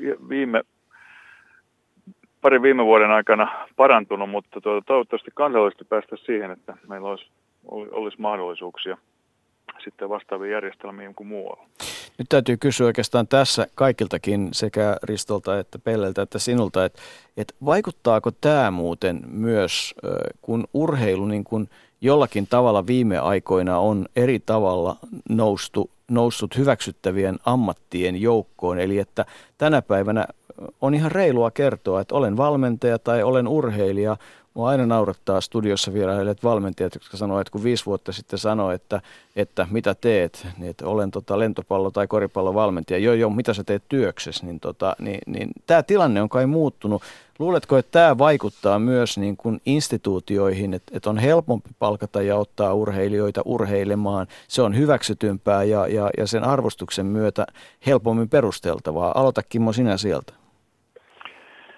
parin viime vuoden aikana parantunut, mutta toivottavasti kansallisesti päästä siihen, että meillä olisi mahdollisuuksia sitten vastaaviin järjestelmiin kuin muualla. Nyt täytyy kysyä oikeastaan tässä kaikiltakin sekä Ristolta että Pelleltä että sinulta, että vaikuttaako tämä muuten myös, kun urheilu niin kun jollakin tavalla viime aikoina on eri tavalla noussut hyväksyttävien ammattien joukkoon, eli että tänä päivänä on ihan reilua kertoa, että olen valmentaja tai olen urheilija. Mua aina naurattaa studiossa vierailleet valmentajat, jotka sanoo, että kun 5 vuotta sitten sanoi, että mitä teet, niin että olen lentopallo- tai koripallovalmentaja. Joo, mitä sä teet työksesi, niin tämä tilanne on kai muuttunut. Luuletko, että tämä vaikuttaa myös niin kuin instituutioihin, että on helpompi palkata ja ottaa urheilijoita urheilemaan, se on hyväksytympää ja sen arvostuksen myötä helpommin perusteltavaa? Aloita, Kimmo, sinä sieltä.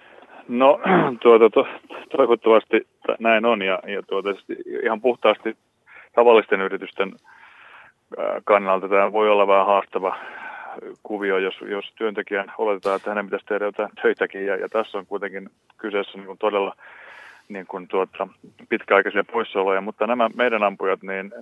No toivottavasti näin on ja ihan puhtaasti tavallisten yritysten kannalta tämä voi olla vähän haastava kuvio, jos työntekijän oletetaan, että hänen pitäisi tehdä jotain töitäkin ja tässä on kuitenkin kyseessä niin kuin todella niin kuin pitkäaikaisia poissaoloja, mutta nämä meidän ampujat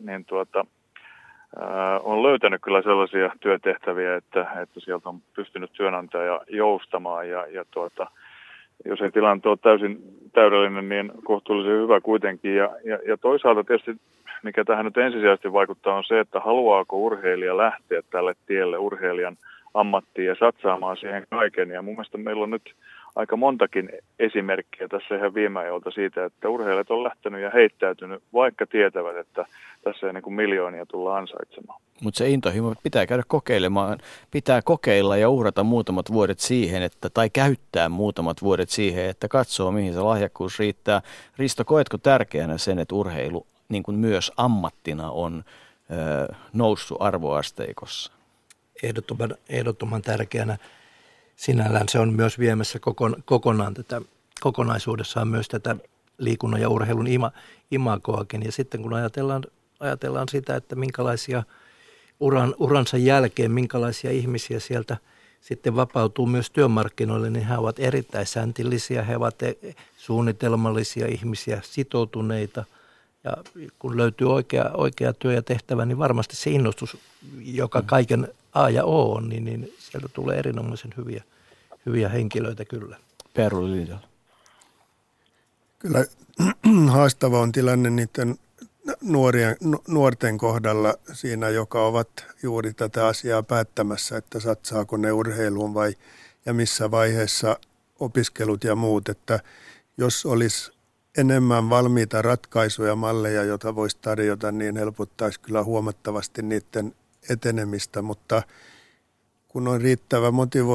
on löytänyt kyllä sellaisia työtehtäviä, että sieltä on pystynyt työnantaja joustamaan ja jos ei tilanne ole täysin täydellinen, niin kohtuullisen hyvä kuitenkin. Ja toisaalta tietysti, mikä tähän nyt ensisijaisesti vaikuttaa, on se, että haluaako urheilija lähteä tälle tielle urheilijan ammattiin ja satsaamaan siihen kaiken. Ja mun mielestä meillä on nyt aika montakin esimerkkiä tässä ihan viime ajoilta siitä, että urheilijat on lähtenyt ja heittäytynyt, vaikka tietävät, että tässä ei niin kuin miljoonia tulla ansaitsemaan. Mutta se intohimo pitää käydä kokeilemaan, pitää kokeilla ja uhrata muutamat vuodet siihen, tai käyttää muutamat vuodet siihen, että katsoo mihin se lahjakkuus riittää. Risto, koetko tärkeänä sen, että urheilu niin kuin myös ammattina on noussut arvoasteikossa? Ehdottoman tärkeänä. Sinällään se on myös viemässä kokonaan kokonaisuudessaan myös tätä liikunnan ja urheilun imagoakin. Ja sitten kun ajatellaan sitä, että minkälaisia uransa jälkeen, minkälaisia ihmisiä sieltä sitten vapautuu myös työmarkkinoille, niin he ovat erittäin säntillisiä, he ovat suunnitelmallisia ihmisiä, sitoutuneita. Ja kun löytyy oikea työ ja tehtävä, niin varmasti se innostus, joka kaiken A ja O on, niin sieltä tulee erinomaisen hyviä henkilöitä kyllä. Per-Olle Lindell. Kyllä haastava on tilanne niiden nuorten kohdalla siinä, joka ovat juuri tätä asiaa päättämässä, että satsaako ne urheiluun ja missä vaiheessa opiskelut ja muut, että jos olisi enemmän valmiita ratkaisuja, malleja, joita voisi tarjota, niin helpottaisi kyllä huomattavasti niiden etenemistä, mutta kun on riittävä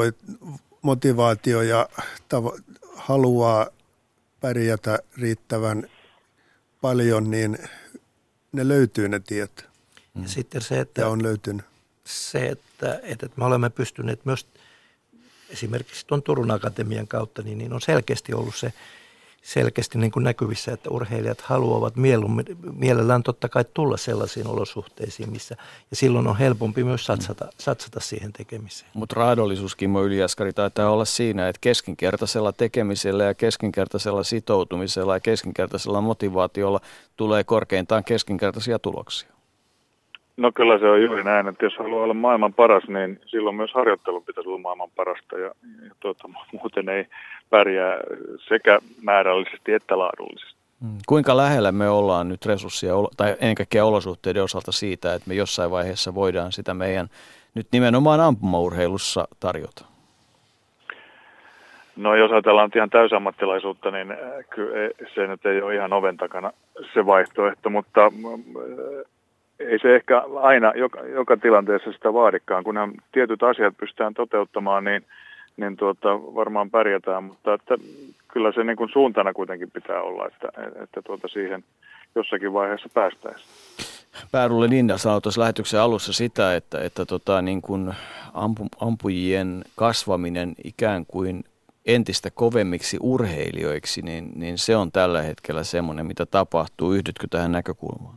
motivaatio ja haluaa pärjätä riittävän paljon, niin ne löytyy ne tiet. Ja sitten se, että on löytynyt. Se, että me olemme pystyneet myös esimerkiksi tuon Turun Akatemian kautta, niin on selkeästi ollut se selkeästi niin kuin näkyvissä, että urheilijat haluavat mielellään totta kai tulla sellaisiin olosuhteisiin, missä, ja silloin on helpompi myös satsata siihen tekemiseen. Mutta raadollisuus, Kimmo Yliaskari, taitaa olla siinä, että keskinkertaisella tekemisellä ja keskinkertaisella sitoutumisella ja keskinkertaisella motivaatiolla tulee korkeintaan keskinkertaisia tuloksia. No kyllä se on juuri näin, että jos haluaa olla maailman paras, niin silloin myös harjoittelun pitäisi olla maailman parasta ja muuten ei pärjää sekä määrällisesti että laadullisesti. Kuinka lähellä me ollaan nyt resursseja tai ennen kaikkea olosuhteiden osalta siitä, että me jossain vaiheessa voidaan sitä meidän nyt nimenomaan ampumaurheilussa tarjota? No jos ajatellaan ihan täysammattilaisuutta, niin se nyt ei ole ihan oven takana se vaihtoehto, mutta ei se ehkä aina joka tilanteessa sitä vaadikaan, kunhan tietyt asiat pystytään toteuttamaan, niin varmaan pärjätään, mutta että kyllä se niin kuin suuntana kuitenkin pitää olla, että siihen jossakin vaiheessa päästäisiin. Per-Olle Lindell sanoi tuossa lähetyksen alussa sitä, että niin kuin ampujien kasvaminen ikään kuin entistä kovemmiksi urheilijoiksi, niin se on tällä hetkellä semmoinen, mitä tapahtuu. Yhdytkö tähän näkökulmaan?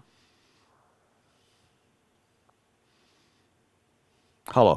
Halo?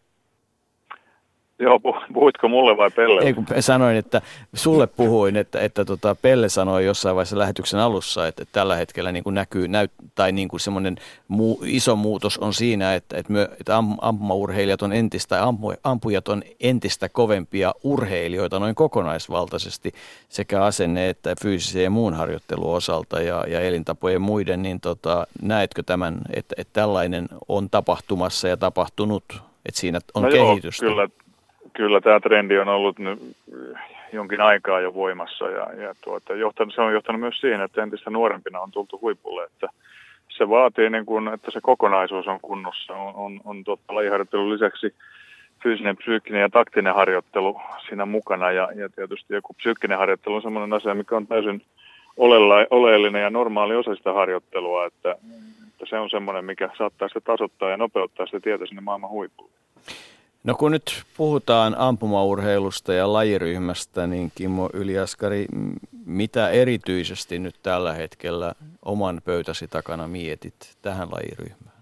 Joo, puhuitko mulle vai Pelle? Ei, kun sanoin, että sulle puhuin, että Pelle sanoi jossain vaiheessa lähetyksen alussa, että tällä hetkellä niin kuin tai niin kuin semmoinen iso muutos on siinä, että ampumaurheilijat on ampujat on entistä kovempia urheilijoita noin kokonaisvaltaisesti sekä asenne että fyysisen ja muun harjoittelun osalta ja elintapojen muiden, niin näetkö tämän, että tällainen on tapahtumassa ja tapahtunut, että siinä on kehitystä? Joo, Kyllä tämä trendi on ollut nyt jonkin aikaa jo voimassa ja se on johtanut myös siihen, että entistä nuorempina on tultu huipulle, että se vaatii, niin kuin, että se kokonaisuus on kunnossa, on lajiharjoittelun lisäksi fyysinen, psyykkinen ja taktinen harjoittelu siinä mukana ja tietysti joku psyykkinen harjoittelu on sellainen asia, mikä on täysin oleellinen ja normaali osa sitä harjoittelua, että se on semmoinen, mikä saattaa sitä tasoittaa ja nopeuttaa sitä tietä sinne maailman huipulle. No kun nyt puhutaan ampumaurheilusta ja lajiryhmästä, niin Kimmo Yliaskari, mitä erityisesti nyt tällä hetkellä oman pöytäsi takana mietit tähän lajiryhmään?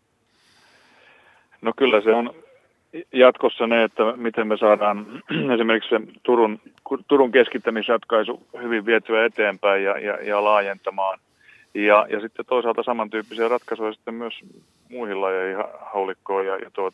No kyllä se on jatkossa ne, että miten me saadaan esimerkiksi se Turun keskittämisratkaisu hyvin vietyä eteenpäin ja laajentamaan. Ja sitten toisaalta samantyyppisiä ratkaisuja sitten myös muihin lajeihin, haulikkoon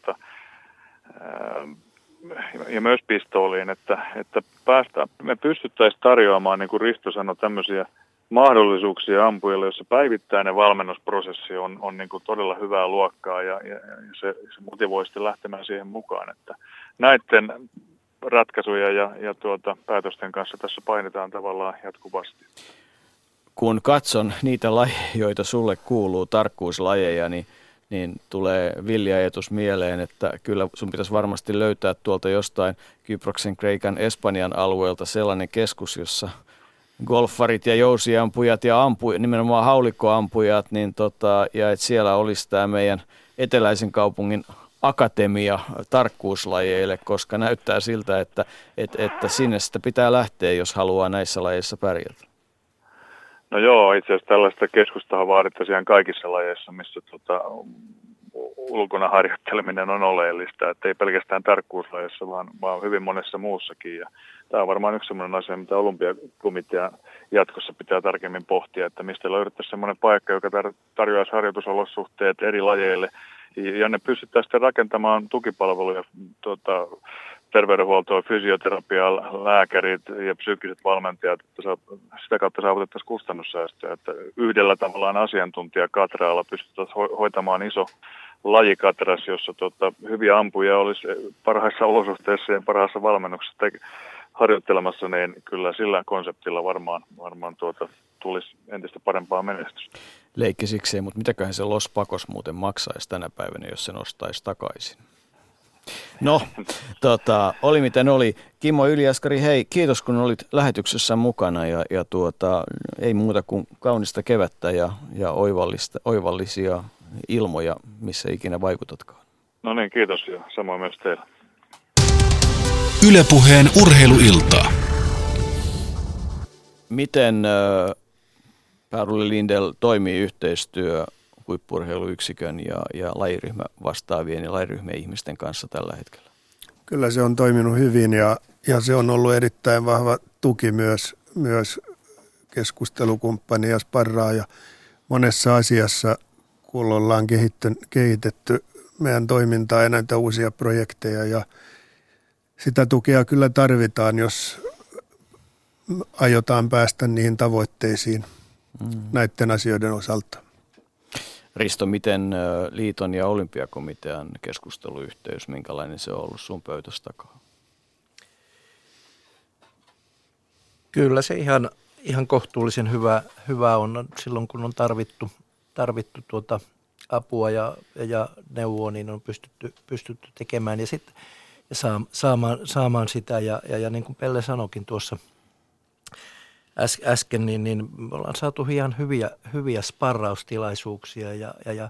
ja myös pistooliin, että me pystyttäisiin tarjoamaan, niin kuin Risto sanoi, tämmöisiä mahdollisuuksia ampujille, jossa päivittäinen valmennusprosessi on niin kuin todella hyvää luokkaa ja se motivoi sitten lähtemään siihen mukaan, että näiden ratkaisuja ja päätösten kanssa tässä painetaan tavallaan jatkuvasti. Kun katson niitä lajeja, joita sulle kuuluu, tarkkuuslajeja, niin tulee villi ajatus mieleen, että kyllä sun pitäisi varmasti löytää tuolta jostain Kyproksen, Kreikan, Espanjan alueelta sellainen keskus, jossa golfarit ja jousiampujat ja nimenomaan haulikkoampujat, ja että siellä olisi tämä meidän eteläisen kaupungin akatemia tarkkuuslajeille, koska näyttää siltä, että sinne sitä pitää lähteä, jos haluaa näissä lajeissa pärjätä. No joo, itse asiassa tällaista keskustahan vaadittaisiin kaikissa lajeissa, missä ulkona harjoitteleminen on oleellista, että ei pelkästään tarkkuuslajeissa, vaan hyvin monessa muussakin. Ja tämä on varmaan yksi sellainen asia, mitä Olympiakomitea jatkossa pitää tarkemmin pohtia, että mistä löydettäisiin sellainen paikka, joka tarjoaisi harjoitusolosuhteet eri lajeille, ja ne pystyttäisiin sitten rakentamaan tukipalveluja, terveydenhuoltoa, fysioterapiaa, lääkärit ja psyykkiset valmentajat, että sitä kautta saavutettaisiin kustannussäästöjä, että yhdellä tavallaan asiantuntijakatraalla pystyttäisiin hoitamaan iso lajikatras, jossa hyviä ampuja olisi parhaissa olosuhteissa ja parhaassa valmennuksessa harjoittelemassa, niin kyllä sillä konseptilla varmaan tulisi entistä parempaa menestystä. Leikki sikseen, mutta mitäköhän se Los Pacos muuten maksaisi tänä päivänä, jos se nostaisi takaisin? No, oli miten oli. Kimmo Yliaskari, hei, kiitos kun olit lähetyksessä mukana ja ei muuta kuin kaunista kevättä ja oivallisia ilmoja, missä ikinä vaikutatkaan. No niin, kiitos ja samoin myös teille. Yle Puheen urheiluiltaa. Miten Per-Olle Lindell toimii yhteistyö huippu-urheiluyksikön ja lajiryhmä vastaavien ja lajiryhmien ihmisten kanssa tällä hetkellä? Kyllä se on toiminut hyvin ja se on ollut erittäin vahva tuki myös keskustelukumppani ja sparraaja monessa asiassa, kun ollaan kehitetty meidän toimintaa ja näitä uusia projekteja ja sitä tukea kyllä tarvitaan, jos aiotaan päästä niihin tavoitteisiin näiden asioiden osalta. Risto, miten liiton ja olympiakomitean keskusteluyhteys, minkälainen se on ollut sun pöytästä takaa? Kyllä se ihan kohtuullisen hyvä on silloin, kun on tarvittu apua ja neuvoa, niin on pystytty tekemään ja sitten saamaan sitä ja niin kuin Pelle sanoikin tuossa äsken, niin me ollaan saatu ihan hyviä sparraustilaisuuksia ja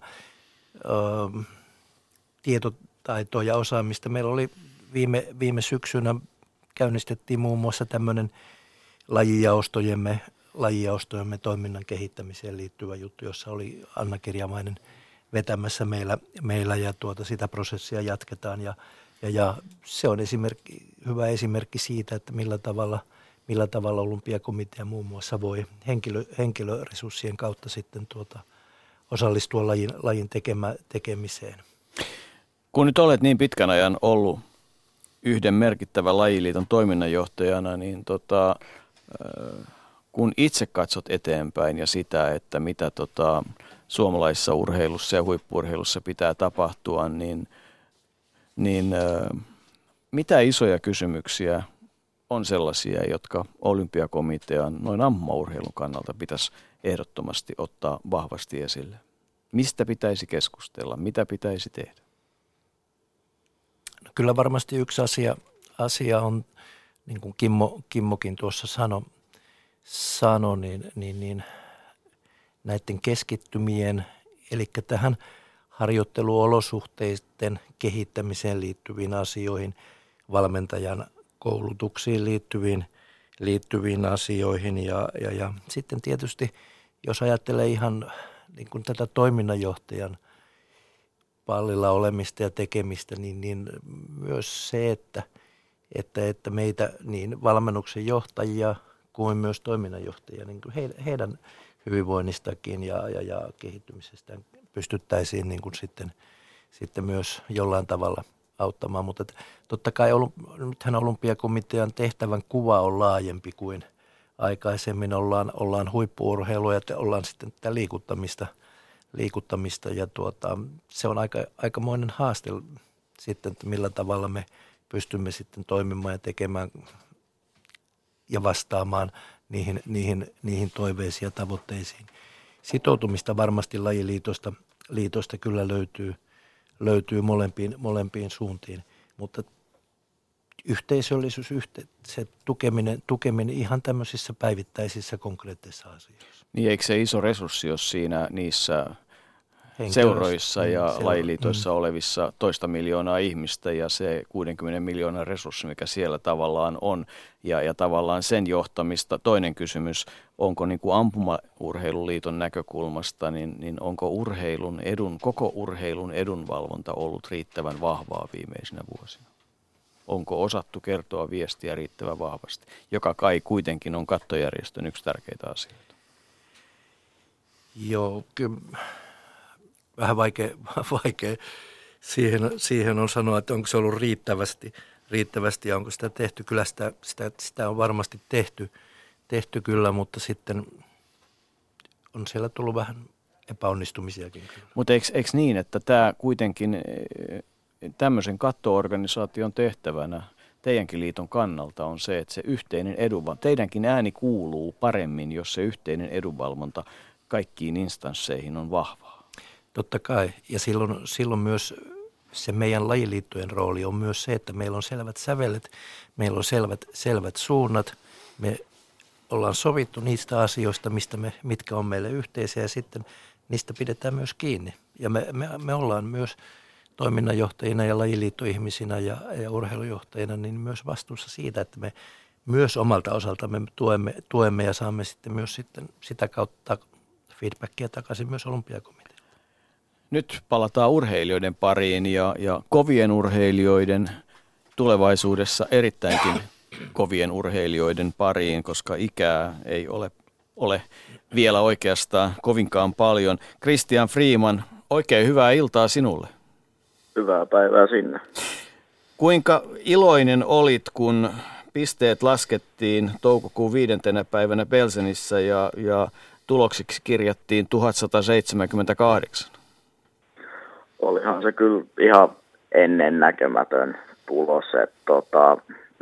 tietotaitoa ja osaamista. Meillä oli viime syksynä käynnistettiin muun muassa tämmöinen lajijaostojemme toiminnan kehittämiseen liittyvä juttu, jossa oli Anna Kirjamainen vetämässä meillä ja sitä prosessia jatketaan ja se on hyvä esimerkki siitä, että millä tavalla Olympiakomitea muun muassa voi henkilöresurssien kautta sitten osallistua lajin tekemiseen. Kun nyt olet niin pitkän ajan ollut yhden merkittävän lajiliiton toiminnanjohtajana, niin kun itse katsot eteenpäin ja sitä, että mitä suomalaisessa urheilussa ja huippu-urheilussa pitää tapahtua, niin mitä isoja kysymyksiä on sellaisia, jotka olympiakomitean noin ampumaurheilun kannalta pitäisi ehdottomasti ottaa vahvasti esille? Mistä pitäisi keskustella? Mitä pitäisi tehdä? No kyllä varmasti yksi asia on, niin kuin Kimmokin tuossa sanoi niin näiden keskittymien, eli tähän harjoitteluolosuhteiden kehittämiseen liittyviin asioihin, valmentajan koulutuksiin liittyviin asioihin ja sitten tietysti, jos ajattelee ihan niin kuin tätä toiminnanjohtajan pallilla olemista ja tekemistä, niin myös se, että meitä niin valmennuksen johtajia kuin myös toiminnanjohtajia, niin kuin heidän hyvinvoinnistakin ja kehittymisestään pystyttäisiin niin kuin sitten myös jollain tavalla auttamaan. Mutta totta kai nythän Olympiakomitean tehtävän kuva on laajempi kuin aikaisemmin. Ollaan huippu-urheilua ja ollaan sitten tätä liikuttamista ja se on aikamoinen haaste sitten, että millä tavalla me pystymme sitten toimimaan ja tekemään ja vastaamaan niihin toiveisiin ja tavoitteisiin. Sitoutumista varmasti lajiliitosta kyllä löytyy molempiin suuntiin, mutta yhteisöllisyys, se tukeminen ihan tämmöisissä päivittäisissä konkreettisissa asioissa. Niin eikö se iso resurssi, jos siinä niissä seuroissa ja lajiliitoissa olevissa 2 miljoonaa ihmistä ja se 60 miljoonan resurssi, mikä siellä tavallaan on ja tavallaan sen johtamista. Toinen kysymys, onko niin kuin Ampumaurheiluliiton näkökulmasta, niin onko koko urheilun edunvalvonta ollut riittävän vahvaa viimeisinä vuosina? Onko osattu kertoa viestiä riittävän vahvasti, joka kai kuitenkin on kattojärjestön yksi tärkeitä asioita? Joo, kyllä vähän vaikea siihen on sanoa, että onko se ollut riittävästi ja onko sitä tehty. Kyllä sitä on varmasti tehty kyllä, mutta sitten on siellä tullut vähän epäonnistumisiakin. Mutta eikö niin, että tämä kuitenkin tämmöisen katto-organisaation tehtävänä teidänkin liiton kannalta on se, että se yhteinen edunvalvonta, teidänkin ääni kuuluu paremmin, jos se yhteinen edunvalvonta kaikkiin instansseihin on vahvaa. Totta kai, ja silloin myös se meidän lajiliittojen rooli on myös se, että meillä on selvät sävelet, meillä on selvät suunnat, me ollaan sovittu niistä asioista, mitkä on meille yhteisiä, ja sitten niistä pidetään myös kiinni. Ja me ollaan myös toiminnanjohtajina ja lajiliittoihmisinä ja urheilujohtajina niin myös vastuussa siitä, että me myös omalta osaltamme tuemme ja saamme sitten myös sitä kautta feedbackia takaisin myös Olympiakomitealle. Nyt palataan urheilijoiden pariin ja kovien urheilijoiden tulevaisuudessa erittäinkin kovien urheilijoiden pariin, koska ikää ei ole vielä oikeastaan kovinkaan paljon. Christian Freeman, oikein hyvää iltaa sinulle. Hyvää päivää sinne. Kuinka iloinen olit, kun pisteet laskettiin toukokuun 5. päivänä Belsenissä ja tuloksiksi kirjattiin 1178? Olihan se kyllä ihan ennennäkemätön tulos, että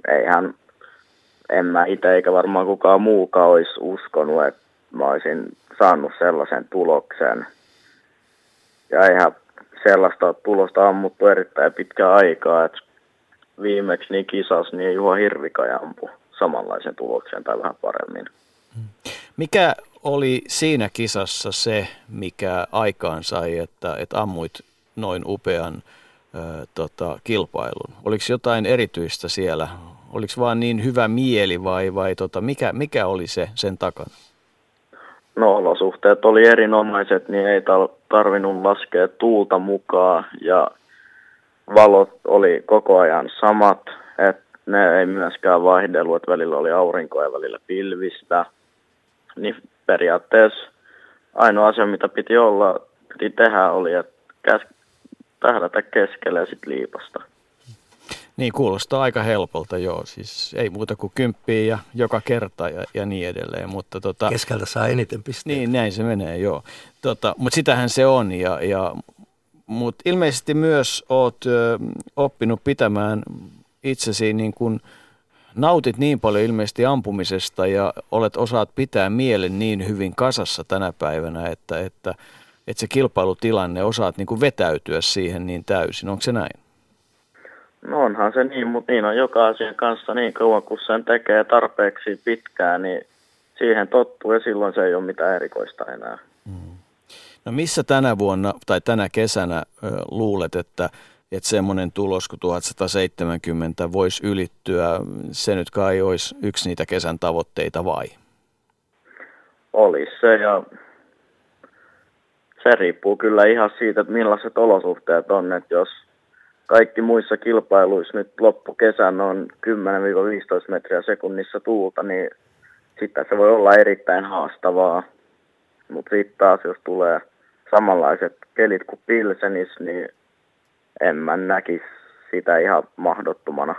en mä itse eikä varmaan kukaan muukaan olisi uskonut, että mä olisin saanut sellaisen tuloksen. Ja eihän sellaista tulosta ammuttu erittäin pitkä aikaa, että viimeksi niin kisassa niin Juha Hirvikaja ampui samanlaisen tuloksen tai vähän paremmin. Mikä oli siinä kisassa se, mikä aikaan sai, että ammuit noin upean kilpailun? Oliko jotain erityistä siellä? Oliko vaan niin hyvä mieli vai mikä oli sen takana? No olosuhteet oli erinomaiset, niin ei tarvinnut laskea tuulta mukaan ja valot oli koko ajan samat, että ne ei myöskään vaihdellut, että välillä oli aurinkoa ja välillä pilvistä. Niin periaatteessa ainoa asia, mitä piti tehdä, oli, että tähdätä keskelle ja sitten liipasta. Niin, kuulostaa aika helpolta, joo. Siis ei muuta kuin 10 ja joka kerta ja niin edelleen. Mutta keskeltä saa eniten pisteitä. Niin, näin se menee, joo. Mutta sitähän se on. Mutta ilmeisesti myös olet oppinut pitämään itsesi niin kuin nautit niin paljon ilmeisesti ampumisesta ja osaat pitää mielen niin hyvin kasassa tänä päivänä, että se kilpailutilanne osaat niin kuin vetäytyä siihen niin täysin. Onko se näin? No onhan se niin, mutta niin on joka asian kanssa niin kauan, kun sen tekee tarpeeksi pitkään, niin siihen tottuu ja silloin se ei ole mitään erikoista enää. No missä tänä vuonna tai tänä kesänä luulet, että semmoinen tulos kuin 1170 voisi ylittyä? Se nyt kai olisi yksi niitä kesän tavoitteita vai? Olisi se, ja se riippuu kyllä ihan siitä, että millaiset olosuhteet on, että jos kaikki muissa kilpailuissa nyt loppukesän on 10-15 metriä sekunnissa tuulta, niin sitten se voi olla erittäin haastavaa. Mutta sitten taas, jos tulee samanlaiset kelit kuin Pilsenissä, niin en mä näkisi sitä ihan mahdottomana.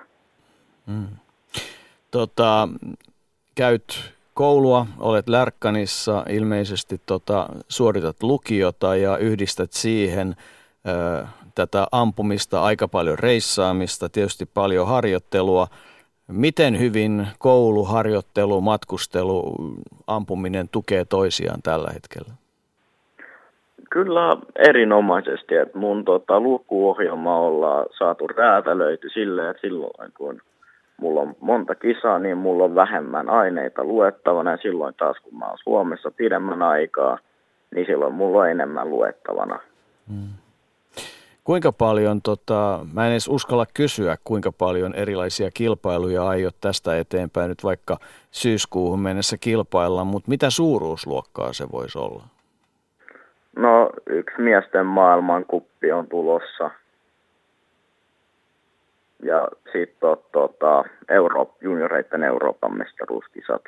Käyt koulua, olet Lärkkanissa, ilmeisesti suoritat lukiota ja yhdistät siihen tätä ampumista, aika paljon reissaamista, tietysti paljon harjoittelua. Miten hyvin koulu, harjoittelu, matkustelu, ampuminen tukee toisiaan tällä hetkellä? Kyllä erinomaisesti, että mun lukuohjelma ollaan saatu räätälöity silleen, että silloin kun mulla on monta kisaa, niin mulla on vähemmän aineita luettavana, ja silloin taas kun mä oon Suomessa pidemmän aikaa, niin silloin mulla on enemmän luettavana. Kuinka paljon, mä en edes uskalla kysyä, kuinka paljon erilaisia kilpailuja aiot tästä eteenpäin nyt vaikka syyskuuhun mennessä kilpailla, mutta mitä suuruusluokkaa se voisi olla? No, yksi miesten maailmankuppi on tulossa. Ja sitten junioreiden Euroopan mestaruuskisat.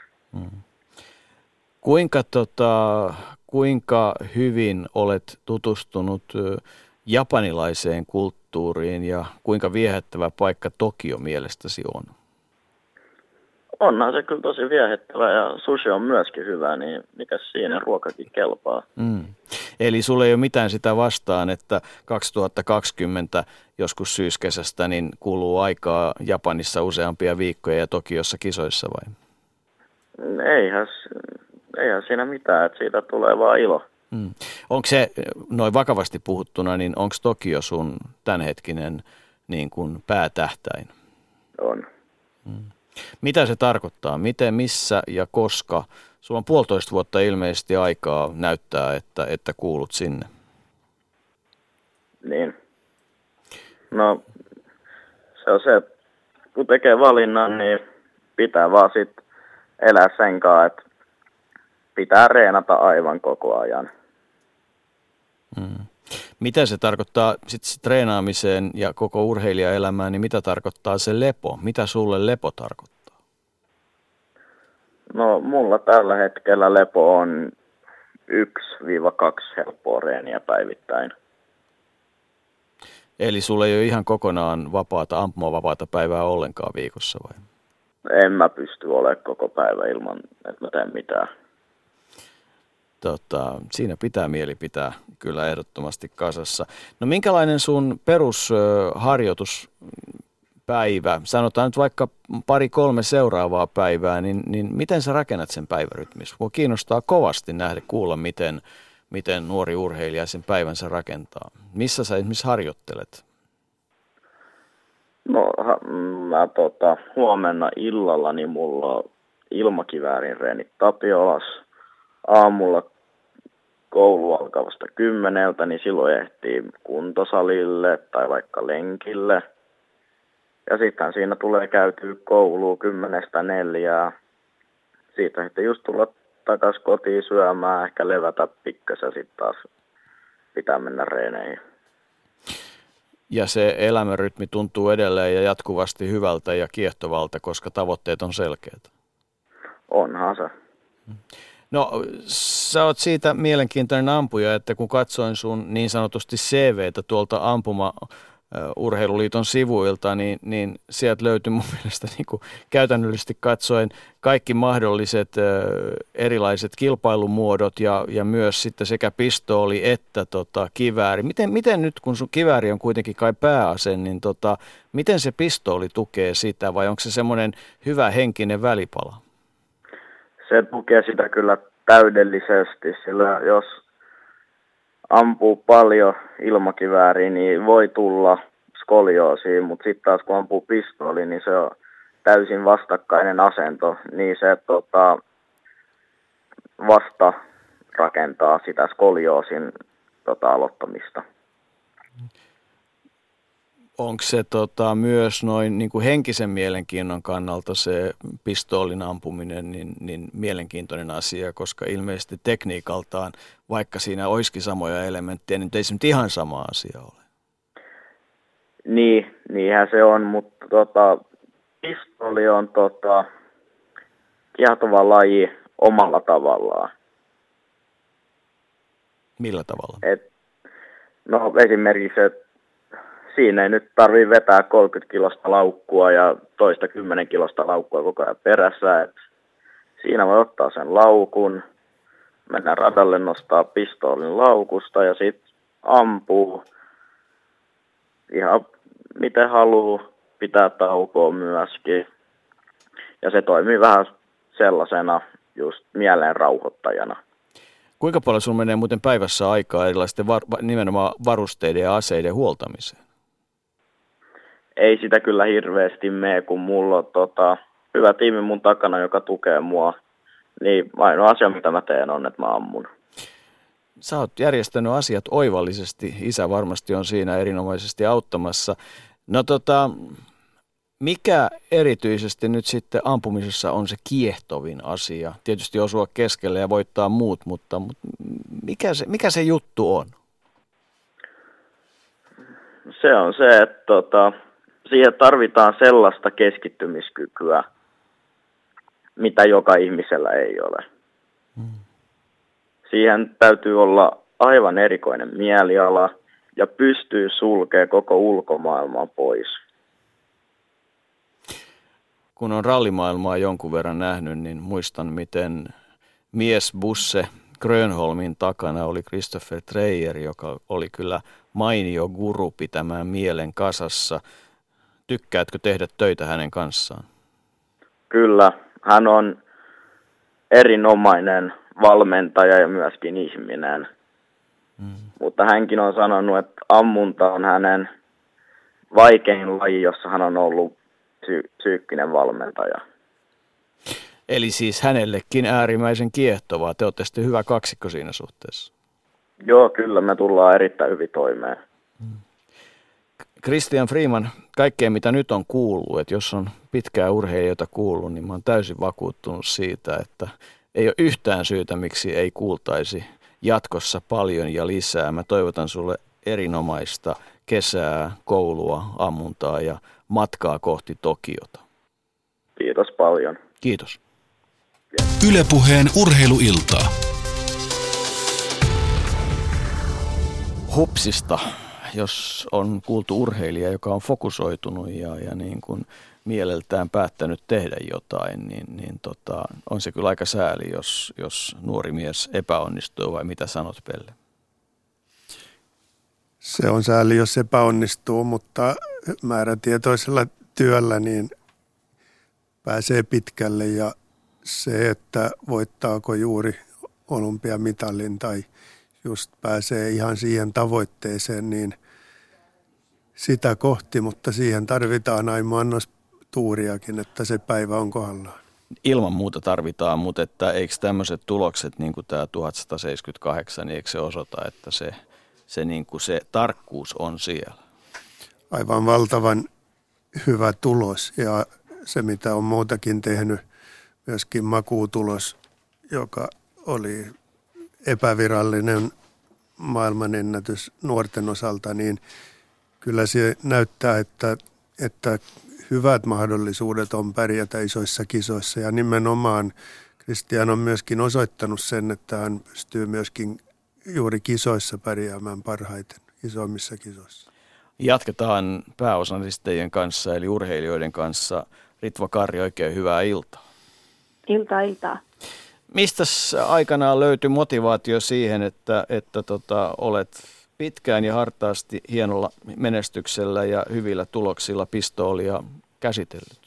Kuinka hyvin olet tutustunut japanilaiseen kulttuuriin ja kuinka viehättävä paikka Tokio mielestäsi on? Onhan se kyllä tosi viehättävä ja sushi on myöskin hyvä, niin mikä siinä ruokakin kelpaa. Eli sulla ei ole mitään sitä vastaan, että 2020 joskus syyskesästä niin kuluu aikaa Japanissa useampia viikkoja ja Tokiossa kisoissa vai? Eihän siinä mitään, että siitä tulee vaan ilo. Onko se, noin vakavasti puhuttuna, niin onko Tokio sun tämänhetkinen niin kuin päätähtäin? On. Mitä se tarkoittaa? Miten, missä ja koska? Sulla on 1,5 vuotta ilmeisesti aikaa näyttää, että kuulut sinne. Niin. No, se on se, kun tekee valinnan, niin pitää vaan sitten elää sen kanssa, että pitää reenata aivan koko ajan. Mitä se tarkoittaa sitten treenaamiseen ja koko urheilijaelämään, niin mitä tarkoittaa se lepo? Mitä sulle lepo tarkoittaa? No, mulla tällä hetkellä lepo on 1-2 helppoa reeniä päivittäin. Eli sulla ei ole ihan kokonaan ampumavapaata päivää ollenkaan viikossa vai? En mä pysty olemaan koko päivä ilman, että mä teen mitään. Siinä pitää mieli pitää kyllä ehdottomasti kasassa. No minkälainen sun perusharjoituspäivä, sanotaan nyt vaikka 2-3 seuraavaa päivää, niin miten sä rakennat sen päivärytmis? Mua kiinnostaa kovasti kuulla, miten nuori urheilija sen päivänsä rakentaa. Missä sä esimerkiksi harjoittelet? No mä huomenna illalla niin mulla on ilmakiväärin reenit Tapiolassa. Aamulla koulu alkaa vasta 10, niin silloin ehtii kuntosalille tai vaikka lenkille. Ja sitten siinä tulee käytyä kouluun 10-4. Siitä sitten just tulla takaisin kotiin syömään, ehkä levätä pikkasen, sitten taas pitää mennä reeneihin. Ja se elämänrytmi tuntuu edelleen ja jatkuvasti hyvältä ja kiehtovalta, koska tavoitteet on selkeät. Onhan se. No, sä oot siitä mielenkiintoinen ampuja, että kun katsoin sun niin sanotusti CVtä tuolta Ampuma-urheiluliiton sivuilta, niin sieltä löytyi mun mielestä niin kuin käytännöllisesti katsoen kaikki mahdolliset erilaiset kilpailumuodot ja myös sitten sekä pistooli että kivääri. Miten nyt, kun sun kivääri on kuitenkin kai pääase, niin miten se pistooli tukee sitä vai onko se semmoinen hyvä henkinen välipala? Se tukee sitä kyllä täydellisesti, sillä jos ampuu paljon ilmakivääriä, niin voi tulla skolioosia, mutta sitten taas kun ampuu pistooli, niin se on täysin vastakkainen asento, niin se vasta rakentaa sitä skolioosin aloittamista. Onko se myös noin niin kuin henkisen mielenkiinnon kannalta se pistoolin ampuminen niin mielenkiintoinen asia, koska ilmeisesti tekniikaltaan, vaikka siinä olisikin samoja elementtejä, niin ei se nyt ihan sama asia ole. Niinhän se on, mutta pistooli on kiehtova laji omalla tavallaan. Millä tavalla? Esimerkiksi, että siinä ei nyt tarvitse vetää 30 kilosta laukkua ja toista 10 kilosta laukkua koko ajan perässä. Et siinä voi ottaa sen laukun, mennä radalle, nostaa pistoolin laukusta ja sitten ampuu ihan miten haluaa, pitää taukoa myöskin. Ja se toimii vähän sellaisena just mielen rauhoittajana. Kuinka paljon sinulla menee muuten päivässä aikaa erilaisten nimenomaan varusteiden ja aseiden huoltamiseen? Ei sitä kyllä hirveästi mene, kun mulla on hyvä tiimi mun takana, joka tukee mua. Niin ainoa asia, mitä mä teen, on, että mä ammun. Sä oot järjestänyt asiat oivallisesti. Isä varmasti on siinä erinomaisesti auttamassa. No mikä erityisesti nyt sitten ampumisessa on se kiehtovin asia? Tietysti osua keskelle ja voittaa muut, mutta mikä se juttu on? Se on se, että siihen tarvitaan sellaista keskittymiskykyä, mitä joka ihmisellä ei ole. Siihen täytyy olla aivan erikoinen mieliala ja pystyy sulkemaan koko ulkomaailman pois. Kun on rallimaailmaa jonkun verran nähnyt, niin muistan, miten mies Busse Grönholmin takana oli Christopher Dreyer, joka oli kyllä mainio guru pitämään mielen kasassa. Tykkäätkö tehdä töitä hänen kanssaan? Kyllä, hän on erinomainen valmentaja ja myöskin ihminen. Mutta hänkin on sanonut, että ammunta on hänen vaikein laji, jossa hän on ollut psyykkinen valmentaja. Eli siis hänellekin äärimmäisen kiehtovaa. Te olette sitten hyvä kaksikko siinä suhteessa. Joo, kyllä me tullaan erittäin hyvin toimeen. Christian Freeman, kaikkea mitä nyt on kuullut, että jos on pitkää urheilijoita kuullut, niin mä oon täysin vakuuttunut siitä, että ei ole yhtään syytä, miksi ei kuultaisi jatkossa paljon ja lisää. Mä toivotan sulle erinomaista kesää, koulua, ammuntaa ja matkaa kohti Tokiota. Kiitos paljon. Kiitos. Yle Puheen urheiluiltaa. Hupsista, jos on kuultu urheilija, joka on fokusoitunut ja niin kuin mieleltään päättänyt tehdä jotain, niin on se kyllä aika sääli, jos nuori mies epäonnistuu, vai mitä sanot, Pelle? Se on sääli, jos epäonnistuu, mutta määrätietoisella työllä niin pääsee pitkälle, ja se, että voittaako juuri olympiamitalin tai just pääsee ihan siihen tavoitteeseen, niin sitä kohti, mutta siihen tarvitaan aimoannos tuuriakin, että se päivä on kohdallaan. Ilman muuta tarvitaan, mutta että eikö tämmöiset tulokset, niin kuin tämä 1178, niin eikö se osoita, että se tarkkuus on siellä? Aivan valtavan hyvä tulos, ja se mitä on muutakin tehnyt, myöskin makuutulos, joka oli epävirallinen maailmanennätys nuorten osalta, niin kyllä se näyttää, että hyvät mahdollisuudet on pärjätä isoissa kisoissa, ja nimenomaan Christian on myöskin osoittanut sen, että hän pystyy myöskin juuri kisoissa pärjäämään parhaiten isommissa kisoissa. Jatketaan pääosallistajien kanssa eli urheilijoiden kanssa. Ritva Karri, oikein hyvää iltaa. Iltaa. Mistä aikanaan löytyi motivaatio siihen, että olet pitkään ja hartaasti hienolla menestyksellä ja hyvillä tuloksilla pistoolia käsitellyt?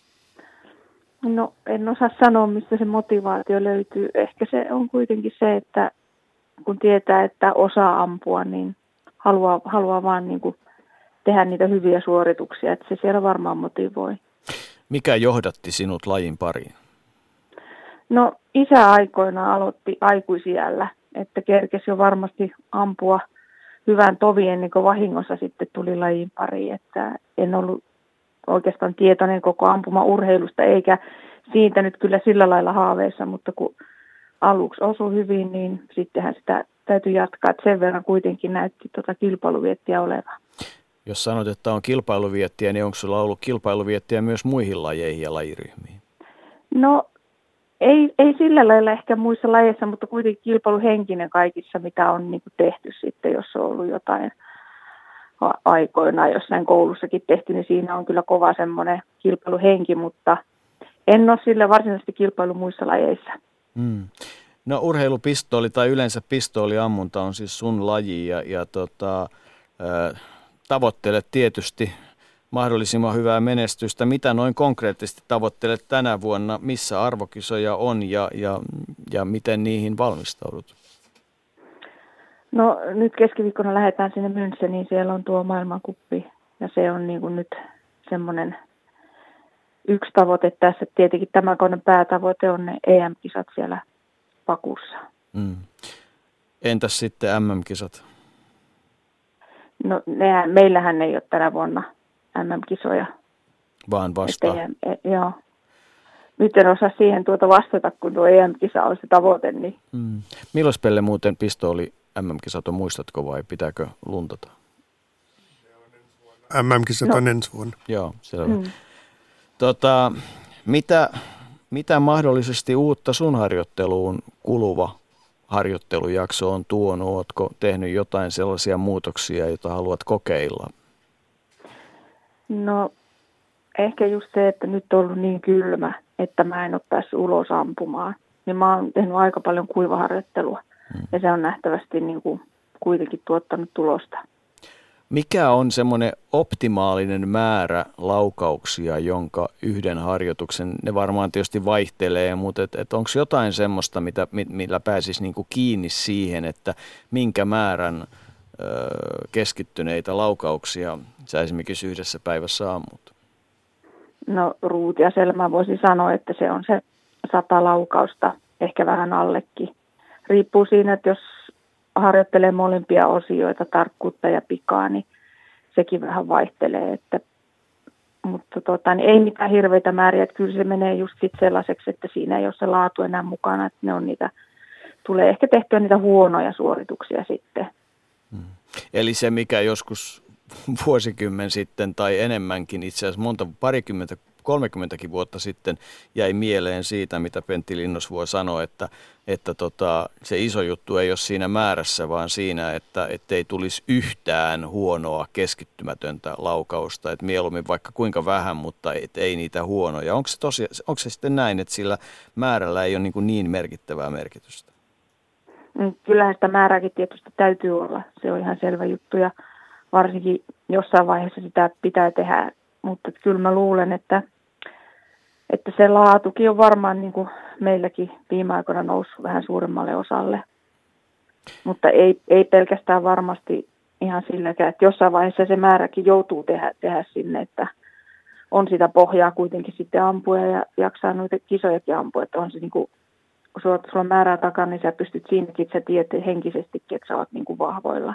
No en osaa sanoa, mistä se motivaatio löytyy. Ehkä se on kuitenkin se, että kun tietää, että osaa ampua, niin haluaa vaan niin kuin tehdä niitä hyviä suorituksia. Että se siellä varmaan motivoi. Mikä johdatti sinut lajin pariin? No isä aikoinaan aloitti aikuisiällä, että kerkesi jo varmasti ampua hyvän tovin ennen kuin vahingossa sitten tuli lajin pariin, että en ollut oikeastaan tietoinen koko ampumaurheilusta eikä siitä nyt kyllä sillä lailla haaveissa, mutta kun aluksi osui hyvin, niin sittenhän sitä täytyy jatkaa, että sen verran kuitenkin näytti kilpailuviettiä olevaa. Jos sanot, että on kilpailuviettiä, niin onko sulla ollut kilpailuviettiä myös muihin lajeihin ja lajiryhmiin? No ei sillä lailla ehkä muissa lajeissa, mutta kuitenkin kilpailuhenkinen kaikissa, mitä on niin kuin tehty sitten, jos on ollut jotain aikoinaan jossain koulussakin tehty, niin siinä on kyllä kova semmoinen kilpailuhenki, mutta en ole sillä varsinaisesti kilpailu muissa lajeissa. No urheilupistooli tai yleensä pistooliammunta on siis sun laji ja tavoittelet tietysti mahdollisimman hyvää menestystä. Mitä noin konkreettisesti tavoittelet tänä vuonna, missä arvokisoja on ja miten niihin valmistaudut? No nyt keskiviikkona lähdetään sinne Müncheniin, siellä on tuo maailmankuppi ja se on niin kuin nyt semmoinen yksi tavoite tässä. Tietenkin tämän kauden päätavoite on ne EM-kisat siellä Bakussa. Entäs sitten MM-kisat? No meillähän ei ole tänä vuonna MM-kisoja. Vaan vastaan. Joo. Nyt en osaa siihen vastata, kun tuo EM-kisa on se tavoite. Niin. Milloin Pelle muuten pistooli MM-kisat on, muistatko vai pitääkö luntata? MM-kisat on ensi vuonna. Joo, selvä. Mitä mahdollisesti uutta sun harjoitteluun kuluva harjoittelujakso on tuonut? Ootko tehnyt jotain sellaisia muutoksia, joita haluat kokeilla? No ehkä just se, että nyt on ollut niin kylmä, että mä en ole päässyt ulos ampumaan. Niin mä oon tehnyt aika paljon kuivaharjoittelua ja se on nähtävästi niin kuin kuitenkin tuottanut tulosta. Mikä on semmoinen optimaalinen määrä laukauksia, jonka yhden harjoituksen, ne varmaan tietysti vaihtelee, mutta onko jotain semmoista, millä pääsisi niinku kiinni siihen, että minkä määrän keskittyneitä laukauksia sä esimerkiksi yhdessä päivässä ammut? No ruutiaselmä voisi sanoa, että se on se 100 laukausta, ehkä vähän allekin. Riippuu siinä, että jos harjoittelee molempia osioita, tarkkuutta ja pikaa, niin sekin vähän vaihtelee. Mutta niin ei mitään hirveitä määriä, että kyllä se menee just sit sellaiseksi, että siinä ei ole se laatu enää mukana, että ne on tulee ehkä tehtyä niitä huonoja suorituksia sitten. Eli se, mikä joskus vuosikymmen sitten tai enemmänkin, itse asiassa 30 vuotta sitten jäi mieleen siitä, mitä Pentti Linnosvuo sanoi, että se iso juttu ei ole siinä määrässä, vaan siinä, että ei tulisi yhtään huonoa keskittymätöntä laukausta, että mieluummin vaikka kuinka vähän, mutta ei niitä huonoja. Onko se sitten näin, että sillä määrällä ei ole niin merkittävää merkitystä? Kyllähän sitä määrääkin tietysti täytyy olla, se on ihan selvä juttu ja varsinkin jossain vaiheessa sitä pitää tehdä. Mutta kyllä mä luulen, että se laatukin on varmaan niin kuin meilläkin viime aikoina noussut vähän suuremmalle osalle. Mutta ei pelkästään varmasti ihan silläkään, että jossain vaiheessa se määräkin joutuu tehdä sinne, että on sitä pohjaa kuitenkin sitten ampua ja jaksaa noita kisojakin ampua. Että on se niin kuin, kun sulla on määrää takana, niin sä pystyt siinäkin, että sä tiedät henkisestikin, että sä oot niin kuin vahvoilla.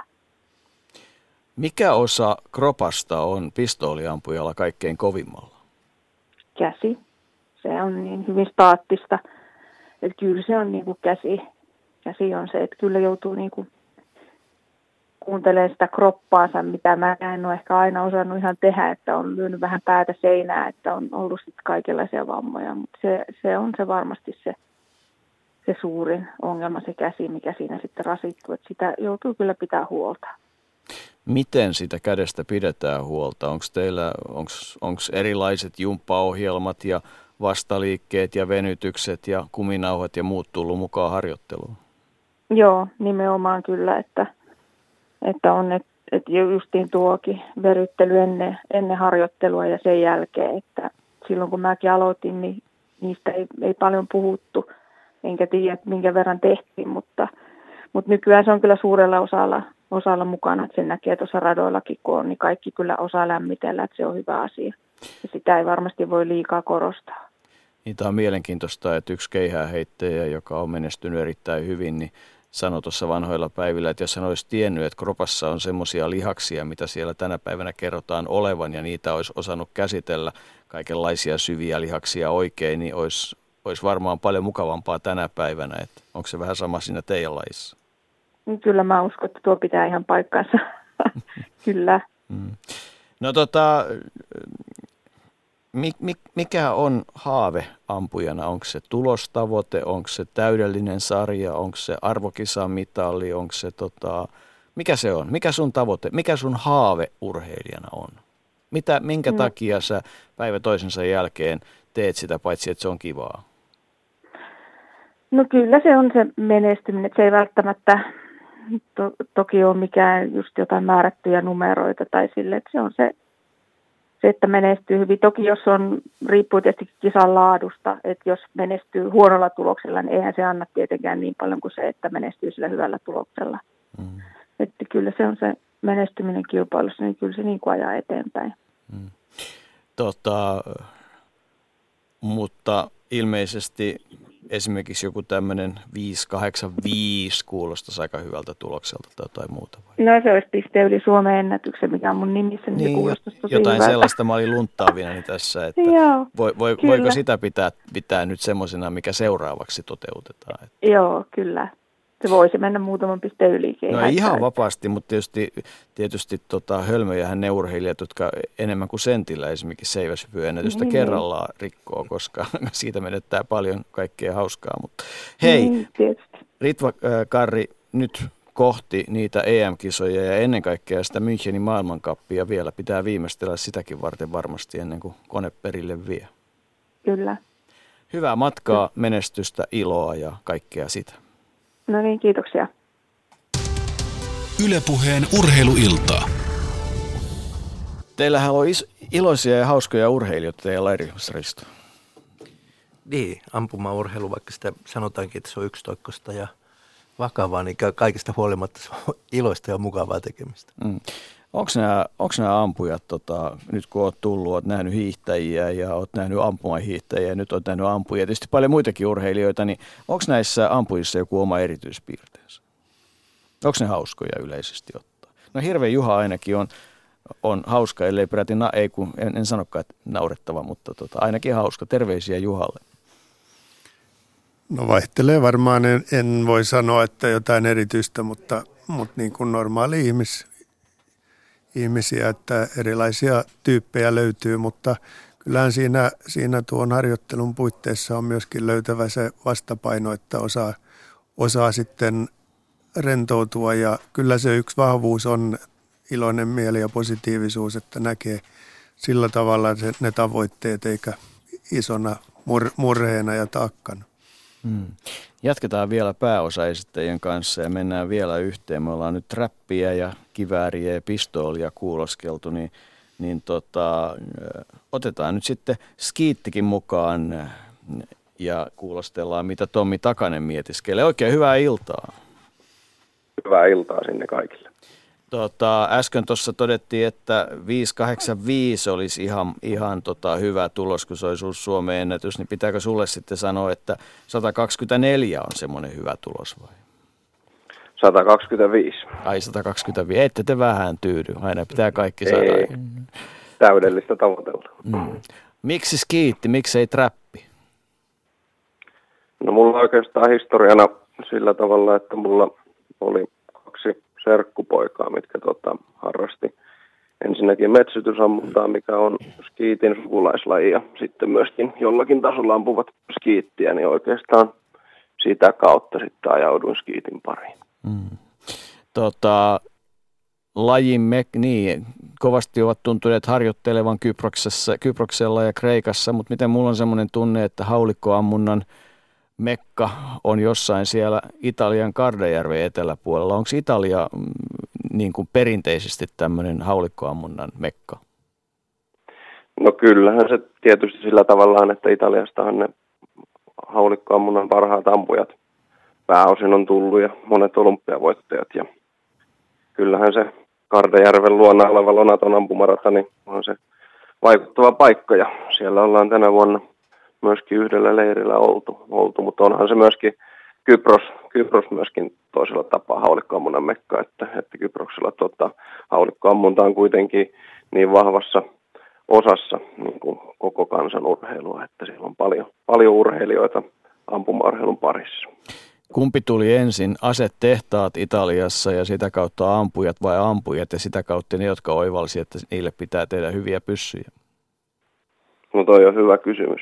Mikä osa kropasta on pistooliampujalla kaikkein kovimmalla? Käsi. Se on niin hyvin staattista, että kyllä se on niin kuin käsi. Käsi on se, että kyllä joutuu niin kuin kuuntelemaan sitä kroppaansa, mitä mä en ole ehkä aina osannut ihan tehdä, että on lyönyt vähän päätä seinää, että on ollut sitten kaikenlaisia vammoja, mutta se on se varmasti se suurin ongelma, se käsi, mikä siinä sitten rasittuu, että sitä joutuu kyllä pitää huolta. Miten sitä kädestä pidetään huolta? Onko erilaiset jumppaohjelmat ja vastaliikkeet ja venytykset ja kuminauhat ja muut tullut mukaan harjoitteluun? Joo, nimenomaan kyllä, että on että justiin tuokin veryttely ennen harjoittelua ja sen jälkeen, että silloin kun mäkin aloitin, niin niistä ei paljon puhuttu, enkä tiedä minkä verran tehtiin, mutta nykyään se on kyllä suurella osalla mukana, että sen näkee tuossa radoillakin, kun on, niin kaikki kyllä osaa lämmitellä, että se on hyvä asia. Ja sitä ei varmasti voi liikaa korostaa. Niitä on mielenkiintoista, että yksi keihääheittäjä, joka on menestynyt erittäin hyvin, niin sanoi tuossa vanhoilla päivillä, että jos hän olisi tiennyt, että kropassa on semmoisia lihaksia, mitä siellä tänä päivänä kerrotaan olevan, ja niitä olisi osannut käsitellä, kaikenlaisia syviä lihaksia oikein, niin olisi varmaan paljon mukavampaa tänä päivänä. Että onko se vähän sama siinä teidän lajissa? Kyllä mä uskon, että tuo pitää ihan paikkansa. Kyllä. No mikä on haave ampujana? Onko se tulostavoite, onko se täydellinen sarja, onko se arvokisamitali, onko se mikä se on? Mikä sun tavoite, mikä sun haave urheilijana on? Minkä takia sä päivä toisensa jälkeen teet sitä, paitsi että se on kivaa? No kyllä se on se menestyminen, että se ei välttämättä toki ole mikään just jotain määrättyjä numeroita tai sille, että se on se, että menestyy hyvin. Toki jos riippuu tietysti kisan laadusta, että jos menestyy huonolla tuloksella, niin eihän se anna tietenkään niin paljon kuin se, että menestyy sillä hyvällä tuloksella. Että kyllä se on se menestyminen kilpailussa, niin kyllä se niin kuin ajaa eteenpäin. Mutta ilmeisesti esimerkiksi joku tämmöinen 5.85 kuulostaisi aika hyvältä tulokselta tai jotain muuta. Vai? No se olisi piste yli Suomen ennätyksen, mikä on mun nimissä, niin se kuulostaisi tosi jotain hyvältä. Sellaista mä olin lunttaavinani tässä, että voiko sitä pitää nyt semmoisena, mikä seuraavaksi toteutetaan? Että... Joo, kyllä. Se voisi mennä muutaman pisteen ylikin. No ei ihan vapaasti, mutta tietysti hölmöjähän ne urheilijat, jotka enemmän kuin sentillä esimerkiksi seiväshypyennätystä kerrallaan rikkoo, koska siitä menettää paljon kaikkea hauskaa. Mutta hei, Ritva Karri, nyt kohti niitä EM-kisoja ja ennen kaikkea sitä Münchenin maailmankappia vielä pitää viimeistellä sitäkin varten varmasti ennen kuin kone perille vie. Kyllä. Hyvää matkaa, menestystä, iloa ja kaikkea sitä. No niin, kiitoksia. Yle Puheen urheiluiltaa. Teillähän on iloisia ja hauskoja urheilijoita teidän lairissa, Risto. Niin, ampumaurheilu, vaikka sitä sanotaankin, että se on yksitoikkoista ja vakavaa, niin kaikista huolimatta se on iloista ja mukavaa tekemistä. Onko nämä ampujat, nyt kun olet tullut, olet nähnyt hiihtäjiä ja olet nähnyt ampumahiihtäjiä ja nyt olet nähnyt ampujia, tietysti paljon muitakin urheilijoita, niin onko näissä ampujissa joku oma erityispiirteensä? Onko ne hauskoja yleisesti ottaa? No Hirven Juha ainakin on hauska, ellei peräti, en sanokaan, että naurettava, mutta ainakin hauska. Terveisiä Juhalle. No vaihtelee varmaan, en voi sanoa, että jotain erityistä, mutta niin kuin normaali ihmisiä, että erilaisia tyyppejä löytyy, mutta kyllähän siinä tuon harjoittelun puitteissa on myöskin löytävä se vastapaino, että osaa sitten rentoutua ja kyllä se yksi vahvuus on iloinen mieli ja positiivisuus, että näkee sillä tavalla ne tavoitteet eikä isona murheena ja taakkana. Jatketaan vielä pääosaesittäjien kanssa ja mennään vielä yhteen. Me ollaan nyt räppiä ja kivääriä ja pistoolia kuuloskeltu, niin otetaan nyt sitten skiittikin mukaan ja kuulostellaan, mitä Tommi Takanen mietiskelee. Oikein hyvää iltaa. Hyvää iltaa sinne kaikille. Äsken tuossa todettiin, että 5.85 olisi ihan hyvä tulos, kun se olisi ollut Suomen ennätys, niin pitääkö sulle sitten sanoa, että 124 on semmoinen hyvä tulos vai? 125. Ai 125, ette te vähän tyydy, aina pitää kaikki saada. Ei, täydellistä tavoitelta. Miksi skiitti, miksi ei trappi? No mulla oikeastaan historiana sillä tavalla, että mulla oli 2 serkkupoikaa, mitkä harrasti ensinnäkin metsästysammuntaa, mikä on skiitin sukulaislaji, ja sitten myöskin jollakin tasolla ampuvat skiittiä, niin oikeastaan sitä kautta sitten ajauduin skiitin pariin. Lajin niin, kovasti ovat tuntuneet harjoittelevan Kyproksella ja Kreikassa, mutta miten mulla on semmoinen tunne, että haulikkoammunnan mekka on jossain siellä Italian Kardajärven eteläpuolella. Onko Italia niin kuin perinteisesti tämmöinen haulikkoammunnan mekka? No kyllähän se tietysti sillä tavallaan, että Italiastahan ne haulikkoammunnan parhaat ampujat pääosin on tullut ja monet olympiavoittajat. Ja kyllähän se Kardajärven luona oleva Lonaton ampumarata niin on se vaikuttava paikka ja siellä ollaan tänä vuonna myöskin yhdellä leirillä oltu, mutta onhan se myöskin Kypros myöskin toisella tapaa haulikkoammunnan mekka, että Kyproksella haulikkoammunta on kuitenkin niin vahvassa osassa niin kuin koko kansan urheilua, että siellä on paljon urheilijoita ampumaurheilun parissa. Kumpi tuli ensin, asetehtaat Italiassa ja sitä kautta ampujat vai ampujat ja sitä kautta ne, jotka oivalsi, että niille pitää tehdä hyviä pyssyjä? No toi on hyvä kysymys.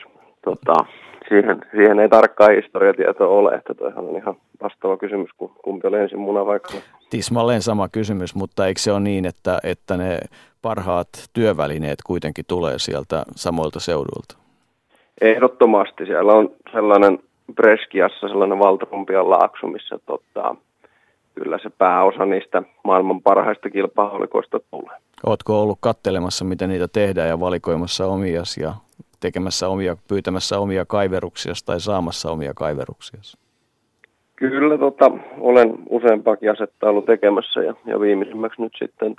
Siihen ei tarkkaa historiatietoa ole, että toihan on ihan vastaava kysymys kuin kumpi oli ensin muna vaikka. Tismalleen sama kysymys, mutta eikö se ole niin, että ne parhaat työvälineet kuitenkin tulee sieltä samoilta seudulta? Ehdottomasti. Siellä on sellainen Breskiassa sellainen Valtrumpian laakso, missä kyllä se pääosa niistä maailman parhaista kilpahaulikoista tulee. Ootko ollut katselemassa, miten niitä tehdään ja valikoimassa omias ja pyytämässä omia kaiveruksiasi tai saamassa omia kaiveruksiasi? Kyllä, olen useampaakin asetta ollut tekemässä ja viimeisimmäksi nyt sitten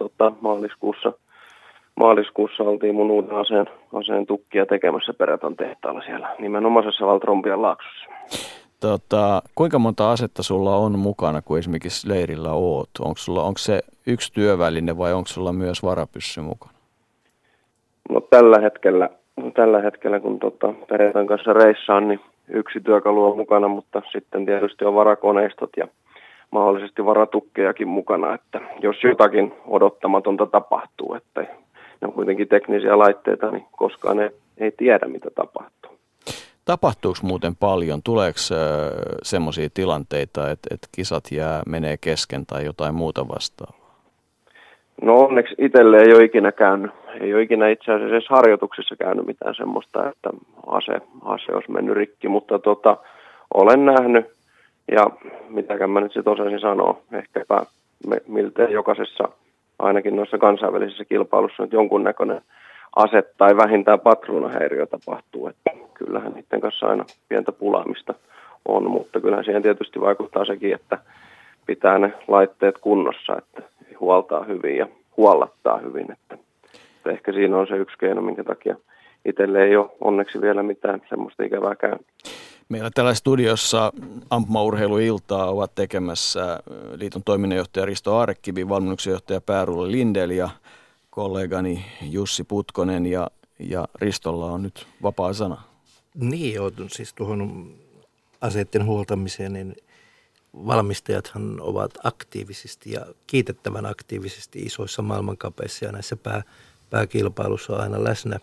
maaliskuussa oltiin mun uuden aseen tukkia tekemässä Peräton tehtaalla siellä nimenomaisessa Valtrumpian laaksossa. Kuinka monta asetta sulla on mukana, kun esimerkiksi leirillä oot? Onko se yksi työväline vai onko sulla myös varapyssy mukana? No tällä hetkellä kun Peräton kanssa reissaan, niin yksi työkalu on mukana, mutta sitten tietysti on varakoneistot ja mahdollisesti varatukkejakin mukana, että jos jotakin odottamatonta tapahtuu, että ne on kuitenkin teknisiä laitteita, niin koskaan ei tiedä, mitä tapahtuu. Tapahtuuko muuten paljon? Tuleeko semmoisia tilanteita, että kisat menee kesken tai jotain muuta vastaavaa? No onneksi itselle ei ole ikinä käynyt. Ei ole ikinä itse asiassa edes harjoituksissa käynyt mitään semmoista, että ase olisi mennyt rikki, mutta olen nähnyt ja mitäkään mä nyt sitten osaisin sanoa, ehkäpä miltei jokaisessa, ainakin noissa kansainvälisissä kilpailussa nyt jonkunnäköinen ase tai vähintään patruunahäiriö tapahtuu, että kyllähän niiden kanssa aina pientä pulaamista on, mutta kyllähän siihen tietysti vaikuttaa sekin, että pitää ne laitteet kunnossa, että huoltaa hyvin ja huollattaa hyvin, että ehkä siinä on se yksi keino, minkä takia itselle ei ole onneksi vielä mitään semmoista ikävää käynyt. Meillä tällä studiossa ampumaurheiluiltaa ovat tekemässä liiton toiminnanjohtaja Risto Aarekivi, valmennuksenjohtaja Päärule Lindell ja kollegani Jussi Putkonen ja Ristolla on nyt vapaa sana. Niin, siis tuohon aseiden huoltamiseen, niin valmistajathan ovat aktiivisesti ja kiitettävän aktiivisesti isoissa maailmankapeissa ja näissä pääkilpailussa on aina läsnä.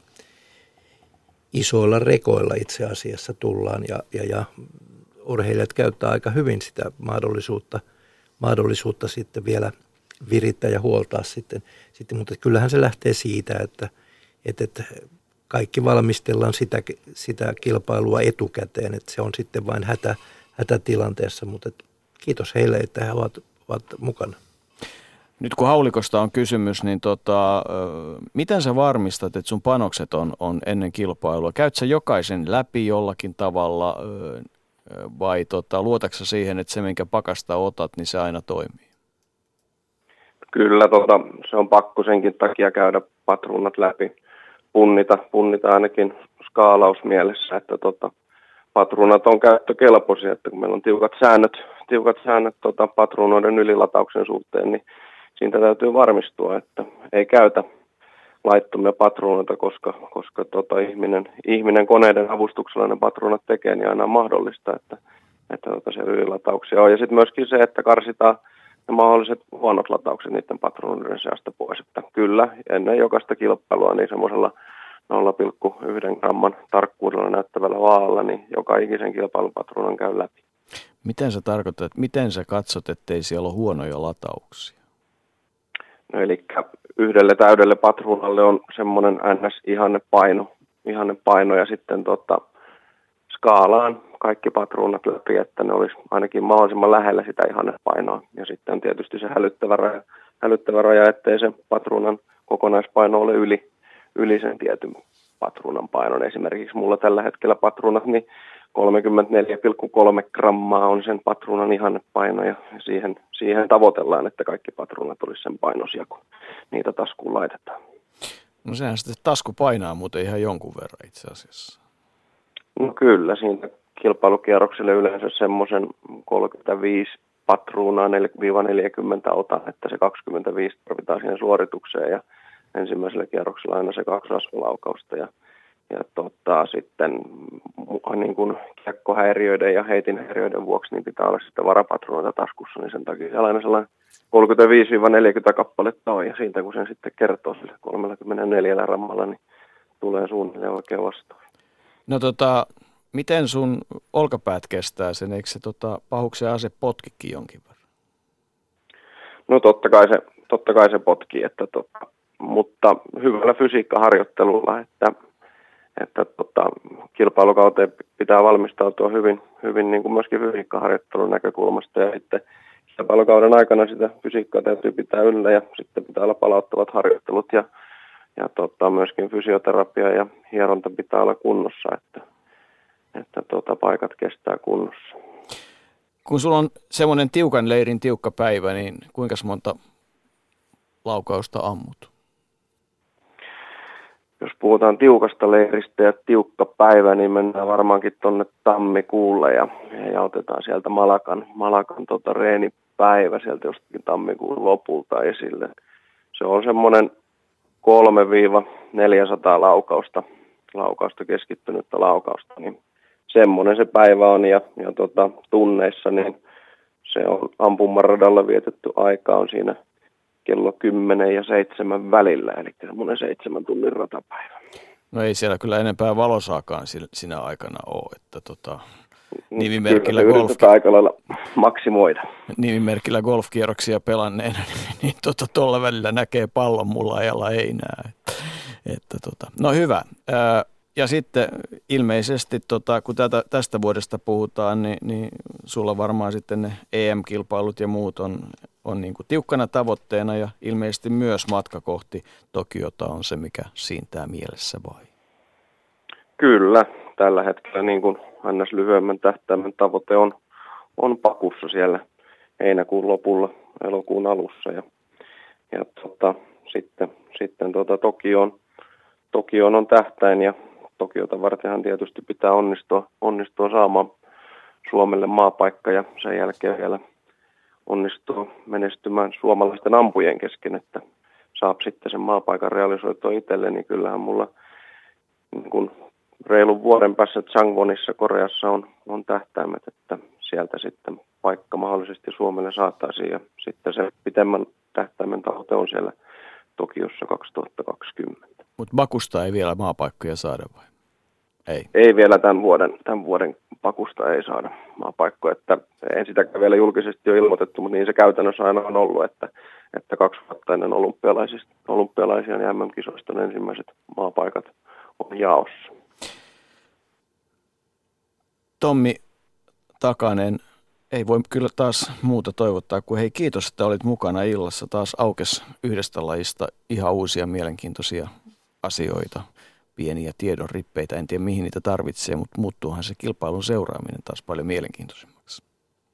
Isoilla rekoilla itse asiassa tullaan ja urheilijat käyttää aika hyvin sitä mahdollisuutta sitten vielä virittää ja huoltaa sitten, mutta kyllähän se lähtee siitä, että kaikki valmistellaan sitä kilpailua etukäteen, että se on sitten vain hätätilanteessa, mutta kiitos heille, että he ovat mukana. Nyt kun haulikosta on kysymys, niin miten sä varmistat, että sun panokset on ennen kilpailua? Käyt sä jokaisen läpi jollakin tavalla vai luotatko sä siihen, että se minkä pakasta otat, niin se aina toimii? Kyllä, se on pakko senkin takia käydä patruunat läpi, punnita ainakin skaalausmielessä, että patruunat on käyttökelpoisia, että kun meillä on tiukat säännöt patruunoiden ylilatauksen suhteen, niin siitä täytyy varmistua, että ei käytä laittomia patruunoita, koska ihminen koneiden avustuksella ne patruunat tekee, niin aina on mahdollista, että se ylilatauksia on. Ja sitten myöskin se, että karsitaan ne mahdolliset huonot lataukset niiden patruunoiden seasta pois. Että kyllä, ennen jokaista kilpailua niin semmoisella 0,1 gramman tarkkuudella näyttävällä vaalla, niin joka ikisen kilpailupatruunan käy läpi. Miten sä tarkoitat, miten sä katsot, ettei siellä ole huonoja latauksia? No eli yhdelle täydelle patruunalle on semmoinen NS-ihannepaino ja sitten skaalaan kaikki patruunat läpi, että ne olisi ainakin mahdollisimman lähellä sitä ihannepainoa. Ja sitten on tietysti se hälyttävä raja, ettei se patruunan kokonaispaino ole yli sen tietyn patruunan painon. Esimerkiksi mulla tällä hetkellä patruunat, niin 34,3 grammaa on sen patruunan ihannepaino ja siihen tavoitellaan, että kaikki patruunat olisi sen painoisia, kun niitä taskuun laitetaan. No sehän sitten tasku painaa muuten ihan jonkun verran itse asiassa. No kyllä, siinä kilpailukierrokselle yleensä semmoisen 35 patruunaa 4-40 otan, että se 25 tarvitaan siihen suoritukseen ja ensimmäisellä kierroksella aina se 2 rasvalaukausta ja sitten niin kuin kiekkohäiriöiden ja heitinhäiriöiden vuoksi niin pitää olla sitten varapatruunoita taskussa, niin sen takia siellä aina sellainen 35-40 kappaletta on ja siitä kun sen sitten kertoo sille 34 rammalla, niin tulee suunnilleen oikein vastaan. No miten sun olkapäät kestää sen, eikö se pahuksen ase potkikin jonkin verran? No totta kai se potkii, mutta hyvällä fysiikkaharjoittelulla, että kilpailukauteen pitää valmistautua hyvin niin kuin myöskin fysiikkaharjoittelun näkökulmasta ja sitten kilpailukauden aikana sitä fysiikkaa täytyy pitää yllä ja sitten pitää olla palauttavat harjoittelut ja myöskin fysioterapia ja hieronta pitää olla kunnossa, että paikat kestää kunnossa. Kun sulla on semmoinen tiukan leirin tiukka päivä, niin kuinka monta laukausta ammut? Jos puhutaan tiukasta leiristä ja tiukka päivä, niin mennään varmaankin tuonne tammikuulle ja otetaan sieltä Malakan reenipäivä sieltä jostakin tammikuun lopulta esille. Se on semmoinen 300-400 laukausta, keskittynyttä laukausta, niin semmoinen se päivä on ja tunneissa, niin se on ampumaradalla vietetty aika on siinä kello 10 ja 7 välillä, eli semmoinen 7 tunnin ratapäivä. No ei siellä kyllä enempää valosaakaan sinä aikana ole, että nimimerkillä golf... aika lailla maksimoida. Nimimerkillä golfkierroksia pelanneena, niin tuolla välillä näkee pallon, mulla ajalla ei näe. No hyvä. Ja sitten ilmeisesti, kun tästä vuodesta puhutaan, niin sulla varmaan sitten ne EM-kilpailut ja muut on niin kuin tiukkana tavoitteena ja ilmeisesti myös matka kohti Tokiota on se, mikä siintää mielessä vai? Kyllä, tällä hetkellä niin kuin ns. Lyhyemmän tähtäimen tavoite on pakussa siellä heinäkuun lopulla, elokuun alussa ja sitten Tokioon on tähtäin ja Tokiota vartenhan tietysti pitää onnistua saamaan Suomelle maapaikka ja sen jälkeen vielä onnistuu menestymään suomalaisten ampujien kesken, että saap sitten sen maapaikan realisoitua itselle, niin kyllähän mulla niin kun reilun vuoden päässä Changwonissa Koreassa on tähtäimet, että sieltä sitten paikka mahdollisesti Suomelle saataisiin ja sitten se pitemmän tähtäimen tavoite on siellä Tokiossa 2020. Mutta Bakusta ei vielä maapaikkoja saada vai? Ei vielä tämän vuoden Bakusta ei saada maapaikkoja, että en sitäkään vielä julkisesti ole ilmoitettu, mutta niin se käytännössä aina on ollut, että 2 vuotta ennen olympialaisia ja MM-kisoista ensimmäiset maapaikat on jaossa. Tommi Takanen, ei voi kyllä taas muuta toivottaa kuin hei kiitos, että olit mukana illassa. Taas aukesi yhdestä lajista ihan uusia mielenkiintoisia asioita, pieniä tiedon rippeitä. En tiedä mihin niitä tarvitsee, mutta muuttuuhan se kilpailun seuraaminen taas paljon mielenkiintoisemmaksi.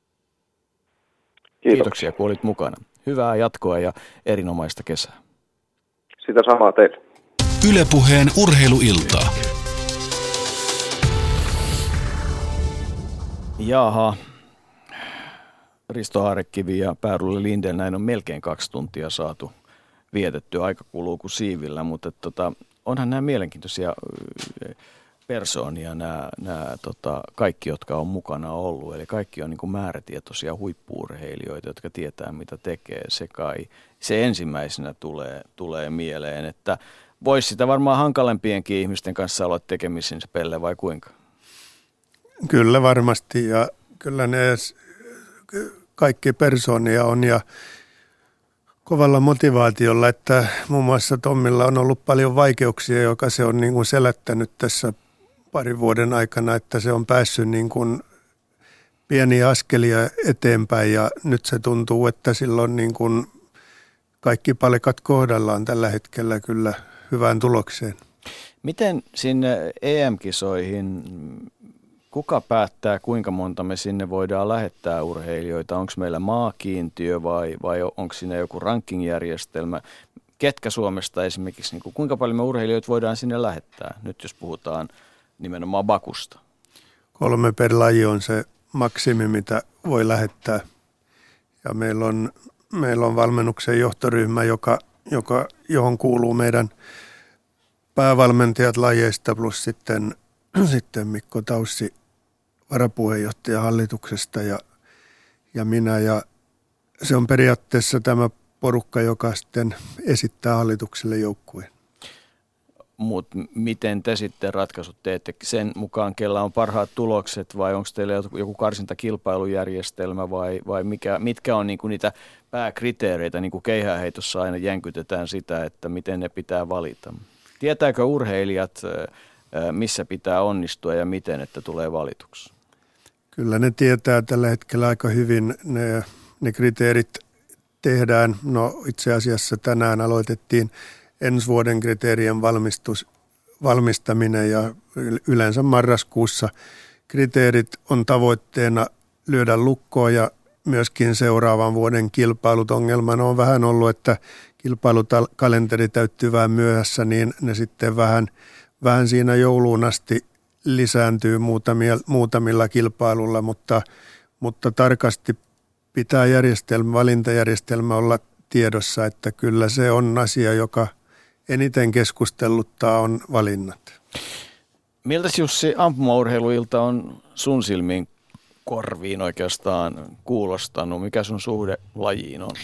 Kiitoksia kun olit mukana. Hyvää jatkoa ja erinomaista kesää. Sitä samaa teille. Yle Puheen urheiluiltaa. Jaha. Risto Haarekivi ja Päärulli Lindell, näin on melkein 2 tuntia saatu vietetty. Aika kuluu kuin siivillä, mutta onhan nämä mielenkiintoisia persoonia, nämä kaikki, jotka on mukana ollut. Eli kaikki on niin kuin määrätietoisia huippu-urheilijoita, jotka tietää, mitä tekee. Se ensimmäisenä tulee mieleen, että voisi sitä varmaan hankalempienkin ihmisten kanssa olla tekemisissä Pelle, vai kuinka? Kyllä varmasti, ja kyllä ne kaikki persoonia on ja kovalla motivaatiolla, että muun muassa Tommilla on ollut paljon vaikeuksia, joka se on niin kuin selättänyt tässä 2 vuoden aikana, että se on päässyt niin kuin pieniä askelia eteenpäin ja nyt se tuntuu, että sillä on niin kuin kaikki palikat kohdallaan tällä hetkellä kyllä hyvään tulokseen. Miten sinne EM-kisoihin, kuka päättää, kuinka monta me sinne voidaan lähettää urheilijoita? Onko meillä maakiintiö vai onko siinä joku ranking-järjestelmä? Ketkä Suomesta esimerkiksi, niin kuinka paljon me urheilijoita voidaan sinne lähettää, nyt jos puhutaan nimenomaan Bakusta? 3 per laji on se maksimi, mitä voi lähettää. Ja meillä on valmennuksen johtoryhmä, johon kuuluu meidän päävalmentajat lajeista plus sitten Mikko Taussi, varapuheenjohtaja hallituksesta ja minä. Ja se on periaatteessa tämä porukka, joka sitten esittää hallitukselle joukkueen. Mutta miten te sitten ratkaisut teette sen mukaan, kellä on parhaat tulokset vai onko teillä joku karsintakilpailujärjestelmä vai mitkä on niinku niitä pääkriteereitä, niin kuin keihääheitossa aina jänkytetään sitä, että miten ne pitää valita. Tietääkö urheilijat, missä pitää onnistua ja miten, että tulee valituksi? Kyllä ne tietää tällä hetkellä aika hyvin. Ne kriteerit tehdään. No itse asiassa tänään aloitettiin ensi vuoden kriteerien valmistaminen ja yleensä marraskuussa kriteerit on tavoitteena lyödä lukkoon ja myöskin seuraavan vuoden kilpailut. Ongelmana on vähän ollut, että kilpailukalenteri täyttyy vähän myöhässä, niin ne sitten vähän siinä jouluun asti lisääntyy muutamilla kilpailulla, mutta tarkasti pitää valintajärjestelmä olla tiedossa, että kyllä se on asia, joka eniten keskusteluttaa on valinnat. Miltäs Jussi ampumaurheiluilta on sun silmiin korviin oikeastaan kuulostanut? Mikä sun suhde lajiin on?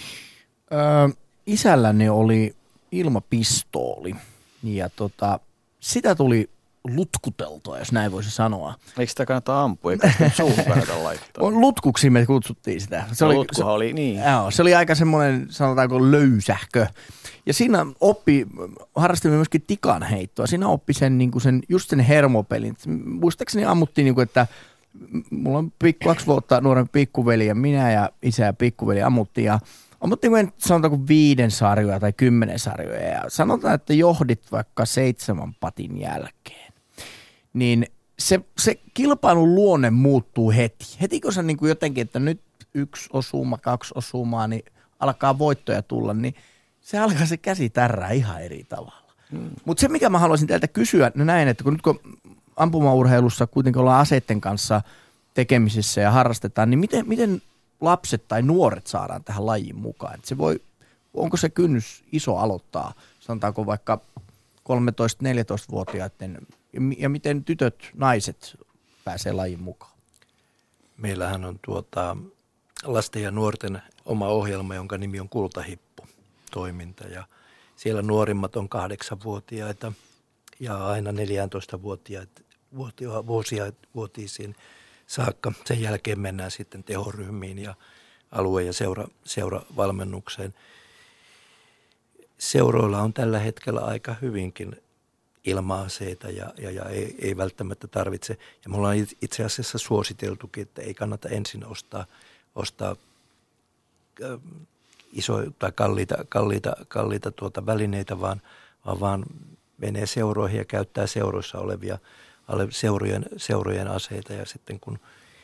Isälläni oli ilmapistooli ja sitä tuli lutkuteltua, jos näin voisi sanoa. Eikö sitä kannata ampua? Eikö sitä suuhun kannata laittaa? Lutkuksi me kutsuttiin sitä. Lutkuhan oli niin. Joo, se oli aika semmoinen, sanotaanko löysähkö. Ja siinä harrastimme myöskin tikanheittoa. Siinä oppi just sen hermopelin. Muistaakseni ammuttiin, että mulla on 2 vuotta nuorempi pikkuveli ja minä ja isä ja pikkuveli ammuttiin. Ja ammuttiin sanotaanko 5 sarjoja tai 10 sarjoja. Ja sanotaan, että johdit vaikka 7 patin jälkeen. Niin se kilpailun luonne muuttuu heti. Heti kun se jotenkin, että nyt 1 osuma, 2 osumaa, niin alkaa voittoja tulla, niin se alkaa se käsi tärrää ihan eri tavalla. Mutta se, mikä mä haluaisin teiltä kysyä, näin, että kun ampumaurheilussa kuitenkin ollaan aseiden kanssa tekemisissä ja harrastetaan, niin miten lapset tai nuoret saadaan tähän lajiin mukaan? Onko se kynnys iso aloittaa, sanotaanko vaikka 13-14-vuotiaiden, ja miten tytöt, naiset pääsee lajiin mukaan? Meillähän on lasten ja nuorten oma ohjelma, jonka nimi on Kultahippu-toiminta, ja siellä nuorimmat on 8-vuotiaita ja aina 14-vuotiaisiin saakka. Sen jälkeen mennään sitten tehoryhmiin ja alue- ja seuravalmennukseen. Seuroilla on tällä hetkellä aika hyvinkin ilma-aseita ja ei välttämättä tarvitse. Ja me ollaan itse asiassa suositeltukin, että ei kannata ensin ostaa isoja tai kalliita välineitä, vaan menee seuroihin ja käyttää seuroissa olevia seurojen aseita. Ja sitten kun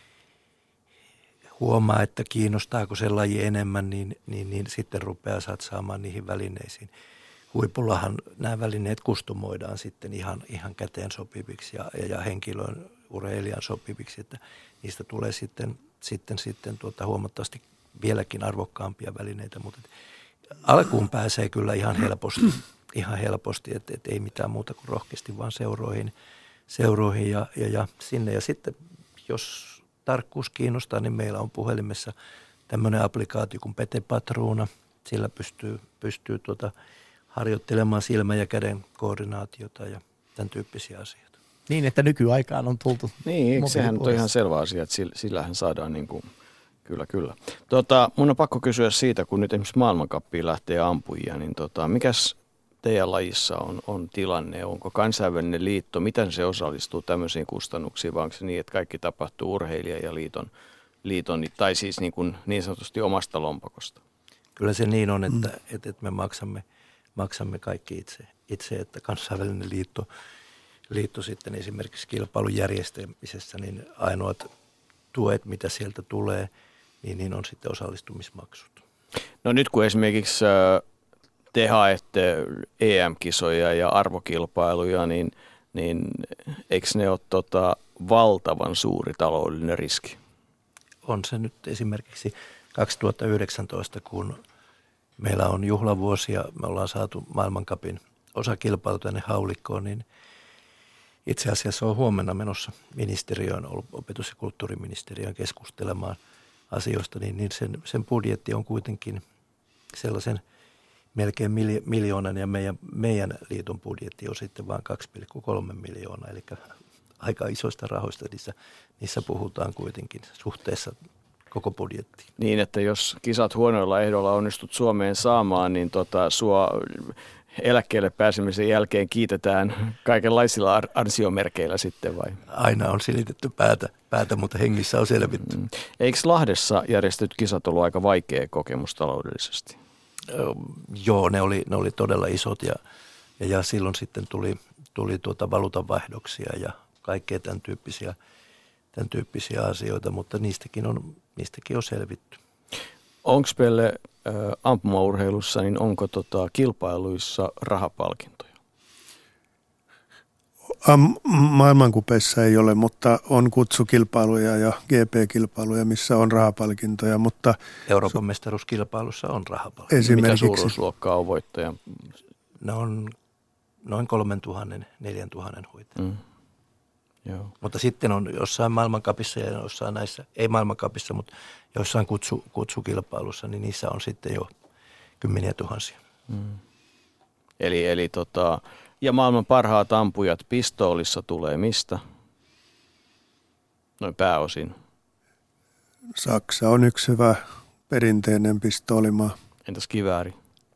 huomaa, että kiinnostaako se laji enemmän, niin sitten rupeaa satsaamaan niihin välineisiin. Huipullahan nämä välineet kustomoidaan sitten ihan käteen sopiviksi ja henkilön urheilijan sopiviksi, että niistä tulee sitten huomattavasti vieläkin arvokkaampia välineitä, mutta alkuun pääsee kyllä ihan helposti, että ei mitään muuta kuin rohkeasti vaan seuroihin ja sinne. Ja sitten jos tarkkuus kiinnostaa, niin meillä on puhelimessa tämmöinen applikaatio kuin Pete Patruuna. Sillä pystyy harjoittelemaan silmän ja käden koordinaatiota ja tämän tyyppisiä asioita. Niin, että nykyaikaan on tultu. Niin, sehän on ihan selvä asia, että sillähän saadaan kyllä. Mun on pakko kysyä siitä, kun nyt esimerkiksi maailmankappiin lähtee ampujia, niin mikäs teidän lajissa on tilanne? Onko kansainvälinen liitto, miten se osallistuu tämmöisiin kustannuksiin, vai onko se niin, että kaikki tapahtuu urheilijan ja liiton tai siis niin sanotusti omasta lompakosta? Kyllä se niin on, että me maksamme kaikki itse, että kansainvälinen liitto sitten esimerkiksi kilpailun järjestämisessä, niin ainoat tuet, mitä sieltä tulee, niin on sitten osallistumismaksut. No nyt kun esimerkiksi te haette EM-kisoja ja arvokilpailuja, niin niin eikö ne ole valtavan suuri taloudellinen riski? On se nyt esimerkiksi 2019, kun meillä on juhlavuosi ja me ollaan saatu maailmancupin osakilpailu tänne haulikkoon, niin itse asiassa on huomenna menossa ministeriöön, opetus- ja kulttuuriministeriöön keskustelemaan asioista, niin sen budjetti on kuitenkin sellaisen melkein miljoonan ja meidän liiton budjetti on sitten vain 2,3 miljoonaa, eli aika isoista rahoista niissä puhutaan kuitenkin suhteessa koko budjettiin. Niin, että jos kisat huonoilla ehdoilla onnistut Suomeen saamaan, niin sua eläkkeelle pääsemisen jälkeen kiitetään kaikenlaisilla ansiomerkeillä sitten vai? Aina on silitetty päätä, mutta hengissä on selvitty. Eikö Lahdessa järjestetyt kisat ollut aika vaikea kokemus taloudellisesti? Joo, ne oli todella isot ja silloin sitten tuli valuutanvaihdoksia ja kaikkea tämän tyyppisiä asioita, mutta niistäkin on selvitty. Onko Pelle ampumaurheilussa, niin onko kilpailuissa rahapalkintoja? Maailmankupeissa ei ole, mutta on kutsukilpailuja ja GP-kilpailuja, missä on rahapalkintoja. Mutta Euroopan mestaruuskilpailussa on rahapalkintoja. Esimerkiksi mikä suuruusluokkaa on voittaja? Ne on noin 3,000–4,000 huita. Joo. Mutta sitten on jossain maailmancupissa ja jossain näissä, ei maailmancupissa, mutta jossain kutsukilpailussa, niin niissä on sitten jo kymmeniä tuhansia. Eli ja maailman parhaat ampujat pistoolissa tulee mistä? Noin pääosin. Saksa on yksi hyvä perinteinen pistoolimaa. Entäs kivääri?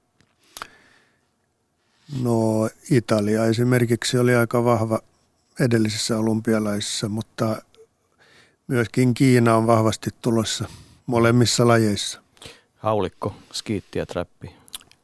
No Italia esimerkiksi oli aika vahva edellisissä olympialaisissa, mutta myöskin Kiina on vahvasti tulossa molemmissa lajeissa. Haulikko, skiitti ja trappi.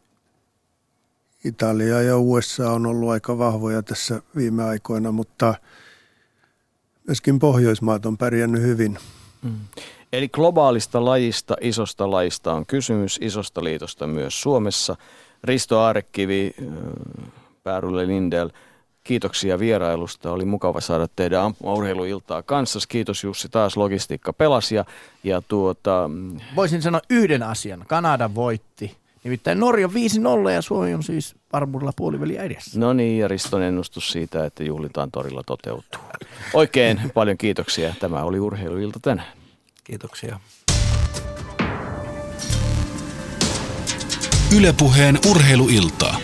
Italia ja USA on ollut aika vahvoja tässä viime aikoina, mutta myöskin Pohjoismaat on pärjännyt hyvin. Eli globaalista lajista, isosta lajista on kysymys, isosta liitosta myös Suomessa. Risto Aarekivi, Päärylä Lindell, kiitoksia vierailusta. Oli mukava saada tehdä ampumaurheiluiltaa kanssa. Kiitos Jussi, taas logistiikka pelasi. Voisin sanoa yhden asian. Kanada voitti. Nimittäin Norja 5-0 ja Suomi on siis varmuudella puoliväliä edessä. No niin, ja Riston ennustus siitä, että juhlitaan torilla toteutuu. Oikein paljon kiitoksia. Tämä oli Urheiluilta tänään. Kiitoksia. Yle Puheen Urheiluilta.